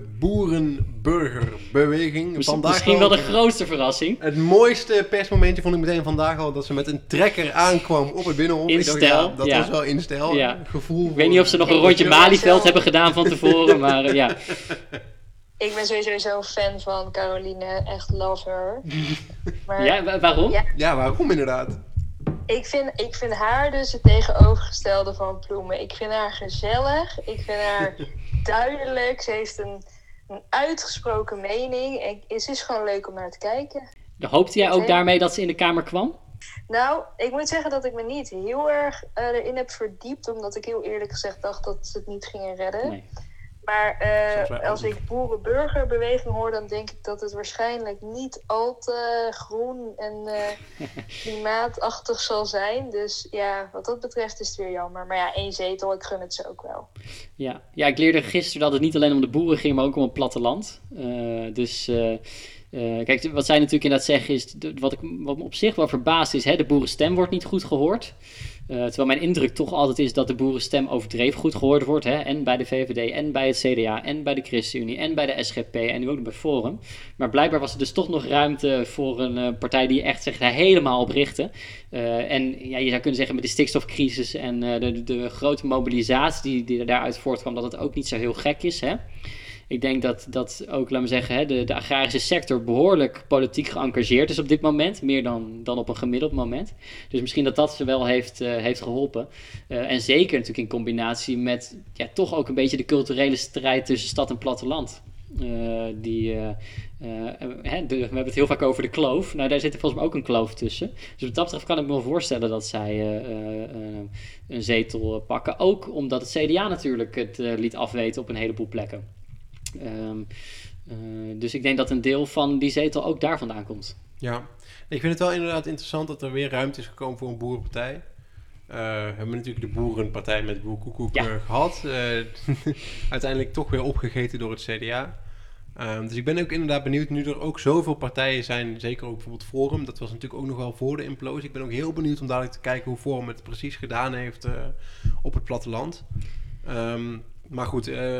boerenburgerbeweging. Miss- vandaag misschien wel de grootste verrassing. Het mooiste persmomentje vond ik meteen vandaag al, dat ze met een trekker aankwam op het Binnenhof. In ik dacht, stijl. Ja, dat ja. was wel in stijl. Ja. Gevoel ik weet niet of ze nog een rondje Malieveld hebben gedaan van tevoren, maar uh, ja. Ik ben sowieso zo'n fan van Caroline, echt love her. Maar, ja, wa- waarom? Ja. ja, waarom inderdaad? ik vind, ik vind haar dus het tegenovergestelde van Ploemen. Ik vind haar gezellig. Ik vind haar duidelijk. Ze heeft een, een uitgesproken mening. En ze is gewoon leuk om naar te kijken. Hoopte jij ook daarmee dat ze in de Kamer kwam? Nou, ik moet zeggen dat ik me niet heel erg uh, erin heb verdiept. Omdat ik heel eerlijk gezegd dacht dat ze het niet gingen redden. Nee. Maar uh, als ik boeren-burgerbeweging hoor, dan denk ik dat het waarschijnlijk niet al te groen en uh, klimaatachtig zal zijn. Dus ja, wat dat betreft is het weer jammer. Maar ja, één zetel, ik gun het ze ook wel. Ja, ja ik leerde gisteren dat het niet alleen om de boeren ging, maar ook om het platteland. Uh, dus... Uh... Uh, kijk, wat zij natuurlijk inderdaad zeggen is, wat, ik, wat me op zich wel verbaast is, hè, de boerenstem wordt niet goed gehoord. Uh, terwijl mijn indruk toch altijd is dat de boerenstem overdreven goed gehoord wordt. Hè, en bij de V V D, en bij het C D A, en bij de ChristenUnie, en bij de S G P, en nu ook nog bij Forum. Maar blijkbaar was er dus toch nog ruimte voor een uh, partij die echt zich daar helemaal op richtte. Uh, en ja, je zou kunnen zeggen met de stikstofcrisis en uh, de, de, de grote mobilisatie die, die er daaruit voortkwam, dat het ook niet zo heel gek is, hè. Ik denk dat, dat ook, laten we zeggen, hè, de, de agrarische sector behoorlijk politiek geëngageerd is op dit moment. Meer dan, dan op een gemiddeld moment. Dus misschien dat dat ze wel heeft, uh, heeft geholpen. Uh, en zeker natuurlijk in combinatie met ja, toch ook een beetje de culturele strijd tussen stad en platteland. Uh, die, uh, uh, hè, de, we hebben het heel vaak over de kloof. Nou, daar zit er volgens mij ook een kloof tussen. Dus wat dat betreft kan ik me wel voorstellen dat zij uh, uh, een zetel pakken. Ook omdat het C D A natuurlijk het uh, liet afweten op een heleboel plekken. Um, uh, dus ik denk dat een deel van die zetel ook daar vandaan komt. Ja, ik vind het wel inderdaad interessant dat er weer ruimte is gekomen voor een boerenpartij. Uh, we hebben natuurlijk de boerenpartij met Boer Koekoek ja. uh, gehad. Uh, uiteindelijk toch weer opgegeten door het C D A. Um, dus ik ben ook inderdaad benieuwd, nu er ook zoveel partijen zijn, zeker ook bijvoorbeeld Forum. Dat was natuurlijk ook nog wel voor de implosie. Ik ben ook heel benieuwd om dadelijk te kijken hoe Forum het precies gedaan heeft uh, op het platteland. Um, maar goed... Uh,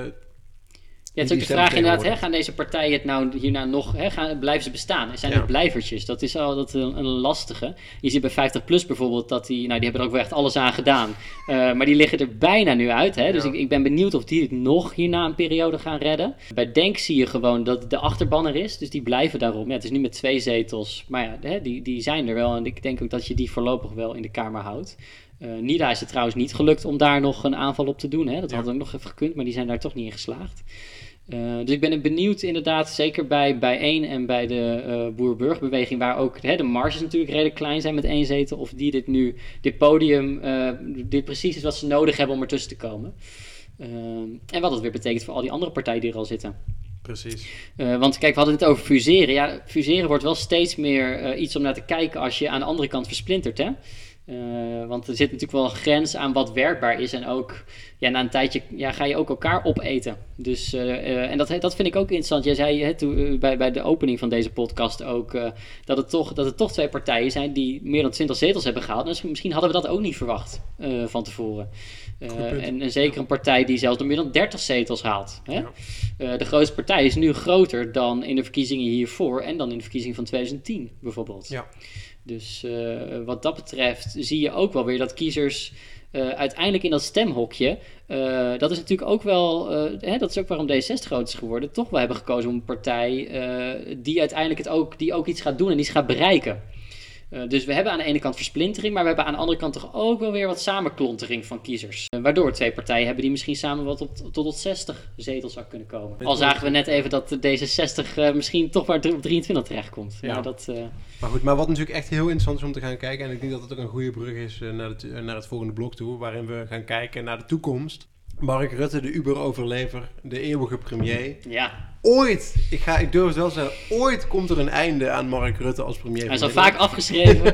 Ja, het is ook de vraag inderdaad, hè, gaan deze partijen het nou hierna nog, hè, gaan, blijven ze bestaan? Zijn ja. het blijvertjes? Dat is altijd een, een lastige. Je ziet bij vijftig plus bijvoorbeeld dat die, nou die hebben er ook wel echt alles aan gedaan. Uh, maar die liggen er bijna nu uit, hè. Dus ja. ik, ik ben benieuwd of die het nog hierna een periode gaan redden. Bij Denk zie je gewoon dat de achterban er is, dus die blijven daarom. Ja, het is nu met twee zetels, maar ja, hè, die, die zijn er wel. En ik denk ook dat je die voorlopig wel in de Kamer houdt. Uh, Nida is het trouwens niet gelukt om daar nog een aanval op te doen, hè. Dat ja. had ook nog even gekund, maar die zijn daar toch niet in geslaagd. Uh, dus ik ben benieuwd inderdaad, zeker bij Bijeen en bij de uh, boer-burgerbeweging, waar ook hè, de marges natuurlijk redelijk klein zijn met één zetel, of die dit nu, dit podium, uh, dit precies is wat ze nodig hebben om ertussen te komen. Uh, en wat dat weer betekent voor al die andere partijen die er al zitten. Precies. Uh, want kijk, we hadden het over fuseren. Ja, fuseren wordt wel steeds meer uh, iets om naar te kijken als je aan de andere kant versplintert, hè. Uh, want er zit natuurlijk wel een grens aan wat werkbaar is. En ook, ja, na een tijdje ja, ga je ook elkaar opeten. Dus, uh, uh, en dat, dat vind ik ook interessant. Jij zei hè, toen, uh, bij, bij de opening van deze podcast ook, uh, dat, het toch, dat het toch twee partijen zijn die meer dan twintig zetels hebben gehaald. Dus misschien hadden we dat ook niet verwacht uh, van tevoren. Uh, en, en zeker een partij die zelfs nog meer dan dertig zetels haalt. Hè? Ja. Uh, de grootste partij is nu groter dan in de verkiezingen hiervoor en dan in de verkiezingen van twintig tien bijvoorbeeld. Ja. Dus uh, wat dat betreft zie je ook wel weer dat kiezers uh, uiteindelijk in dat stemhokje, uh, dat is natuurlijk ook wel, uh, hè, dat is ook waarom D zestig groot is geworden, toch wel hebben gekozen om een partij uh, die uiteindelijk het ook, die ook iets gaat doen en iets gaat bereiken. Uh, dus we hebben aan de ene kant versplintering, maar we hebben aan de andere kant toch ook wel weer wat samenklontering van kiezers. Uh, waardoor twee partijen hebben die misschien samen wat op, tot tot zestig zetels zou kunnen komen. Al zagen we net even dat D zesenzestig uh, misschien toch maar op drieëntwintig terechtkomt. Ja. Ja, dat, uh... Maar goed, maar wat natuurlijk echt heel interessant is om te gaan kijken, en ik denk dat het ook een goede brug is uh, naar, het, uh, naar het volgende blok toe, waarin we gaan kijken naar de toekomst. Mark Rutte, de Uber-overlever, de eeuwige premier. Ja. Ooit, ik, ga, ik durf het wel te zeggen, ooit komt er een einde aan Mark Rutte als premier. Hij is al vaak afgeschreven.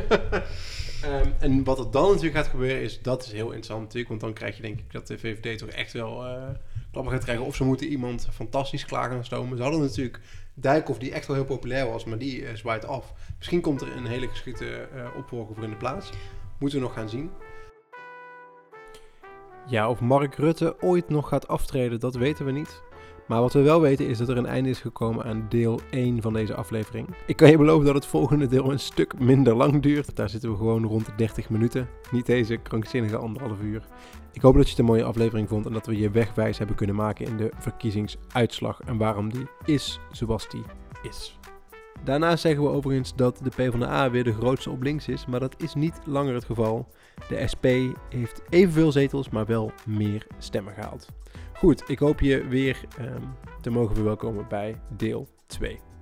um, en wat er dan natuurlijk gaat gebeuren is, dat is heel interessant natuurlijk, want dan krijg je denk ik dat de V V D toch echt wel uh, klappen gaat krijgen. Of ze moeten iemand fantastisch klaar gaan stomen. Ze hadden natuurlijk Dijkhoff, die echt wel heel populair was, maar die uh, zwaait af. Misschien komt er een hele geschikte uh, opvolger voor in de plaats. Moeten we nog gaan zien. Ja, of Mark Rutte ooit nog gaat aftreden, dat weten we niet. Maar wat we wel weten is dat er een einde is gekomen aan deel één van deze aflevering. Ik kan je beloven dat het volgende deel een stuk minder lang duurt. Daar zitten we gewoon rond de dertig minuten. Niet deze krankzinnige anderhalf uur. Ik hoop dat je het een mooie aflevering vond en dat we je wegwijs hebben kunnen maken in de verkiezingsuitslag. En waarom die is zoals die is. Daarnaast zeggen we overigens dat de PvdA weer de grootste op links is, maar dat is niet langer het geval. De S P heeft evenveel zetels, maar wel meer stemmen gehaald. Goed, ik hoop je weer um, te mogen verwelkomen bij deel twee.